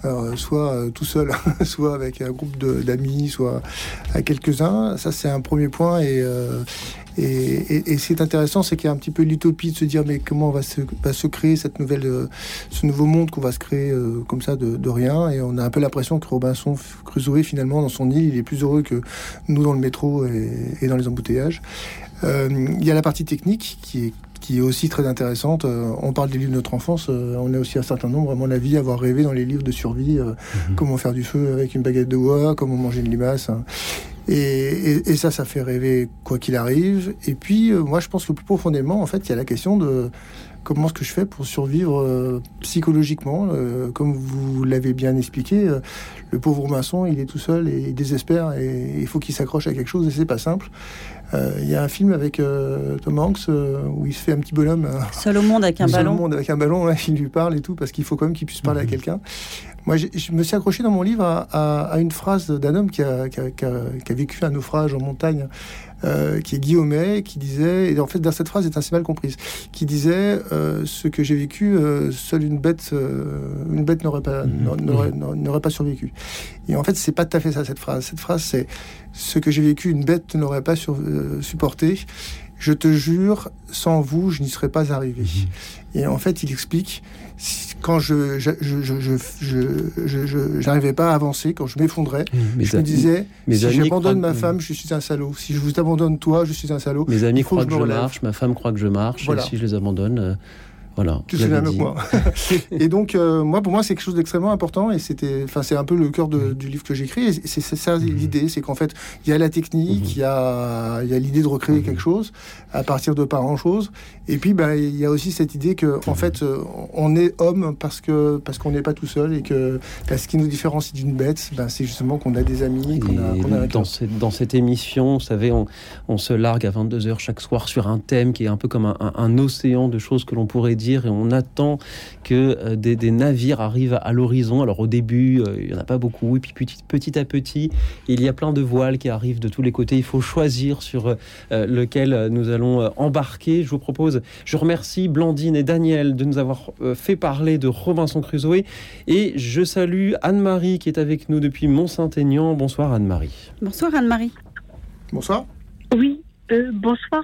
Alors, soit euh, tout seul, soit avec un groupe de, d'amis, soit à quelques-uns. Ça, c'est un premier point. Et, euh, et, et, et ce qui est intéressant, c'est qu'il y a un petit peu l'utopie de se dire mais comment va se, va se créer cette nouvelle, euh, ce nouveau monde qu'on va se créer euh, comme ça de, de rien. Et on a un peu l'impression que Robinson Crusoe, finalement, dans son île, il est plus heureux que nous dans le métro et, et dans les embouteillages. Euh, il y a la partie technique qui est qui est aussi très intéressante. Euh, on parle des livres de notre enfance, euh, on a aussi un certain nombre, à mon avis, à avoir rêvé dans les livres de survie, euh, mmh. comment faire du feu avec une baguette de bois, comment manger une limace. Hein. Et, et, et ça, ça fait rêver quoi qu'il arrive. Et puis, euh, moi, je pense que plus profondément, en fait, il y a la question de comment est-ce que je fais pour survivre euh, psychologiquement. Euh, comme vous l'avez bien expliqué, euh, le pauvre maçon, il est tout seul et il désespère et il faut qu'il s'accroche à quelque chose et c'est pas simple. Il euh, y a un film avec euh, Tom Hanks euh, où il se fait un petit bonhomme. Euh, seul au monde avec un seul ballon. Seul au monde avec un ballon, là, il lui parle et tout parce qu'il faut quand même qu'il puisse parler mmh. à quelqu'un. Moi, je me suis accroché dans mon livre à, à, à une phrase d'un homme qui a, qui, a, qui, a, qui a vécu un naufrage en montagne, euh, qui est Guillaumet, qui disait, et en fait, dans cette phrase est assez mal comprise, qui disait euh, ce que j'ai vécu, euh, seule une bête, euh, une bête n'aurait pas, mmh. n'aurait, n'aurait pas survécu. Et en fait, c'est pas tout à fait ça cette phrase. Cette phrase, c'est ce que j'ai vécu, une bête n'aurait pas sur, euh, supporté. Je te jure, sans vous, je n'y serais pas arrivé. Mmh. Et en fait, il explique quand je je je je je, je, je j'arrivais pas à avancer, quand je m'effondrais, mmh, je me disais si j'abandonne ma femme, je suis un salaud. Si je vous abandonne toi, je suis un salaud. Mes amis croient que je, que je marche, ma femme croit que je marche. Voilà. Et si je les abandonne. Euh... Voilà, tu te souviens mieux que moi. Et donc, euh, moi, pour moi, c'est quelque chose d'extrêmement important. Et c'était, enfin, c'est un peu le cœur de, du livre que j'écris. Et c'est, c'est ça l'idée, c'est qu'en fait, il y a la technique, il mmh. y a, il y a l'idée de recréer mmh. quelque chose à partir de pas grand-chose. Et puis, bah, il y a aussi cette idée que, en fait, euh, on est homme parce que parce qu'on n'est pas tout seul et que bah, ce qui nous différencie d'une bête, bah, c'est justement qu'on a des amis, qu'on a, qu'on a dans, cette, dans cette émission, vous savez, on, on se largue à vingt-deux heures chaque soir sur un thème qui est un peu comme un, un, un océan de choses que l'on pourrait dire et on attend que euh, des, des navires arrivent à l'horizon. Alors au début, euh, il n'y en a pas beaucoup, et puis petit, petit à petit, il y a plein de voiles qui arrivent de tous les côtés. Il faut choisir sur euh, lequel nous allons euh, embarquer. Je vous propose, je remercie Blandine et Daniel de nous avoir euh, fait parler de Robinson Crusoe, et je salue Anne-Marie qui est avec nous depuis Mont-Saint-Aignan. Bonsoir Anne-Marie. Bonsoir Anne-Marie. Bonsoir. Oui, euh, bonsoir.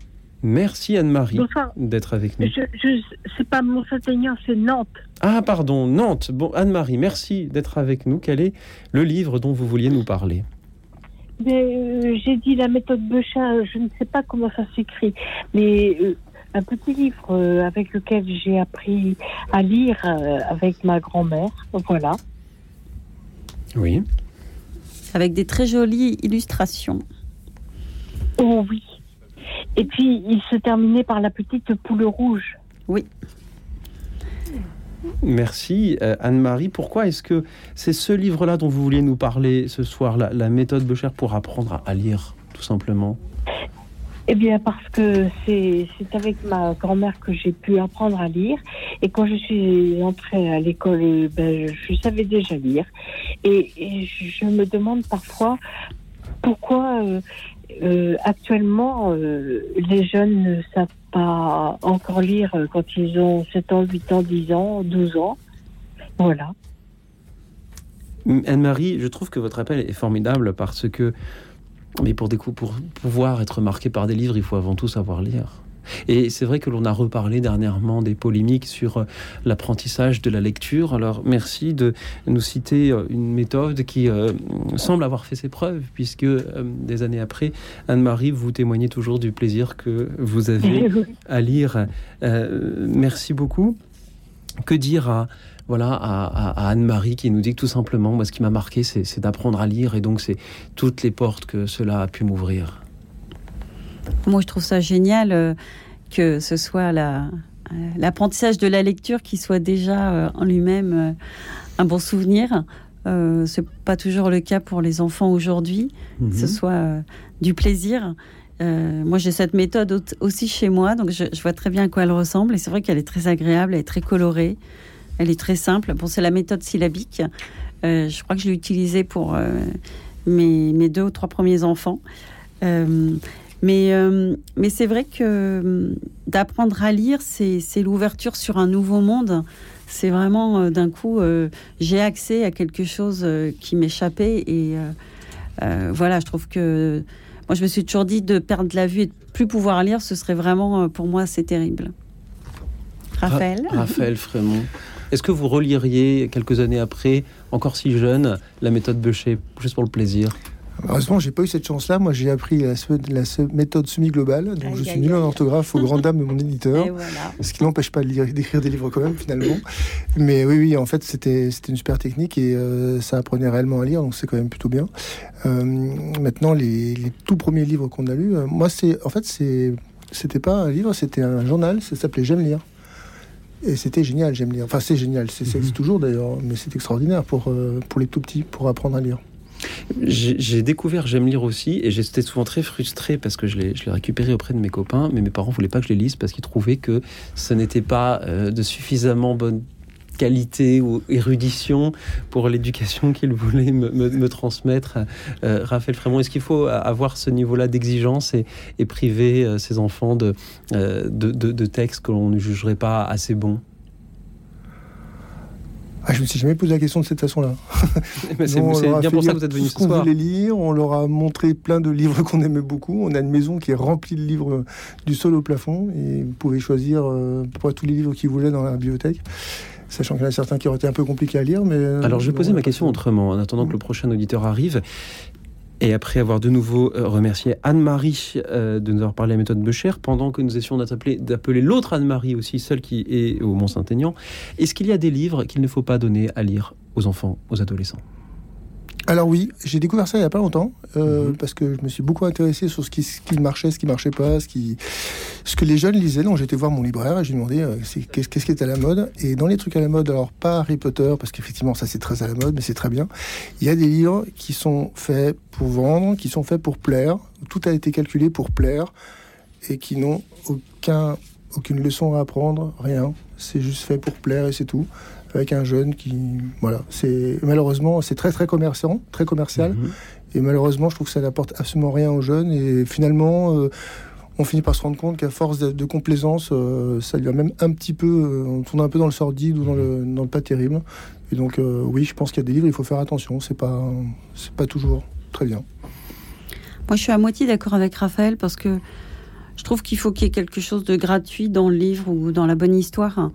Merci Anne-Marie Bonsoir. D'être avec nous. Je, je, c'est pas Mont-Saint-Aignan, c'est Nantes. Ah pardon, Nantes. Bon, Anne-Marie, merci d'être avec nous. Quel est le livre dont vous vouliez nous parler ? Mais, euh, j'ai dit la méthode Beuchin, je ne sais pas comment ça s'écrit, mais euh, un petit livre euh, avec lequel j'ai appris à lire euh, avec ma grand-mère, voilà. Oui. Avec des très jolies illustrations. Oh oui. Et puis, il se terminait par la petite poule rouge. Oui. Merci euh, Anne-Marie. Pourquoi est-ce que c'est ce livre-là dont vous vouliez nous parler ce soir, la, la méthode Beuchin pour apprendre à, à lire, tout simplement ? Eh bien, parce que c'est, c'est avec ma grand-mère que j'ai pu apprendre à lire. Et quand je suis entrée à l'école, ben, je, je savais déjà lire. Et, et je me demande parfois pourquoi... Euh, Euh, actuellement, euh, les jeunes ne savent pas encore lire quand ils ont sept ans, huit ans, dix ans, douze ans. Voilà. Anne-Marie, je trouve que votre appel est formidable parce que, mais pour, des coups, pour pouvoir être marqué par des livres, il faut avant tout savoir lire. Et c'est vrai que l'on a reparlé dernièrement des polémiques sur l'apprentissage de la lecture. Alors merci de nous citer une méthode qui euh, semble avoir fait ses preuves, puisque euh, des années après, Anne-Marie, vous témoignez toujours du plaisir que vous avez à lire. Euh, merci beaucoup. Que dire à, voilà, à, à Anne-Marie qui nous dit que tout simplement, moi, ce qui m'a marqué, c'est, c'est d'apprendre à lire, et donc c'est toutes les portes que cela a pu m'ouvrir. Moi, je trouve ça génial euh, que ce soit la, euh, l'apprentissage de la lecture qui soit déjà euh, en lui-même euh, un bon souvenir. Euh, c'est pas toujours le cas pour les enfants aujourd'hui, mmh. que ce soit euh, du plaisir. Euh, moi, j'ai cette méthode aussi chez moi, donc je, je vois très bien à quoi elle ressemble. Et c'est vrai qu'elle est très agréable, elle est très colorée, elle est très simple. Bon, c'est la méthode syllabique. Euh, je crois que je l'ai utilisée pour euh, mes, mes deux ou trois premiers enfants. Euh, Mais, euh, mais c'est vrai que euh, d'apprendre à lire, c'est, c'est l'ouverture sur un nouveau monde. c'est vraiment euh, d'un coup, euh, j'ai accès à quelque chose euh, qui m'échappait. Et euh, euh, voilà, je trouve que moi, je me suis toujours dit de perdre la vue et de plus pouvoir lire, ce serait vraiment, euh, pour moi, c'est terrible. Raphaël Ra- Raphaël Frémont. Est-ce que vous reliriez, quelques années après, encore si jeune, la méthode Beuchet, juste pour le plaisir ? Heureusement, j'ai pas eu cette chance-là. Moi, j'ai appris la, la, la méthode semi-globale, donc aïe, je suis aïe, nul aïe. en orthographe aux grandes dames de mon éditeur, voilà. Ce qui n'empêche pas de lire, d'écrire des livres quand même, finalement. Mais oui, oui, en fait, c'était, c'était une super technique et euh, ça apprenait réellement à lire, donc c'est quand même plutôt bien. Euh, maintenant, les, les tout premiers livres qu'on a lus, euh, moi, c'est, en fait, c'est, c'était pas un livre, c'était un journal, ça s'appelait J'aime lire. Et c'était génial, J'aime lire. Enfin, c'est génial, c'est, c'est, c'est toujours d'ailleurs, mais c'est extraordinaire pour, euh, pour les tout petits, pour apprendre à lire. J'ai, j'ai découvert J'aime lire aussi et j'étais souvent très frustré parce que je l'ai, je l'ai récupéré auprès de mes copains, mais mes parents voulaient pas que je les lise parce qu'ils trouvaient que ce n'était pas euh, de suffisamment bonne qualité ou érudition pour l'éducation qu'ils voulaient me, me, me transmettre. Euh, Raphaël Frémont, est-ce qu'il faut avoir ce niveau-là d'exigence et, et priver euh, ses enfants de, euh, de, de, de textes que l'on ne jugerait pas assez bons ? Ah, je me suis jamais posé la question de cette façon-là. Mais c'est, c'est bien pour ça que vous êtes venu ce soir. On voulait lire, on leur a montré plein de livres qu'on aimait beaucoup. On a une maison qui est remplie de livres du sol au plafond et vous pouvez choisir euh, à peu près tous les livres qu'ils voulaient dans la bibliothèque. Sachant qu'il y en a certains qui auraient été un peu compliqués à lire. Mais alors je vais poser ma question autrement, en attendant que le prochain auditeur arrive. Et après avoir de nouveau euh, remercié Anne-Marie euh, de nous avoir parlé de la méthode Beuchet, pendant que nous essayons d'appeler, d'appeler l'autre Anne-Marie aussi, celle qui est au Mont-Saint-Aignan, est-ce qu'il y a des livres qu'il ne faut pas donner à lire aux enfants, aux adolescents ? Alors oui, j'ai découvert ça il n'y a pas longtemps, euh, mmh. parce que je me suis beaucoup intéressé sur ce qui, ce qui marchait, ce qui ne marchait pas, ce, qui, ce que les jeunes lisaient. Donc j'ai été voir mon libraire et j'ai demandé euh, c'est, qu'est-ce, qu'est-ce qui est à la mode. Et dans les trucs à la mode, alors pas Harry Potter, parce qu'effectivement ça c'est très à la mode, mais c'est très bien. Il y a des livres qui sont faits pour vendre, qui sont faits pour plaire. Tout a été calculé pour plaire et qui n'ont aucun, aucune leçon à apprendre, rien. C'est juste fait pour plaire et c'est tout. Avec un jeune qui, voilà, c'est malheureusement c'est très très commercial, très commercial, mmh. et malheureusement je trouve que ça n'apporte absolument rien aux jeunes et finalement euh, on finit par se rendre compte qu'à force de, de complaisance, euh, ça lui a même un petit peu, euh, on tourne un peu dans le sordide ou dans le dans le pas terrible. Et donc euh, oui, je pense qu'il y a des livres, il faut faire attention, c'est pas c'est pas toujours très bien. Moi je suis à moitié d'accord avec Raphaël parce que je trouve qu'il faut qu'il y ait quelque chose de gratuit dans le livre ou dans la bonne histoire.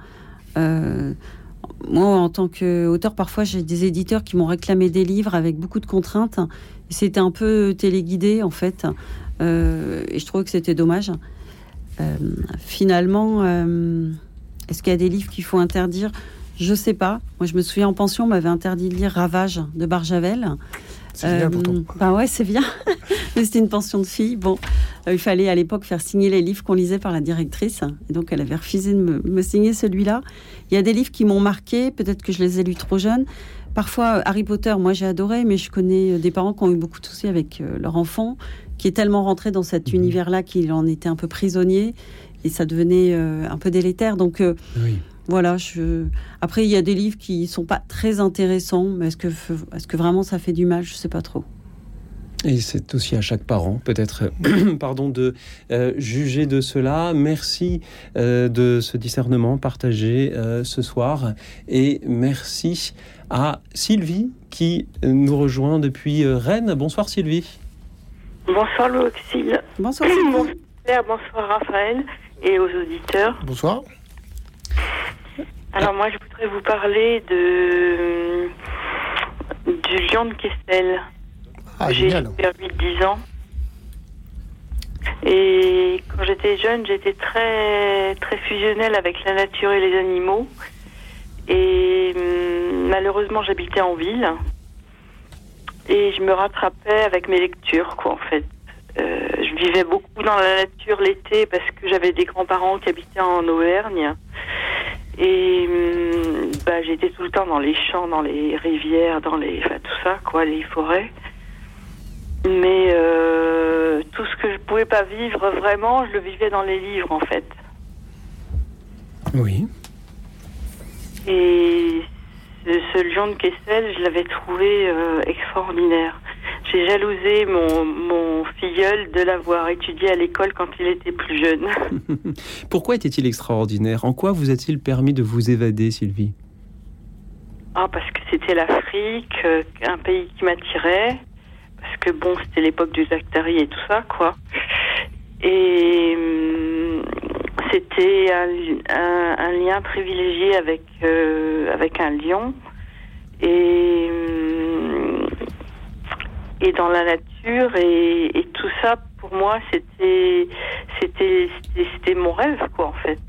Euh, Moi, en tant qu'auteur, parfois, j'ai des éditeurs qui m'ont réclamé des livres avec beaucoup de contraintes. Et c'était un peu téléguidé, en fait. Euh, et je trouvais que c'était dommage. Euh, finalement, euh, est-ce qu'il y a des livres qu'il faut interdire ? Je ne sais pas. Moi, je me souviens, en pension, on m'avait interdit de lire Ravage de Barjavel. C'est euh, bien, pourtant. Bah ouais, c'est bien. Mais c'était une pension de filles. Bon, euh, il fallait à l'époque faire signer les livres qu'on lisait par la directrice. Et donc, elle avait refusé de me, me signer celui-là. Il y a des livres qui m'ont marqué. Peut-être que je les ai lus trop jeunes. Parfois, Harry Potter, moi, j'ai adoré. Mais je connais des parents qui ont eu beaucoup de soucis avec euh, leur enfant, qui est tellement rentré dans cet mmh. univers-là qu'il en était un peu prisonnier. Et ça devenait euh, un peu délétère. Donc, euh, oui. Voilà, je... après il y a des livres qui sont pas très intéressants, mais est-ce que, est-ce que vraiment ça fait du mal ? Je sais pas trop. Et c'est aussi à chaque parent, peut-être, pardon, de euh, juger de cela. Merci euh, de ce discernement partagé euh, ce soir. Et merci à Sylvie qui nous rejoint depuis euh, Rennes. Bonsoir Sylvie. Bonsoir Louis Auxil. Bonsoir Sylvie. Bonsoir, bonsoir Raphaël et aux auditeurs. Bonsoir. Alors moi je voudrais vous parler de du lion de Kessel. Ah, j'ai génial. vers huit dix ans. Et quand j'étais jeune, j'étais très très fusionnelle avec la nature et les animaux. Et hum, malheureusement, j'habitais en ville. Et je me rattrapais avec mes lectures, quoi, en fait. Euh, je vivais beaucoup dans la nature l'été parce que j'avais des grands-parents qui habitaient en Auvergne. Et hum, bah, j'étais tout le temps dans les champs, dans les rivières, dans les, enfin, tout ça, quoi, les forêts. Mais euh, tout ce que je pouvais pas vivre vraiment, je le vivais dans les livres, en fait. Oui. Et ce, ce lion de Kessel, je l'avais trouvé euh, extraordinaire. J'ai jalousé mon, mon filleul de l'avoir étudié à l'école quand il était plus jeune. Pourquoi était-il extraordinaire ? En quoi vous a-t-il permis de vous évader, Sylvie ? Ah, parce que c'était l'Afrique, euh, un pays qui m'attirait. Parce que bon, c'était l'époque du Zachary et tout ça, quoi. Et hum, c'était un, un, un lien privilégié avec, euh, avec un lion. Et, hum, et dans la nature, et, et tout ça, pour moi, c'était, c'était, c'était, c'était mon rêve, quoi, en fait.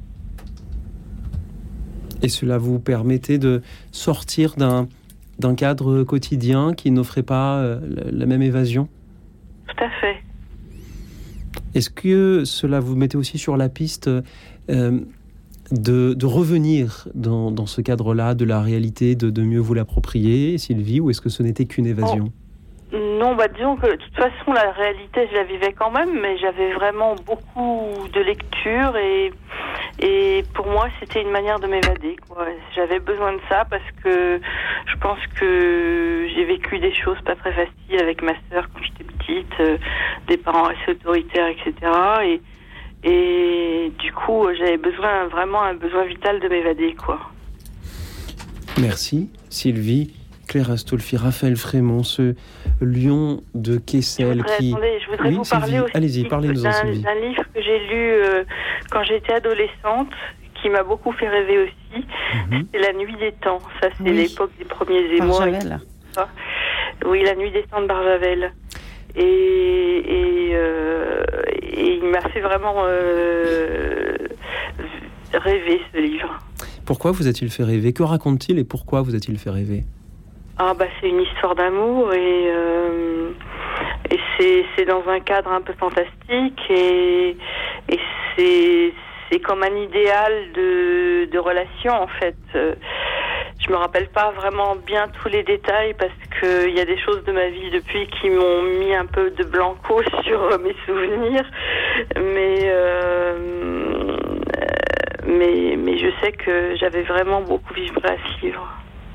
Et cela vous permettait de sortir d'un, d'un cadre quotidien qui n'offrait pas euh, la même évasion ? Tout à fait. Est-ce que cela vous mettait aussi sur la piste euh, de, de revenir dans, dans ce cadre-là de la réalité, de, de mieux vous l'approprier, Sylvie, ou est-ce que ce n'était qu'une évasion ? Oh. Non, bah disons que de toute façon, la réalité, je la vivais quand même, mais j'avais vraiment beaucoup de lecture et, et pour moi, c'était une manière de m'évader, quoi. J'avais besoin de ça parce que je pense que j'ai vécu des choses pas très faciles avec ma sœur quand j'étais petite, euh, des parents assez autoritaires, et cetera. Et, et du coup, j'avais besoin, vraiment un besoin vital de m'évader, quoi. Merci, Sylvie. Claire Astolfi, Raphaël Frémont, ce lion de Kessel je voudrais, qui... Attendez, je voudrais oui, vous Sylvie, parler aussi allez-y, parlez-nous d'un, Sylvie. d'un livre que j'ai lu euh, quand j'étais adolescente, qui m'a beaucoup fait rêver aussi. Mm-hmm. C'est La Nuit des Temps. Ça, c'est oui. l'époque des premiers émois. Barjavel. Oui, La Nuit des Temps de Barjavel. Et, et, euh, et il m'a fait vraiment euh, rêver, ce livre. Pourquoi vous a-t-il fait rêver ? Que raconte-t-il et pourquoi vous a-t-il fait rêver ? Ah bah c'est une histoire d'amour et, euh, et c'est, c'est dans un cadre un peu fantastique et, et c'est, c'est comme un idéal de, de relation en fait. Je me rappelle pas vraiment bien tous les détails parce qu'il y a des choses de ma vie depuis qui m'ont mis un peu de blanco sur mes souvenirs, mais, euh, mais, mais je sais que j'avais vraiment beaucoup vibré à ce livre.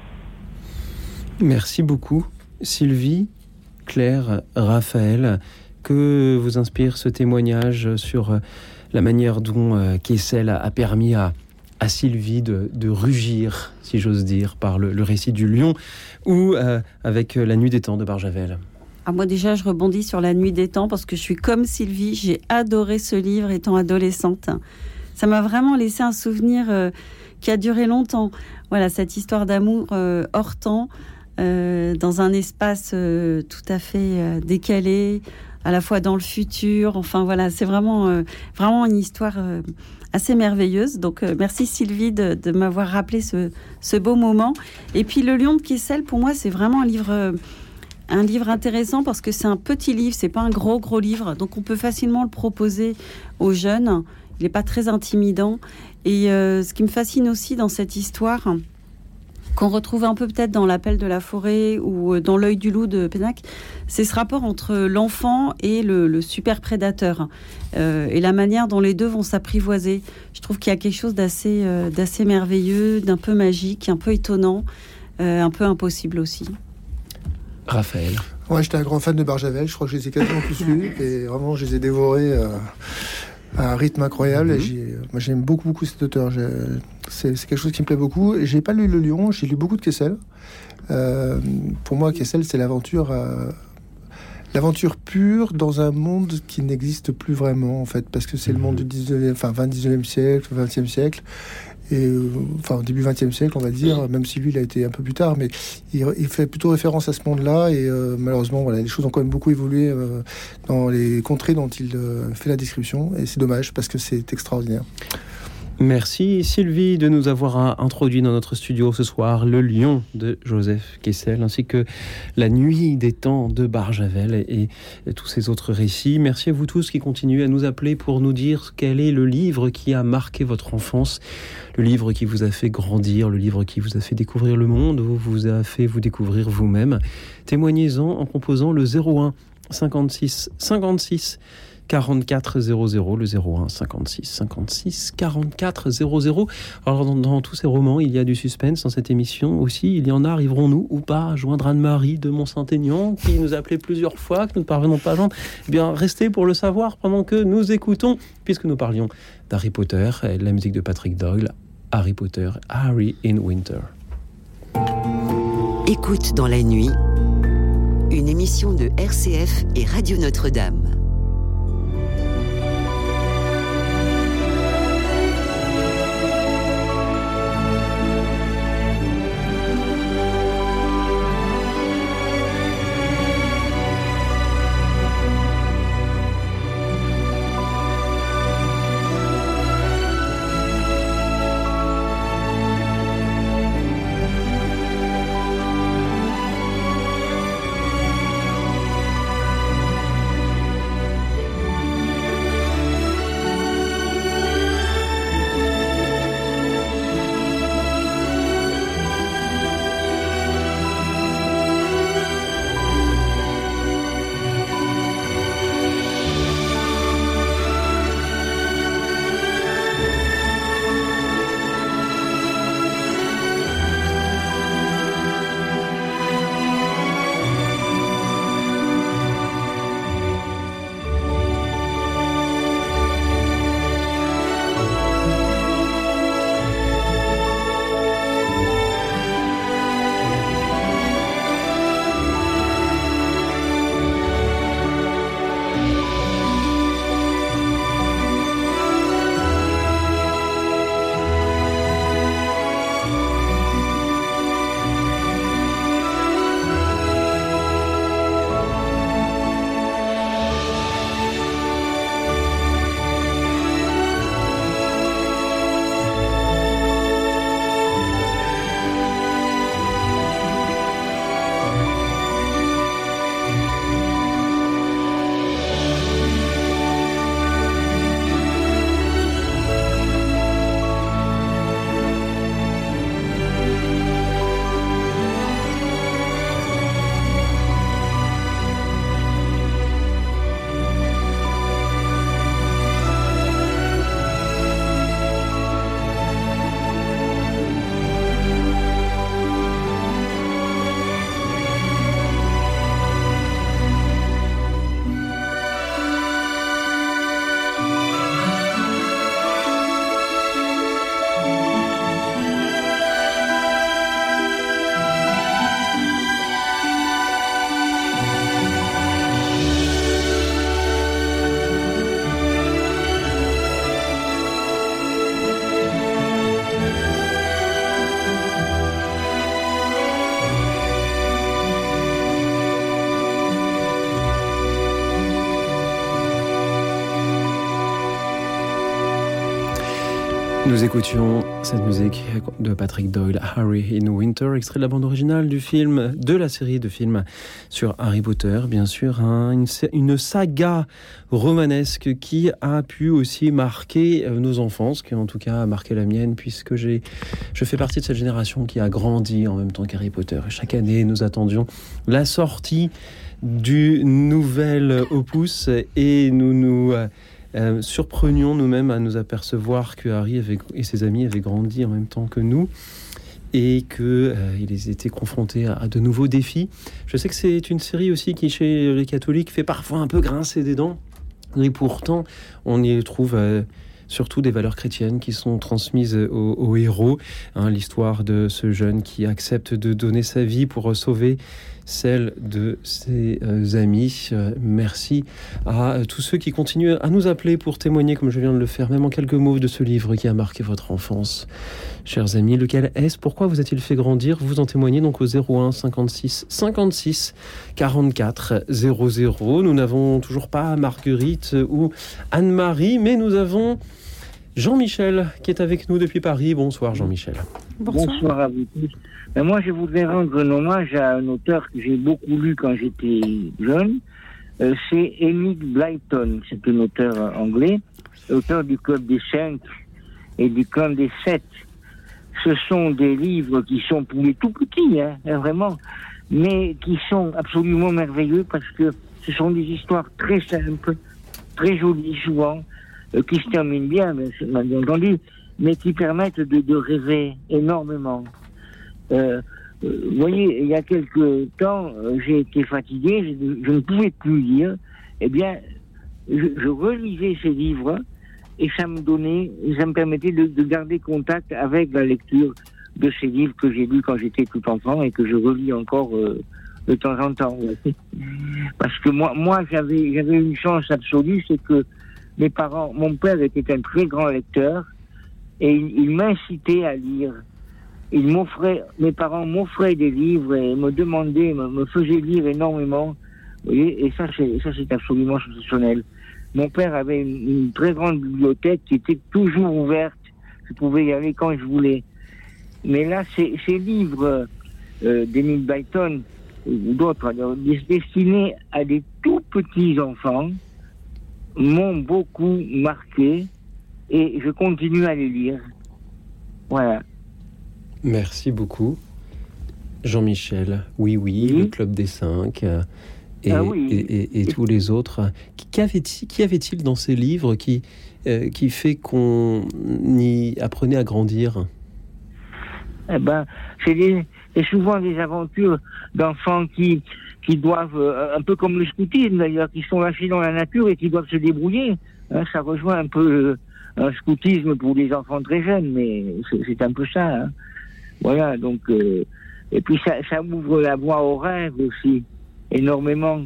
Merci beaucoup, Sylvie, Claire, Raphaël. Que vous inspire ce témoignage sur la manière dont Kessel a permis à, à Sylvie de, de rugir, si j'ose dire, par le, le récit du lion ou euh, avec La Nuit des Temps de Barjavel ? Ah, moi déjà, je rebondis sur La Nuit des Temps parce que je suis comme Sylvie. J'ai adoré ce livre étant adolescente. Ça m'a vraiment laissé un souvenir euh, qui a duré longtemps. Voilà, cette histoire d'amour euh, hors temps. Euh, dans un espace euh, tout à fait euh, décalé, à la fois dans le futur. Enfin voilà, c'est vraiment, euh, vraiment une histoire euh, assez merveilleuse. Donc euh, merci Sylvie de, de m'avoir rappelé ce, ce beau moment. Et puis Le Lion de Kessel, pour moi, c'est vraiment un livre, euh, un livre intéressant parce que c'est un petit livre, c'est pas un gros gros livre. Donc on peut facilement le proposer aux jeunes. Il n'est pas très intimidant. Et euh, ce qui me fascine aussi dans cette histoire, qu'on retrouve un peu peut-être dans L'Appel de la forêt ou dans L'œil du loup de Pénac, c'est ce rapport entre l'enfant et le, le super prédateur euh, et la manière dont les deux vont s'apprivoiser. Je trouve qu'il y a quelque chose d'assez, euh, d'assez merveilleux, d'un peu magique, un peu étonnant, euh, un peu impossible aussi. Raphaël. Ouais, j'étais un grand fan de Barjavel, je crois que je les ai quasiment tous lus et vraiment je les ai dévorés euh, à un rythme incroyable. Mm-hmm. Et j'ai, moi j'aime beaucoup beaucoup cet auteur. J'ai, c'est, c'est quelque chose qui me plaît beaucoup. Et j'ai pas lu Le Lion, j'ai lu beaucoup de Kessel. Euh, pour moi, Kessel, c'est l'aventure, euh, l'aventure pure dans un monde qui n'existe plus vraiment en fait, parce que c'est mm-hmm. le monde du dix-neuvième, enfin vingt, dix-neuvième siècle, vingtième siècle. Et, euh, enfin, au début vingtième siècle, on va dire, même si lui, il a été un peu plus tard, mais il, il fait plutôt référence à ce monde-là. Et euh, malheureusement, voilà, les choses ont quand même beaucoup évolué euh, dans les contrées dont il euh, fait la description. Et c'est dommage, parce que c'est extraordinaire. Merci Sylvie de nous avoir introduit dans notre studio ce soir Le Lion de Joseph Kessel ainsi que La Nuit des Temps de Barjavel et, et tous ces autres récits. Merci à vous tous qui continuez à nous appeler pour nous dire quel est le livre qui a marqué votre enfance, le livre qui vous a fait grandir, le livre qui vous a fait découvrir le monde ou vous a fait vous découvrir vous-même. Témoignez-en en composant le zéro un cinquante-six cinquante-six quarante-quatre zéro zéro, le zéro un cinquante-six cinquante-six quarante-quatre zéro zéro. Alors dans, dans tous ces romans, il y a du suspense dans cette émission aussi. Il y en a, arriverons-nous ou pas à joindre Anne-Marie de Mont-Saint-Aignan, qui nous a appelé plusieurs fois, que nous ne parvenons pas à joindre. Eh bien, restez pour le savoir pendant que nous écoutons, puisque nous parlions d'Harry Potter et de la musique de Patrick Doyle, Harry Potter, Harry in Winter. Écoute dans la nuit, une émission de R C F et Radio Notre-Dame. Nous écoutions cette musique de Patrick Doyle, Harry in Winter, extrait de la bande originale du film, de la série de films sur Harry Potter, bien sûr, hein, une, une saga romanesque qui a pu aussi marquer nos enfances, qui en tout cas a marqué la mienne, puisque j'ai, je fais partie de cette génération qui a grandi en même temps qu'Harry Potter. Et chaque année, nous attendions la sortie du nouvel opus et nous nous... Euh, surprenions nous-mêmes à nous apercevoir que Harry avait, et ses amis avaient grandi en même temps que nous et qu'ils euh, étaient confrontés à, à de nouveaux défis. Je sais que c'est une série aussi qui, chez les catholiques, fait parfois un peu grincer des dents, et pourtant on y trouve euh, surtout des valeurs chrétiennes qui sont transmises aux, aux héros. Hein, l'histoire de ce jeune qui accepte de donner sa vie pour sauver celle de ses euh, amis. Euh, merci à euh, tous ceux qui continuent à nous appeler pour témoigner, comme je viens de le faire, même en quelques mots, de ce livre qui a marqué votre enfance. Chers amis, lequel est-ce? Pourquoi vous a-t-il fait grandir? Vous en témoignez donc au zéro un cinquante-six cinquante-six quarante-quatre zéro zéro. Nous n'avons toujours pas Marguerite ou Anne-Marie, mais nous avons Jean-Michel qui est avec nous depuis Paris. Bonsoir Jean-Michel. Bonsoir, Bonsoir à vous tous. Ben moi, je voudrais rendre un hommage à un auteur que j'ai beaucoup lu quand j'étais jeune. Euh, c'est Enid Blyton. C'est un auteur anglais, auteur du Club des Cinq et du Camp des Sept. Ce sont des livres qui sont pour les tout petits, hein, vraiment, mais qui sont absolument merveilleux parce que ce sont des histoires très simples, très jolies souvent, euh, qui se terminent bien, bien entendu, mais qui permettent de, de rêver énormément. Euh, euh, vous voyez, il y a quelque temps, euh, j'ai été fatigué, je, je ne pouvais plus lire. Eh bien, je, je relisais ces livres et ça me donnait, ça me permettait de, de garder contact avec la lecture. de ces livres que j'ai lus quand j'étais tout enfant et que je relis encore euh, de temps en temps. Parce que moi, moi j'avais, j'avais une chance absolue, c'est que mes parents, mon père était un très grand lecteur et il, il m'incitait à lire. Il m'offrait, mes parents m'offraient des livres et me demandaient, me, me faisaient lire énormément. Vous voyez, et ça, c'est, ça, c'est absolument sensationnel. Mon père avait une, une très grande bibliothèque qui était toujours ouverte. Je pouvais y aller quand je voulais. Mais là, ces, ces livres euh, d'Enid Blyton ou d'autres, alors, destinés à des tout petits enfants, m'ont beaucoup marqué et je continue à les lire. Voilà. Merci beaucoup. Jean-Michel, oui, oui, oui. Le Club des Cinq euh, et, ah oui. et, et, et tous les autres. Qui avait-il, qui avait-il dans ces livres qui, euh, qui fait qu'on y apprenait à grandir ? Eh ben, c'est, des, c'est souvent des aventures d'enfants qui, qui doivent, euh, un peu comme le scoutisme d'ailleurs, qui sont lâchés dans la nature et qui doivent se débrouiller. Hein, ça rejoint un peu euh, un scoutisme pour des enfants très jeunes, mais c'est, c'est un peu ça. Hein. Voilà, donc... Euh, et puis ça, ça ouvre la voie au rêve aussi, énormément.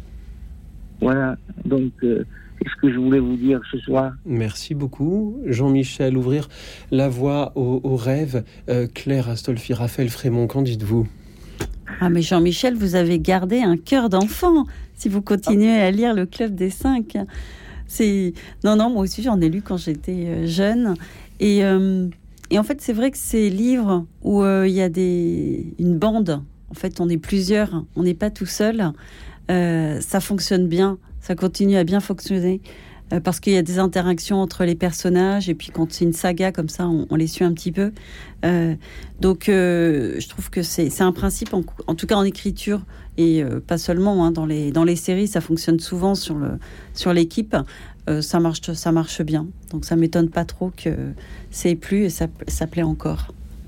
Voilà, donc... Euh, c'est ce que je voulais vous dire ce soir. Merci beaucoup, Jean-Michel. Ouvrir la voie au, au rêve. Euh, Claire Astolfi, Raphaël Frémont, qu'en dites-vous ? Ah mais Jean-Michel, vous avez gardé un cœur d'enfant si vous continuez à lire le Club des Cinq. C'est... Non, non, moi aussi j'en ai lu quand j'étais jeune. Et, euh, et en fait, c'est vrai que ces livres où il euh, y a des... une bande, en fait on est plusieurs, on n'est pas tout seul, euh, ça fonctionne bien. Ça continue à bien fonctionner euh, parce qu'il y a des interactions entre les personnages et puis quand c'est une saga comme ça, on, on les suit un petit peu. Euh, donc, euh, je trouve que c'est, c'est un principe, en, en tout cas en écriture et euh, pas seulement hein, dans les dans les séries, ça fonctionne souvent sur le sur l'équipe. Euh, ça marche ça marche bien. Donc, ça m'étonne pas trop que ça ait plu et ça ça plaît encore.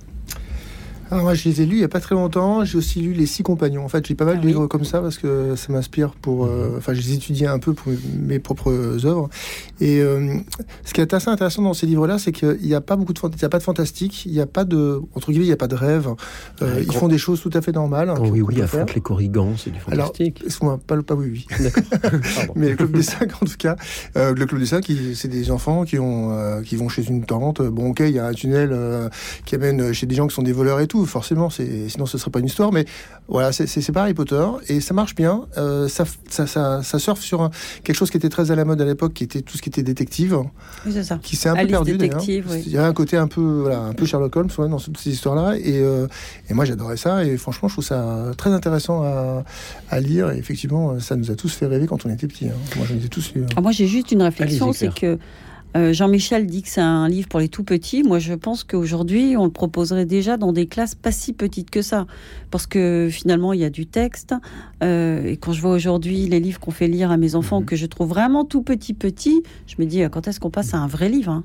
Alors moi, je les ai lus il n'y a pas très longtemps. J'ai aussi lu Les Six Compagnons. En fait, j'ai pas mal ah, de livres oui. comme ça parce que ça m'inspire pour... Euh, enfin, je les étudie un peu pour mes propres œuvres. Et euh, ce qui est assez intéressant dans ces livres-là, c'est qu'il n'y a pas beaucoup de... Il n'y a pas de fantastique, il n'y a pas de... Entre guillemets, il n'y a pas de rêve. Euh, ah, ils quand... font des choses tout à fait normales. Oh, oui, oui, affrontent les corrigans, c'est du fantastique. Alors, excuse-moi, pas, pas oui, oui. D'accord. Mais le Club des Cinq, en tout cas. Euh, le Club des Cinq, c'est des enfants qui, ont, euh, qui vont chez une tante. Bon, ok, il y a un tunnel euh, qui amène chez des gens qui sont des voleurs et tout. Forcément, c'est sinon ce serait pas une histoire, mais voilà, c'est, c'est, c'est pas Harry Potter et ça marche bien. Euh, ça, ça, ça, ça surfe sur un, quelque chose qui était très à la mode à l'époque, qui était tout ce qui était détective, oui, c'est ça. Qui s'est un Alice peu perdu d'ailleurs. Oui. Il y a un côté un peu, voilà, un peu Sherlock Holmes ouais, dans toutes ces histoires-là, et, euh, et moi j'adorais ça et franchement je trouve ça très intéressant à, à lire. Et effectivement, ça nous a tous fait rêver quand on était petits. Hein. Moi j'en étais tous. Euh... Ah, moi j'ai juste une réflexion, c'est que Euh, Jean-Michel dit que c'est un livre pour les tout petits. Moi, je pense qu'aujourd'hui, on le proposerait déjà dans des classes pas si petites que ça. Parce que finalement, il y a du texte. Euh, et quand je vois aujourd'hui les livres qu'on fait lire à mes enfants, que je trouve vraiment tout petit, petit, je me dis, quand est-ce qu'on passe à un vrai livre hein ?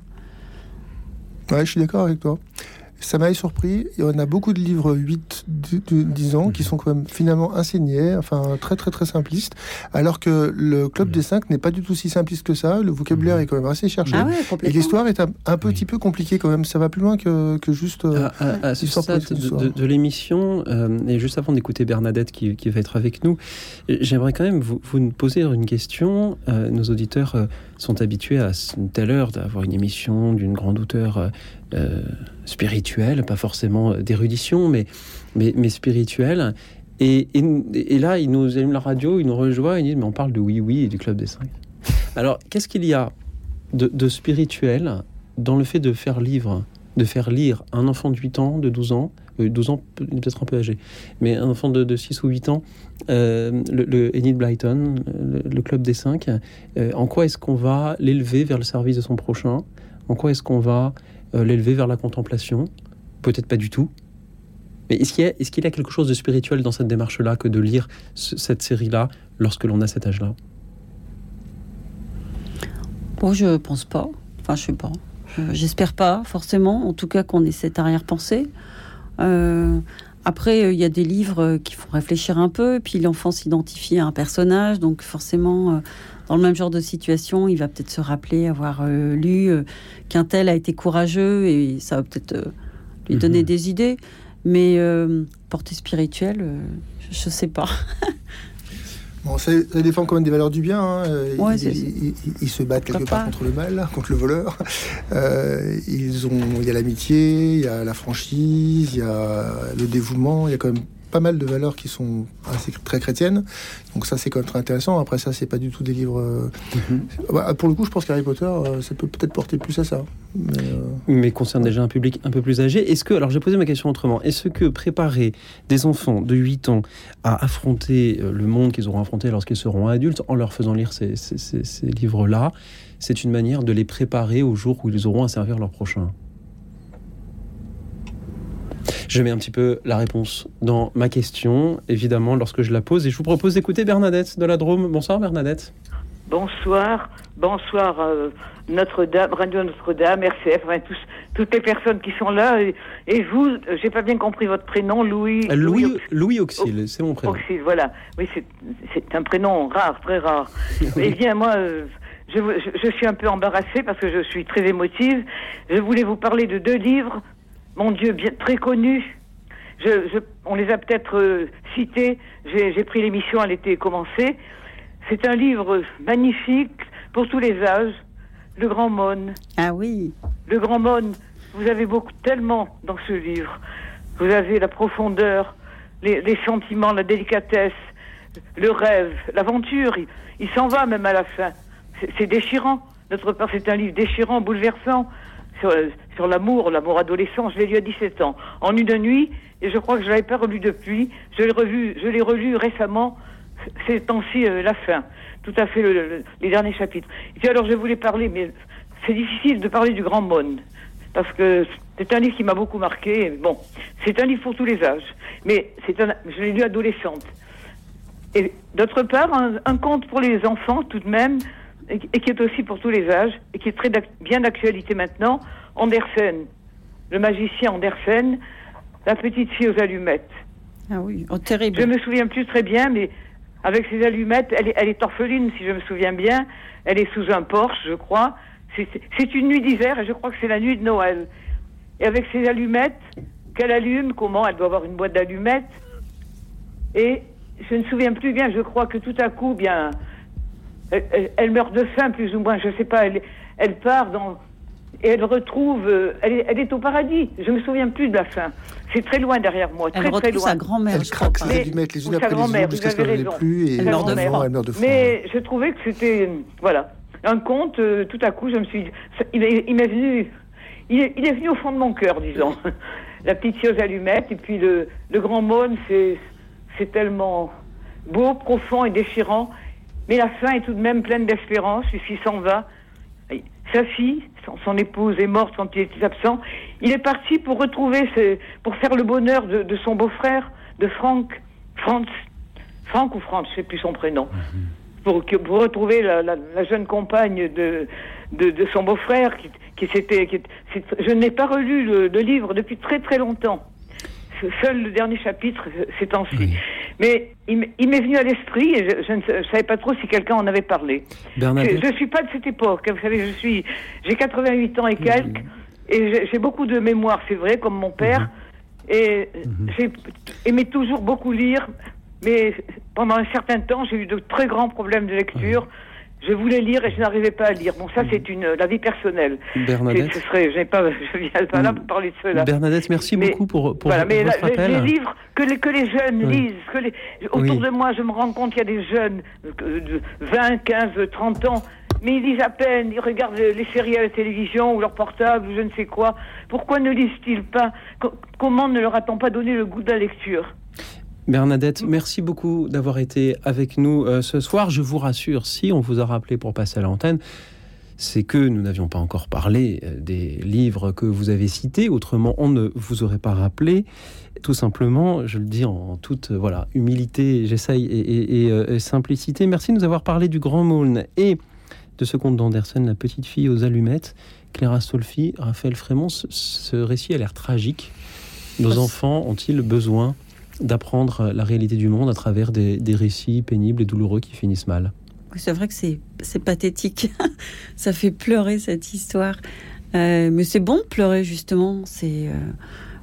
Ouais, je suis d'accord avec toi. Ça m'a surpris. Il y en a beaucoup de livres huit, dix ans qui sont quand même finalement enseignés, enfin très très très simplistes, alors que le Club mmh. des Cinq n'est pas du tout si simpliste que ça. Le vocabulaire mmh. est quand même assez cherché. Ah ouais, et l'histoire est un, un petit oui. peu compliquée quand même. Ça va plus loin que, que juste... Euh, à, à, à ce stade de, de, de l'émission, euh, et juste avant d'écouter Bernadette qui, qui va être avec nous, j'aimerais quand même vous, vous poser une question. Euh, nos auditeurs euh, sont habitués à une telle heure d'avoir une émission d'une grande hauteur euh, Euh, spirituelle, pas forcément d'érudition, mais, mais, mais spirituelle. Et, et, et là, ils nous allument la radio, ils nous rejoignent, ils disent, mais on parle de Oui Oui et du Club des Cinq. Alors, qu'est-ce qu'il y a de, de spirituel dans le fait de faire, livre, de faire lire un enfant de huit ans, de douze ans, euh, douze ans, peut-être un peu âgé, mais un enfant de, de six ou huit ans, euh, le, le Enid Blyton, le, le Club des Cinq, euh, en quoi est-ce qu'on va l'élever vers le service de son prochain ? En quoi est-ce qu'on va euh, l'élever vers la contemplation ? Peut-être pas du tout. Mais est-ce qu'il y a, est-ce qu'il y a quelque chose de spirituel dans cette démarche-là que de lire ce, cette série-là lorsque l'on a cet âge-là ? Bon, je pense pas. Enfin, je sais pas. Euh, j'espère pas, forcément. En tout cas, qu'on ait cette arrière-pensée. Euh, après, il euh, y a des livres qui font réfléchir un peu. Puis l'enfant s'identifie à un personnage. Donc, forcément... Euh, dans le même genre de situation, il va peut-être se rappeler avoir euh, lu euh, qu'un tel a été courageux et ça va peut-être euh, lui donner mmh. des idées. Mais euh, portée spirituelle, euh, je ne sais pas. Bon, ça, ça défend quand même des valeurs du bien. Hein. Ouais, ils, ils, ils, ils se battent quelque part contre le mal, contre le voleur. Euh, ils ont, il y a l'amitié, il y a la franchise, il y a le dévouement. Il y a quand même pas mal de valeurs qui sont assez, très chrétiennes. Donc ça, c'est quand même très intéressant. Après ça, c'est pas du tout des livres... Euh... Mm-hmm. Bah, pour le coup, je pense qu'Harry Potter, euh, ça peut peut-être porter plus à ça. Mais, euh... mais concerne déjà un public un peu plus âgé. Est-ce que, alors j'ai posé ma question autrement, est-ce que préparer des enfants de huit ans à affronter le monde qu'ils auront affronté lorsqu'ils seront adultes, en leur faisant lire ces, ces, ces, ces livres-là, c'est une manière de les préparer au jour où ils auront à servir leur prochain? Je mets un petit peu la réponse dans ma question, évidemment, lorsque je la pose. Et je vous propose d'écouter Bernadette de la Drôme. Bonsoir, Bernadette. Bonsoir. Bonsoir, euh, Notre-Dame, Radio Notre-Dame, R C F, enfin, tous, toutes les personnes qui sont là. Et, et vous, euh, j'ai pas bien compris votre prénom, Louis... Louis, Louis, Louis Auxil, c'est mon prénom. Auxil, voilà. Oui, c'est, c'est un prénom rare, très rare. Eh bien, moi... Euh, Je, je, je suis un peu embarrassée parce que je suis très émotive. Je voulais vous parler de deux livres, mon Dieu, bien, très connus. Je, je, on les a peut-être euh, cités. J'ai, j'ai pris l'émission, elle était commencée. C'est un livre magnifique pour tous les âges. Le Grand Mône. Ah oui. Le Grand Mône. Vous avez beaucoup, tellement dans ce livre. Vous avez la profondeur, les, les sentiments, la délicatesse, le rêve, l'aventure. Il, il s'en va même à la fin. C'est, c'est déchirant. Notre part, c'est un livre déchirant, bouleversant, sur, sur l'amour, l'amour adolescent. Je l'ai lu à dix-sept ans, en une nuit, et je crois que je l'avais pas relu depuis. Je l'ai revu, je l'ai relu récemment, ces temps-ci, euh, la fin. Tout à fait, le, le, les derniers chapitres. Et puis alors, je voulais parler, mais c'est difficile de parler du Grand Mône, parce que c'est un livre qui m'a beaucoup marqué. Bon, c'est un livre pour tous les âges, mais c'est un, je l'ai lu adolescente. Et d'autre part, un, un conte pour les enfants, tout de même, et, et qui est aussi pour tous les âges, et qui est très d'ac- bien d'actualité maintenant, Andersen, le magicien Andersen, la petite fille aux allumettes. Ah oui, oh, terrible. Je me souviens plus très bien, mais avec ses allumettes, elle est, elle est orpheline, si je me souviens bien. Elle est sous un porche, je crois. C'est, c'est une nuit d'hiver, et je crois que c'est la nuit de Noël. Et avec ses allumettes, qu'elle allume, comment? Elle doit avoir une boîte d'allumettes. Et je ne me souviens plus bien, je crois que tout à coup, bien, elle, elle, elle meurt de faim, plus ou moins, je ne sais pas. Elle, elle part dans... Et elle retrouve... Euh, elle, est, elle est au paradis. Je ne me souviens plus de la fin. C'est très loin derrière moi, elle très très loin. Elle retrouve sa grand-mère, elle je crois. Elle craque ses allumettes les unes après les autres jusqu'à ce qu'elle n'en ait plus. Et elle meurt de froid. Elle meurt de froid. Mais je trouvais que c'était... Voilà. Un conte, euh, tout à coup, je me suis... Il, est, il m'est venu... Il est, il est venu au fond de mon cœur, disons. La petite fille aux allumettes. Et puis le, le Grand Mône, c'est, c'est tellement beau, profond et déchirant. Mais la fin est tout de même pleine d'espérance, puisqu'il s'en va. Sa fille, son, son épouse est morte quand il était absent. Il est parti pour retrouver, ses, pour faire le bonheur de, de son beau-frère, de Franck, Franz, Franck ou Franz, je ne sais plus son prénom, mm-hmm. pour, pour retrouver la, la, la jeune compagne de, de, de son beau-frère, qui, qui s'était, qui, je n'ai pas relu le, le livre depuis très très longtemps. Seul le dernier chapitre, ces temps-ci. Oui. Mais il, il m'est venu à l'esprit, et je, je ne savais pas trop si quelqu'un en avait parlé. Bernadette. Je ne suis pas de cette époque. Vous savez, je suis, j'ai quatre-vingt-huit ans et quelques, mmh. et j'ai, j'ai beaucoup de mémoire, c'est vrai, comme mon père. Mmh. Et mmh. j'ai aimé toujours beaucoup lire, mais pendant un certain temps, j'ai eu de très grands problèmes de lecture. Mmh. Je voulais lire et je n'arrivais pas à lire. Bon, ça, c'est une, la vie personnelle. Bernadette. Ce serait, j'ai pas, je viens pas là pour parler de cela. Bernadette, merci mais, beaucoup pour, pour voilà, mais votre la, appel. Les, les livres que les, que les jeunes oui. lisent, que les, autour oui. de moi, je me rends compte qu'il y a des jeunes de vingt, quinze, trente ans, mais ils lisent à peine, ils regardent les séries à la télévision ou leur portable ou je ne sais quoi. Pourquoi ne lisent-ils pas? Comment ne leur a-t-on pas donné le goût de la lecture? Bernadette, merci beaucoup d'avoir été avec nous euh, ce soir. Je vous rassure, si on vous a rappelé pour passer à l'antenne, c'est que nous n'avions pas encore parlé des livres que vous avez cités. Autrement, on ne vous aurait pas rappelé. Tout simplement, je le dis en toute voilà, humilité, j'essaye, et, et, et, et simplicité. Merci de nous avoir parlé du Grand Mône et de ce conte d'Andersen, La petite fille aux allumettes. Claire Astolfi, Raphaël Frémont, ce, ce récit a l'air tragique. Nos enfants ont-ils besoin d'apprendre la réalité du monde à travers des, des récits pénibles et douloureux qui finissent mal? C'est vrai que c'est, c'est pathétique. Ça fait pleurer cette histoire. Euh, mais c'est bon de pleurer, justement. C'est, euh,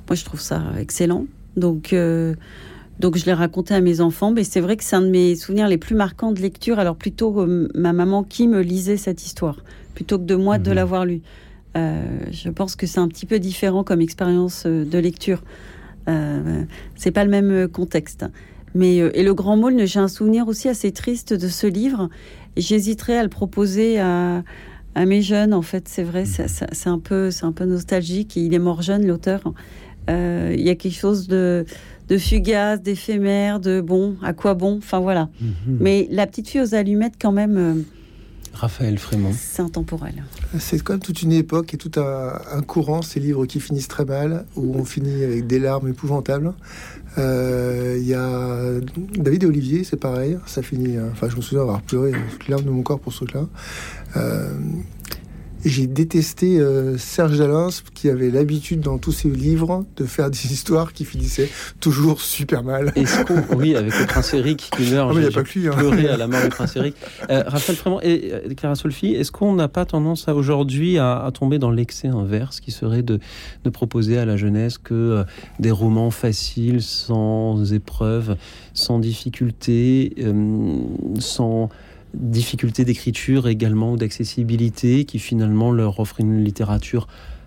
moi, je trouve ça excellent. Donc, euh, donc je l'ai raconté à mes enfants. Mais c'est vrai que c'est un de mes souvenirs les plus marquants de lecture. Alors, plutôt euh, ma maman qui me lisait cette histoire, plutôt que de moi mmh. de l'avoir lue. Euh, je pense que c'est un petit peu différent comme expérience de lecture. Euh, c'est pas le même contexte. Mais, euh, et le Grand Maulne, j'ai un souvenir aussi assez triste de ce livre. Et j'hésiterais à le proposer à, à mes jeunes. En fait, c'est vrai, c'est, c'est, c'est, un peu, c'est un peu nostalgique. Il est mort jeune, l'auteur. Euh, il y a quelque chose de, de fugace, d'éphémère, de bon, à quoi bon. Enfin, voilà. Mm-hmm. Mais La petite fille aux allumettes, quand même... Euh, Raphaël Frémont. C'est intemporel. C'est quand même toute une époque et tout un, un courant, ces livres qui finissent très mal, où on finit avec des larmes épouvantables. Il euh, y a David et Olivier, c'est pareil, ça finit... Enfin, je me souviens avoir pleuré toutes les larmes de mon corps pour ce truc-là. Euh, J'ai détesté euh, Serge Dalins, qui avait l'habitude dans tous ses livres de faire des histoires qui finissaient toujours super mal. Est-ce qu'on, oui, avec le prince Eric qui meurt, oh, mais j'ai, y a pas que lui, hein. pleuré à la mort du prince Eric. Euh, Raphaël Frémont et euh, Clara Solfi, est-ce qu'on n'a pas tendance à, aujourd'hui à, à tomber dans l'excès inverse, qui serait de, de proposer à la jeunesse que euh, des romans faciles, sans épreuve, sans difficulté, euh, sans... difficultés d'écriture également ou d'accessibilité, qui finalement leur offre une littérature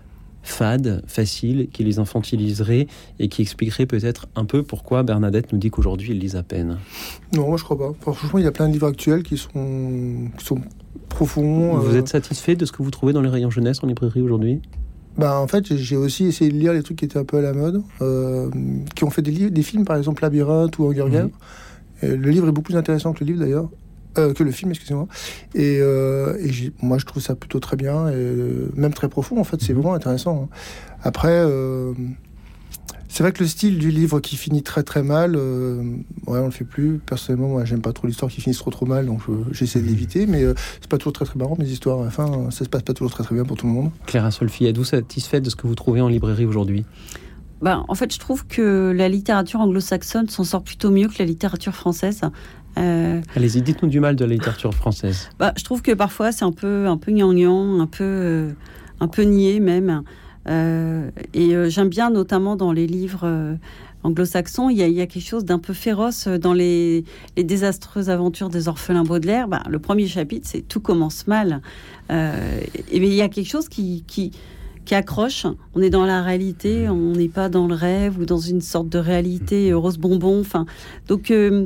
fade, facile, qui les infantiliserait et qui expliquerait peut-être un peu pourquoi Bernadette nous dit qu'aujourd'hui ils lisent à peine. Non, moi je crois pas. Franchement, il y a plein de livres actuels qui sont, qui sont profonds. Vous euh... êtes satisfait de ce que vous trouvez dans les rayons jeunesse en librairie aujourd'hui ? Bah, en fait, j'ai aussi essayé de lire les trucs qui étaient un peu à la mode, euh, qui ont fait des, livres, des films, par exemple Labyrinthe ou Hunger Games. Mmh. Le livre est beaucoup plus intéressant que le livre d'ailleurs. Euh, que le film, excusez-moi. Et, euh, et j'ai, moi, je trouve ça plutôt très bien, et euh, même très profond, en fait, c'est vraiment intéressant. Hein. Après, euh, c'est vrai que le style du livre qui finit très très mal, euh, ouais, on le fait plus. Personnellement, moi, j'aime pas trop l'histoire qui finit trop trop mal, donc euh, j'essaie de l'éviter, mais euh, c'est pas toujours très très marrant, mes histoires. À la fin, ça se passe pas toujours très très bien pour tout le monde. Clara Solfi, êtes-vous satisfaite de ce que vous trouvez en librairie aujourd'hui ? Ben, en fait, je trouve que la littérature anglo-saxonne s'en sort plutôt mieux que la littérature française. Euh... Allez-y, dites-nous du mal de la littérature française. Bah, je trouve que parfois c'est un peu, un peu gnangnan, un peu, euh, un peu niais même. Euh, et euh, j'aime bien, notamment dans les livres euh, anglo-saxons, il y, y a quelque chose d'un peu féroce dans les, les désastreuses aventures des orphelins Baudelaire. Bah, le premier chapitre, c'est tout commence mal. Euh, et il y a quelque chose qui, qui, qui accroche. On est dans la réalité, on n'est pas dans le rêve ou dans une sorte de réalité rose bonbon. Enfin, donc euh,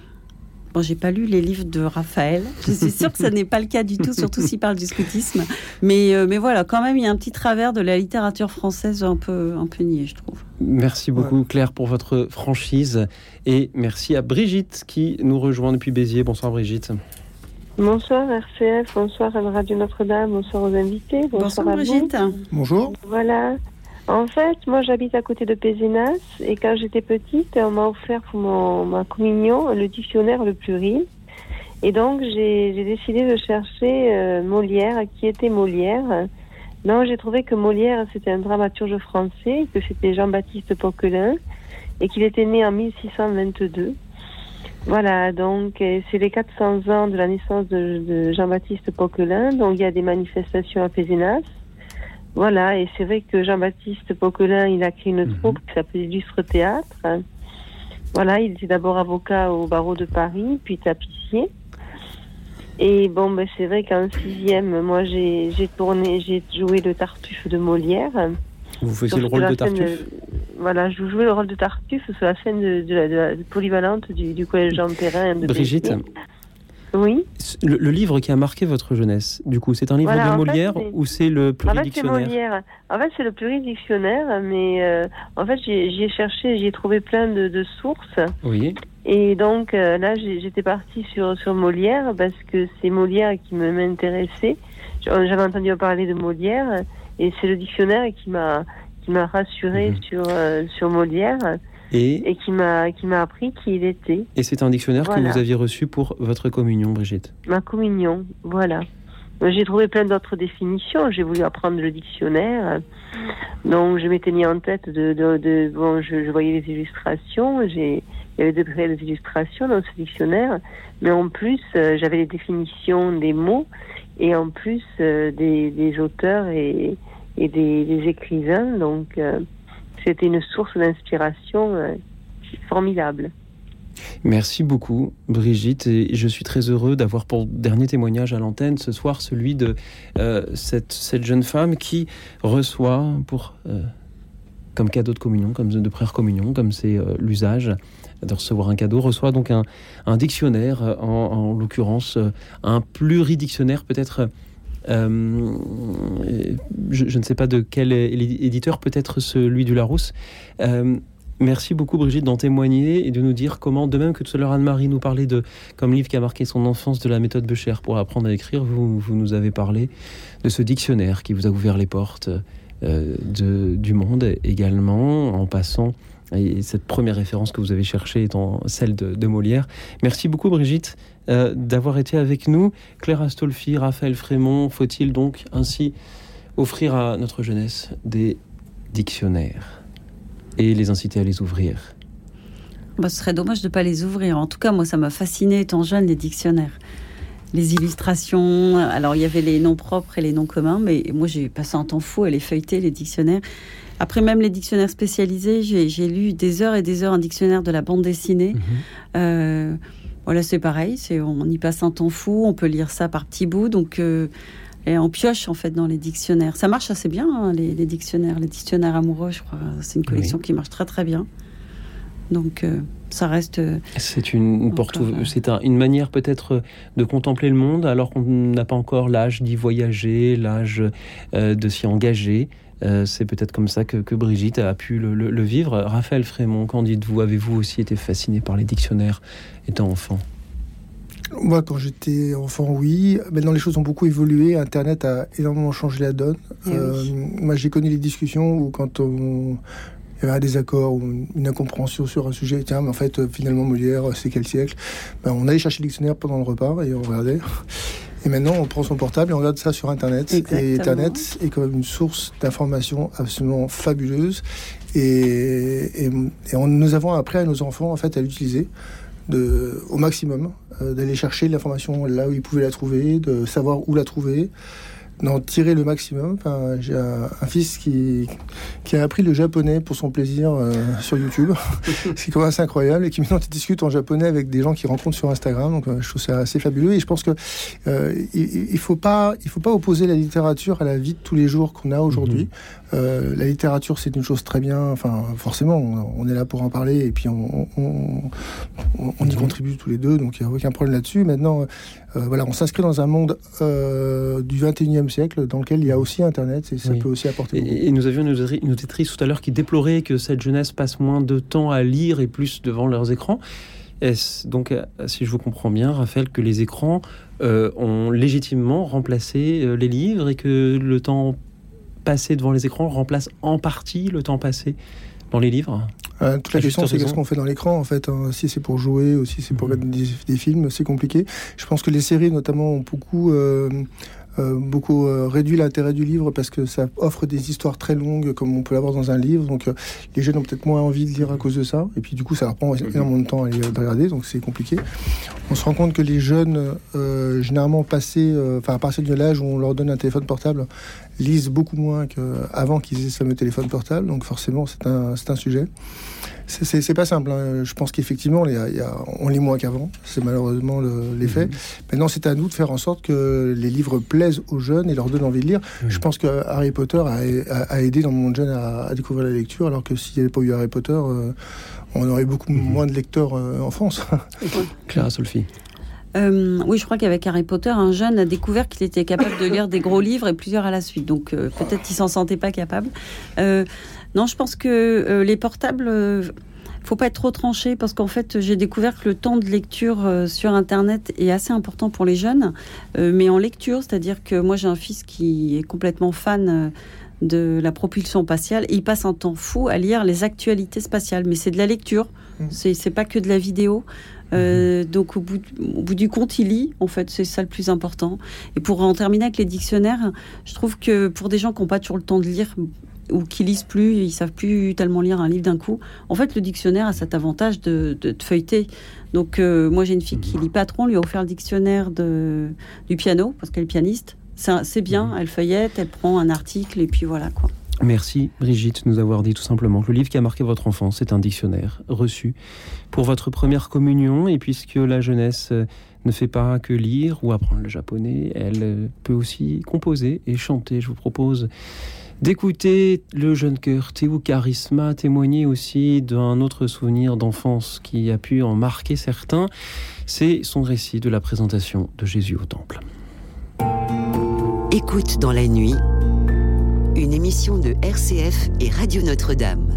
Bon, j'ai pas lu les livres de Raphaël. Je suis sûre que ce n'est pas le cas du tout, surtout s'il parle du scoutisme. Mais, euh, mais voilà, quand même, il y a un petit travers de la littérature française un peu, un peu niais, je trouve. Merci beaucoup, Claire, pour votre franchise. Et merci à Brigitte qui nous rejoint depuis Béziers. Bonsoir, Brigitte. Bonsoir R C F, bonsoir à Radio Notre-Dame, bonsoir aux invités. Bonsoir, bonsoir Brigitte. Vous. Bonjour. Voilà. En fait, moi j'habite à côté de Pézenas et quand j'étais petite, on m'a offert pour mon, ma communion le dictionnaire Le Pluril. Et donc j'ai, j'ai décidé de chercher euh, Molière, qui était Molière. Donc j'ai trouvé que Molière c'était un dramaturge français, que c'était Jean-Baptiste Poquelin et qu'il était né en mille six cent vingt-deux. Voilà, donc c'est les quatre cents ans de la naissance de, de Jean-Baptiste Poquelin, donc il y a des manifestations à Pézenas. Voilà, et c'est vrai que Jean-Baptiste Poquelin, il a créé une troupe mmh. qui s'appelait Illustre Théâtre. Voilà, il était d'abord avocat au barreau de Paris, puis tapissier. Et bon, ben c'est vrai qu'en sixième, moi j'ai, j'ai tourné, j'ai joué le Tartuffe de Molière. Vous faisiez le rôle de Tartuffe de, Voilà, je jouais le rôle de Tartuffe sur la scène de, de, la, de la polyvalente du, du collège Jean Perrin de Brigitte. Béziers. Oui. Le, le livre qui a marqué votre jeunesse, du coup, c'est un livre voilà, de Molière fait, ou c'est le pluridictionnaire ? En fait, c'est Molière. En fait, c'est le pluridictionnaire, mais euh, en fait, j'y, j'y ai cherché, j'y ai trouvé plein de, de sources. Oui. Et donc, euh, là, j'ai, j'étais partie sur, sur Molière parce que c'est Molière qui me, m'intéressait. J'avais entendu parler de Molière et c'est le dictionnaire qui m'a, qui m'a rassurée mmh. sur, euh, sur Molière. Et, et qui m'a qui m'a appris qui il était. Et c'est un dictionnaire voilà. que vous aviez reçu pour votre communion, Brigitte. Ma communion, voilà. J'ai trouvé plein d'autres définitions. J'ai voulu apprendre le dictionnaire. Donc je m'étais mis en tête de, de, de bon, je, je voyais les illustrations. J'ai il y avait de belles illustrations dans ce dictionnaire, mais en plus euh, j'avais les définitions des mots et en plus euh, des, des auteurs et, et des, des écrivains. Donc euh, c'était une source d'inspiration euh, formidable. Merci beaucoup, Brigitte. Et je suis très heureux d'avoir pour dernier témoignage à l'antenne ce soir celui de euh, cette, cette jeune femme qui reçoit pour, euh, comme cadeau de communion, comme de première communion, comme c'est euh, l'usage de recevoir un cadeau, reçoit donc un, un dictionnaire, en, en l'occurrence un pluridictionnaire peut-être. Euh, je, je ne sais pas de quel éditeur, peut-être celui du Larousse. Euh, Merci beaucoup, Brigitte, d'en témoigner et de nous dire comment, de même que tout à l'heure Anne-Marie nous parlait de, comme livre qui a marqué son enfance, de la méthode Becher pour apprendre à écrire, vous, vous nous avez parlé de ce dictionnaire qui vous a ouvert les portes euh, de, du monde également, en passant, et cette première référence que vous avez cherchée étant celle de, de Molière. Merci beaucoup, Brigitte, euh, d'avoir été avec nous. Claire Astolfi, Raphaël Frémont, faut-il donc ainsi offrir à notre jeunesse des dictionnaires et les inciter à les ouvrir? Bah, ce serait dommage de ne pas les ouvrir. En tout cas, moi, ça m'a fasciné étant jeune, les dictionnaires. Les illustrations. Alors, il y avait les noms propres et les noms communs, mais moi, j'ai passé un temps fou à les feuilleter, les dictionnaires. Après, même les dictionnaires spécialisés, j'ai, j'ai lu des heures et des heures un dictionnaire de la bande dessinée. Mmh. Euh, voilà, c'est pareil. C'est, on y passe un temps fou. On peut lire ça par petits bouts. Donc... Euh, Et on pioche en fait dans les dictionnaires. Ça marche assez bien, hein, les, les dictionnaires. Les dictionnaires amoureux, je crois, c'est une collection oui. qui marche très très bien. Donc euh, ça reste... C'est une, porte, encore, c'est un, une manière peut-être de contempler le monde alors qu'on n'a pas encore l'âge d'y voyager, l'âge euh, de s'y engager. Euh, c'est peut-être comme ça que, que Brigitte a pu le, le, le vivre. Raphaël Frémont, qu'en dites-vous? Avez-vous aussi été fasciné par les dictionnaires étant enfant? Moi, quand j'étais enfant, oui. Maintenant, les choses ont beaucoup évolué. Internet a énormément changé la donne. Euh, oui. Moi, j'ai connu les discussions où quand on... il y avait un désaccord ou une incompréhension sur un sujet, tiens, mais en fait, finalement, Molière, c'est quel siècle? Ben, on allait chercher le dictionnaire pendant le repas et on regardait. Et maintenant, on prend son portable et on regarde ça sur Internet. Exactement. Et Internet est quand même une source d'information absolument fabuleuse. Et, et, et on, nous avons appris à nos enfants, en fait, à l'utiliser de, au maximum, euh, d'aller chercher l'information là où ils pouvaient la trouver, de savoir où la trouver, d'en tirer le maximum. Enfin, j'ai un, un fils qui, qui a appris le japonais pour son plaisir euh, sur YouTube, c'est quand même assez incroyable, et qui maintenant discute en japonais avec des gens qu'il rencontre sur Instagram. Donc euh, je trouve ça assez fabuleux, et je pense que euh, il, il faut pas, il faut pas opposer la littérature à la vie de tous les jours qu'on a aujourd'hui. Mmh. Euh, la littérature, c'est une chose très bien. Enfin, forcément, on, on est là pour en parler, et puis on, on, on, on y contribue tous les deux, donc il n'y a aucun problème là-dessus. Maintenant, euh, voilà, on s'inscrit dans un monde euh, du vingt et unième siècle dans lequel il y a aussi Internet, et ça oui. peut aussi apporter beaucoup. Et, et nous avions une auditrice tout à l'heure qui déplorait que cette jeunesse passe moins de temps à lire et plus devant leurs écrans. Est-ce donc, si je vous comprends bien, Raphaël, que les écrans euh, ont légitimement remplacé euh, les livres, et que le temps passé devant les écrans remplace en partie le temps passé dans les livres? Euh, toute la question, c'est qu'est-ce qu'on fait dans l'écran, en fait, hein. Si c'est pour jouer ou si c'est pour mmh. mettre des, des films, c'est compliqué. Je pense que les séries, notamment, ont beaucoup... Euh, Euh, beaucoup euh, réduit l'intérêt du livre parce que ça offre des histoires très longues comme on peut l'avoir dans un livre, donc euh, les jeunes ont peut-être moins envie de lire à cause de ça, et puis du coup ça leur prend énormément de temps à les regarder, donc c'est compliqué. On se rend compte que les jeunes euh, généralement passés, enfin euh, à partir de l'âge où on leur donne un téléphone portable, lisent beaucoup moins qu'avant qu'ils aient ce fameux téléphone portable, donc forcément c'est un, c'est un sujet. C'est, c'est, c'est pas simple, hein. Je pense qu'effectivement, il y a, il y a, on lit moins qu'avant, c'est malheureusement le, l'effet. Mmh. Maintenant, c'est à nous de faire en sorte que les livres plaisent aux jeunes et leur donnent envie de lire. Mmh. Je pense que Harry Potter a, a, a aidé dans mon jeune à, à découvrir la lecture, alors que s'il n'y avait pas eu Harry Potter, euh, on aurait beaucoup mmh. moins de lecteurs euh, en France. Claire Astolfi. Euh, oui, je crois qu'avec Harry Potter, un jeune a découvert qu'il était capable de lire des gros livres et plusieurs à la suite. Donc euh, peut-être qu'il s'en sentait pas capable. Euh, non, je pense que euh, les portables, euh, faut pas être trop tranché, parce qu'en fait, j'ai découvert que le temps de lecture euh, sur Internet est assez important pour les jeunes, euh, mais en lecture, c'est-à-dire que moi j'ai un fils qui est complètement fan euh, de la propulsion spatiale, et il passe un temps fou à lire les actualités spatiales, mais c'est de la lecture, mmh. c'est, c'est pas que de la vidéo. Euh, donc au bout, au bout du compte, il lit, en fait, c'est ça le plus important. Et pour en terminer avec les dictionnaires, je trouve que pour des gens qui n'ont pas toujours le temps de lire, ou qui lisent plus, ils savent plus tellement lire un livre d'un coup, en fait le dictionnaire a cet avantage de, de, de feuilleter. Donc euh, moi j'ai une fille qui lit pas trop, on lui a offert le dictionnaire de, du piano, parce qu'elle est pianiste. C'est, c'est bien, elle feuillette, elle prend un article, et puis voilà quoi. Merci Brigitte de nous avoir dit tout simplement que le livre qui a marqué votre enfance est un dictionnaire reçu pour votre première communion. Et puisque la jeunesse ne fait pas que lire ou apprendre le japonais, elle peut aussi composer et chanter. Je vous propose d'écouter le jeune chœur Théo Charisma témoigner aussi d'un autre souvenir d'enfance qui a pu en marquer certains. C'est son récit de la présentation de Jésus au temple. Écoute dans la nuit, une émission de R C F et Radio Notre-Dame.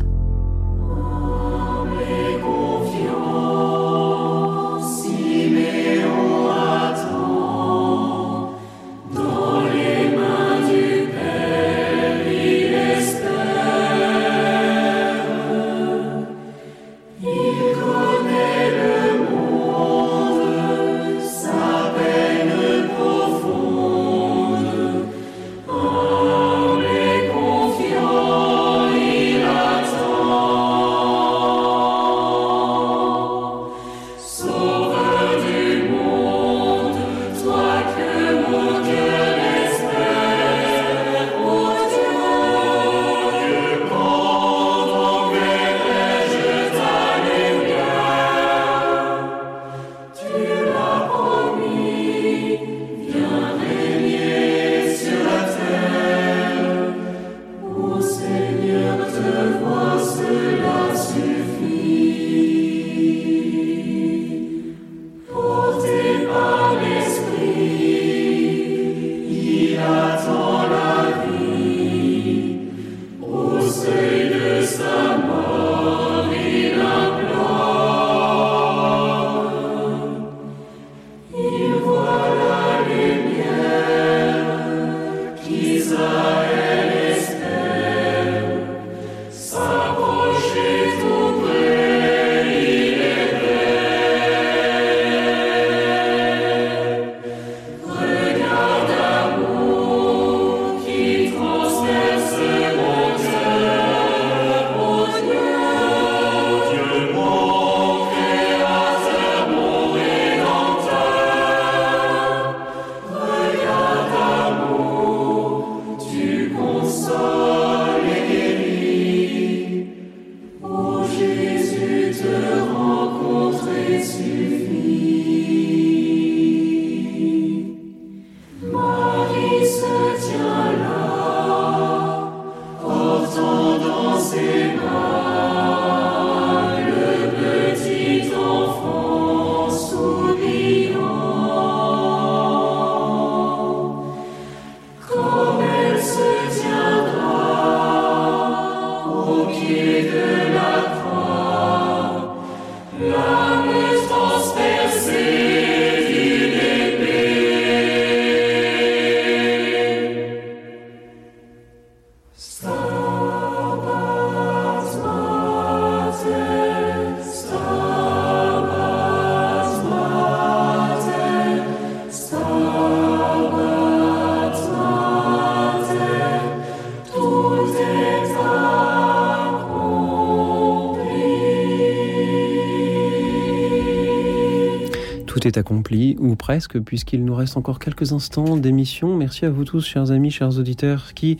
Tout est accompli, ou presque, puisqu'il nous reste encore quelques instants d'émission. Merci à vous tous, chers amis, chers auditeurs, qui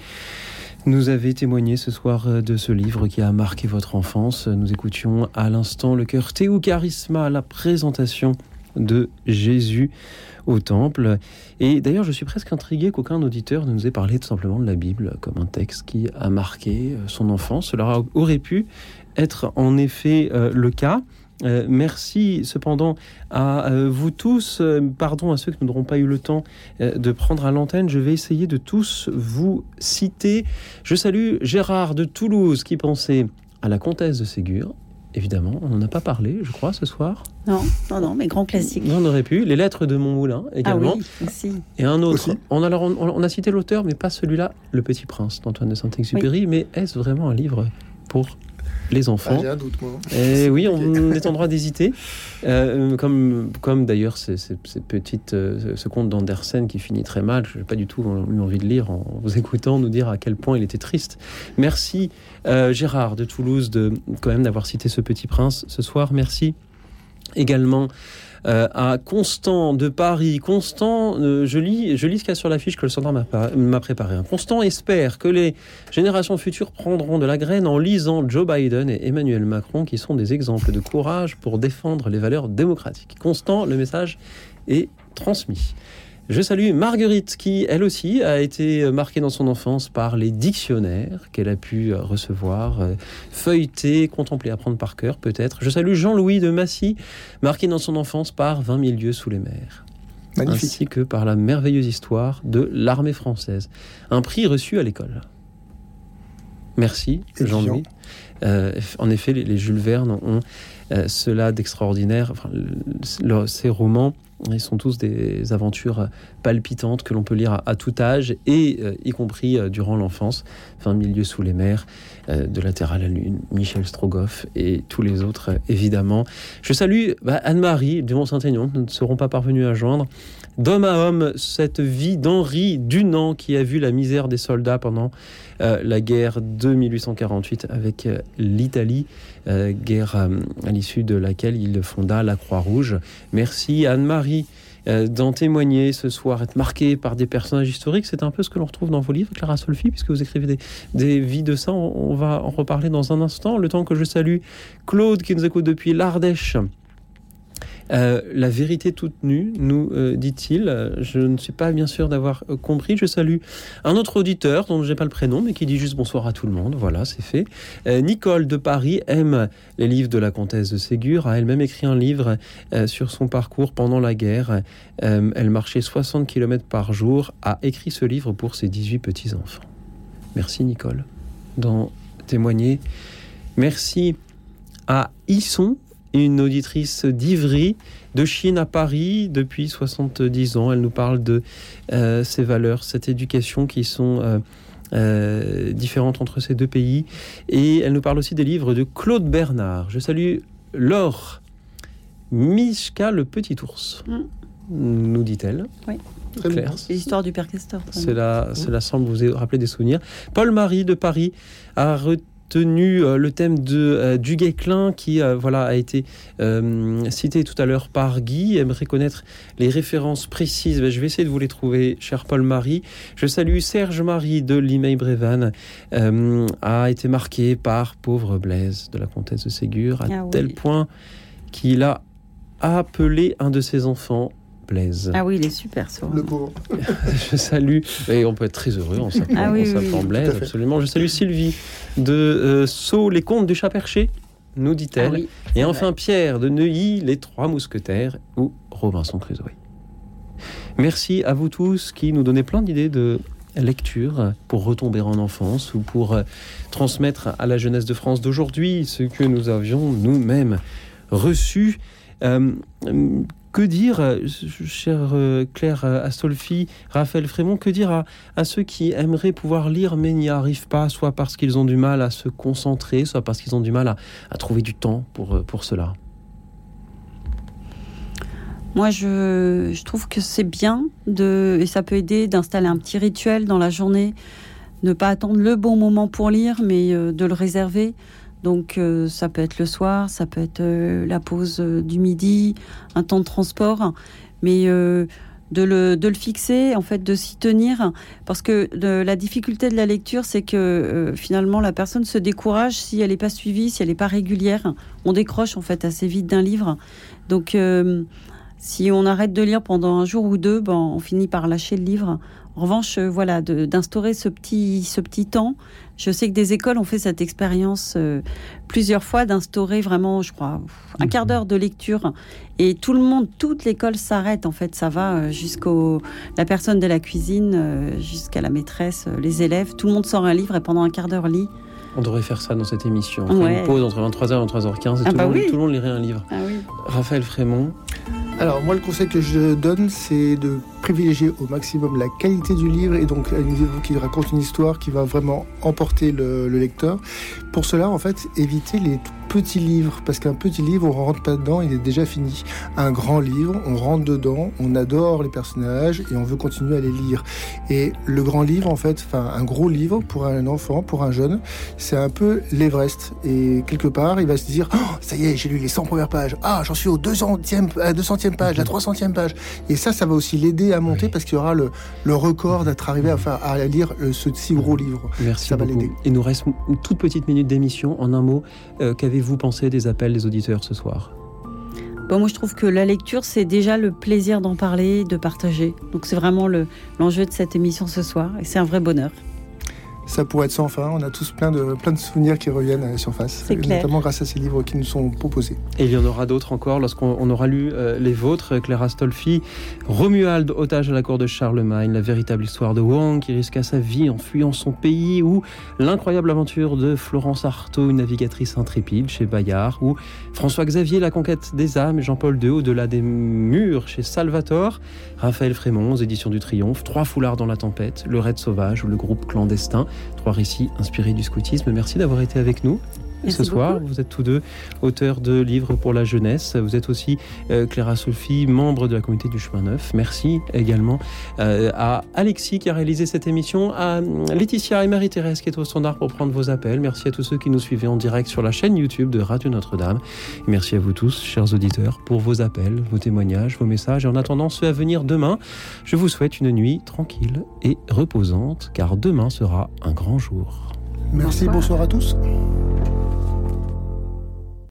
nous avez témoigné ce soir de ce livre qui a marqué votre enfance. Nous écoutions à l'instant le chœur Théo Charisma, la présentation de Jésus au temple. Et d'ailleurs, je suis presque intrigué qu'aucun auditeur ne nous ait parlé tout simplement de la Bible comme un texte qui a marqué son enfance. Cela aurait pu être en effet euh, le cas. Euh, merci cependant à euh, vous tous, euh, pardon à ceux qui n'auront pas eu le temps euh, de prendre à l'antenne. Je vais essayer de tous vous citer. Je salue Gérard de Toulouse qui pensait à la comtesse de Ségur. Évidemment, on n'en a pas parlé, je crois, ce soir. Non, non, non, mais grand classique. On aurait pu. Les lettres de Montmoulin également. Ah oui, aussi. Et un autre. On a, alors, on, on a cité l'auteur, mais pas celui-là, Le Petit Prince d'Antoine de Saint-Exupéry. Oui. Mais est-ce vraiment un livre pour les enfants? Ah, j'ai un doute, moi. Et oui, on est en droit d'hésiter. Euh, comme, comme d'ailleurs ces, ces, ces petites, euh, ce conte d'Andersen qui finit très mal. Je n'ai pas du tout eu envie de lire en vous écoutant nous dire à quel point il était triste. Merci euh, Gérard de Toulouse de quand même d'avoir cité Ce Petit Prince ce soir. Merci également euh, à Constant de Paris. Constant, euh, je, lis, je lis ce qu'il y a sur l'affiche que le standard m'a, m'a préparé. Constant espère que les générations futures prendront de la graine en lisant Joe Biden et Emmanuel Macron, qui sont des exemples de courage pour défendre les valeurs démocratiques. Constant, le message est transmis. Je salue Marguerite qui, elle aussi, a été marquée dans son enfance par les dictionnaires qu'elle a pu recevoir, feuilleter, contempler, apprendre par cœur peut-être. Je salue Jean-Louis de Massy, marqué dans son enfance par vingt mille lieues sous les mers. Magnifique. Ainsi que par la merveilleuse histoire de l'armée française. Un prix reçu à l'école. Merci Jean-Louis. Euh, en effet, les, les Jules Verne ont euh, cela d'extraordinaire. Enfin, le, le, ces romans, ils sont tous des aventures palpitantes que l'on peut lire à, à tout âge, et euh, y compris euh, durant l'enfance. vingt mille lieues sous les mers, euh, De la Terre à la Lune, Michel Strogoff et tous les autres, euh, évidemment. Je salue bah, Anne-Marie de Mont-Saint-Aignan, nous ne serons pas parvenus à joindre. D'homme à homme, cette vie d'Henri Dunant, qui a vu la misère des soldats pendant euh, la guerre de mille huit cent quarante-huit avec euh, l'Italie, euh, guerre euh, à l'issue de laquelle il fonda la Croix-Rouge. Merci Anne-Marie euh, d'en témoigner ce soir, être marquée par des personnages historiques. C'est un peu ce que l'on retrouve dans vos livres, Clara Solfi, puisque vous écrivez des, des vies de ça. On, on va en reparler dans un instant. Le temps que je salue Claude, qui nous écoute depuis l'Ardèche. Euh, la vérité toute nue, nous euh, dit-il. Je ne suis pas bien sûr d'avoir euh, compris. Je salue un autre auditeur dont je n'ai pas le prénom, mais qui dit juste bonsoir à tout le monde. Voilà, c'est fait. Euh, Nicole de Paris aime les livres de la comtesse de Ségur, a elle-même écrit un livre euh, sur son parcours pendant la guerre. Euh, elle marchait soixante kilomètres par jour, a écrit ce livre pour ses dix-huit petits-enfants. Merci Nicole d'en témoigner. Merci à Isson, une auditrice d'Ivry, de Chine à Paris depuis soixante-dix ans. Elle nous parle de euh, ces valeurs, cette éducation qui sont euh, euh, différentes entre ces deux pays. Et elle nous parle aussi des livres de Claude Bernard. Je salue Laure Mishka, le petit ours, mmh. nous dit-elle. Oui. Très clair. C'est l'histoire du père Castor. Cela, mmh. cela semble vous rappeler des souvenirs. Paul-Marie de Paris a retenu tenu euh, le thème de euh, du Guesclin qui euh, voilà a été euh, cité tout à l'heure par Guy. Aimerait connaître les références précises. Ben, je vais essayer de vous les trouver, cher Paul-Marie. Je salue Serge-Marie de Limeil-Brévannes, euh, a été marqué par Pauvre Blaise de la comtesse de Ségur, à ah tel oui. point qu'il a appelé un de ses enfants Blaise. Ah oui, il est super, ça. Le pauvre. Je salue, et on peut être très heureux en s'appelant, ah oui, en s'appelant oui, Blaise, absolument. Je salue Sylvie de euh, Sceaux, les contes du chat perché, nous dit-elle. Ah oui, et enfin vrai. Pierre de Neuilly, les trois mousquetaires, ou Robinson Crusoe. Merci à vous tous qui nous donnez plein d'idées de lecture pour retomber en enfance ou pour euh, transmettre à la jeunesse de France d'aujourd'hui ce que nous avions nous-mêmes reçu. Euh, Que dire, chère Claire Astolfi, Raphaël Frémont, que dire à, à ceux qui aimeraient pouvoir lire mais n'y arrivent pas, soit parce qu'ils ont du mal à se concentrer, soit parce qu'ils ont du mal à, à trouver du temps pour, pour cela? Moi, je, je trouve que c'est bien, de, et ça peut aider d'installer un petit rituel dans la journée, ne pas attendre le bon moment pour lire, mais de le réserver. Donc euh, ça peut être le soir, ça peut être euh, la pause euh, du midi, un temps de transport, mais euh, de, le, de le fixer, en fait, de s'y tenir, parce que de, la difficulté de la lecture, c'est que euh, finalement la personne se décourage si elle n'est pas suivie, si elle n'est pas régulière. On décroche en fait assez vite d'un livre. Donc euh, si on arrête de lire pendant un jour ou deux, ben, on finit par lâcher le livre. En revanche, euh, voilà, de, d'instaurer ce petit, ce petit temps. Je sais que des écoles ont fait cette expérience euh, plusieurs fois, d'instaurer vraiment, je crois, un quart d'heure de lecture. Et tout le monde, toute l'école s'arrête, en fait. Ça va euh, jusqu'au la personne de la cuisine, euh, jusqu'à la maîtresse, euh, les élèves. Tout le monde sort un livre et pendant un quart d'heure lit. On devrait faire ça dans cette émission. On ouais. fait une pause entre vingt-trois heures et vingt-trois heures quinze et ah tout, bah le monde, oui. tout le monde lirait un livre. Ah oui. Raphaël Frémont. Alors moi, le conseil que je donne, c'est de privilégier au maximum la qualité du livre et donc un livre qui raconte une histoire qui va vraiment emporter le, le lecteur. Pour cela, en fait, éviter les petit livre, parce qu'un petit livre, on rentre pas dedans, il est déjà fini. Un grand livre, on rentre dedans, on adore les personnages et on veut continuer à les lire. Et le grand livre, en fait, enfin un gros livre pour un enfant, pour un jeune, c'est un peu l'Everest. Et quelque part, il va se dire, oh, ça y est, j'ai lu les cent premières pages. Ah, j'en suis au deux centième, à deux centième page, la trois centième page. Et ça, ça va aussi l'aider à monter, oui. parce qu'il y aura le, le record d'être arrivé à, enfin, à lire ce si gros livre. Merci ça beaucoup. Va l'aider. Il nous reste une toute petite minute d'émission. En un mot, euh, qu'avez-vous pensé des appels des auditeurs ce soir ? Bon, moi, je trouve que la lecture, c'est déjà le plaisir d'en parler, de partager. Donc, c'est vraiment le, l'enjeu de cette émission ce soir. Et c'est un vrai bonheur. Ça pourrait être sans fin. On a tous plein de, plein de souvenirs qui reviennent à la surface, c'est clair. Notamment grâce à ces livres qui nous sont proposés. Et il y en aura d'autres encore lorsqu'on on aura lu euh, les vôtres, Claire Astolfi, Romuald, otage à la cour de Charlemagne, la véritable histoire de Wang qui risqua sa vie en fuyant son pays, ou l'incroyable aventure de Florence Artaud, une navigatrice intrépide chez Bayard, ou François Xavier, la conquête des âmes, Jean-Paul deux, au-delà des murs chez Salvatore, Raphaël Frémont, aux éditions du Triomphe, Trois foulards dans la tempête, Le raid sauvage ou le groupe clandestin. Trois récits inspirés du scoutisme. Merci d'avoir été avec nous. Merci ce soir, beaucoup. Vous êtes tous deux auteurs de livres pour la jeunesse. Vous êtes aussi euh, Claire Astolfi, membre de la communauté du Chemin Neuf. Merci également euh, à Alexis qui a réalisé cette émission, à Laetitia et Marie-Thérèse qui est au standard pour prendre vos appels. Merci à tous ceux qui nous suivaient en direct sur la chaîne YouTube de Radio Notre-Dame. Et merci à vous tous, chers auditeurs, pour vos appels, vos témoignages, vos messages. Et en attendant ceux à venir demain, je vous souhaite une nuit tranquille et reposante, car demain sera un grand jour. Merci, bonsoir, bonsoir à tous.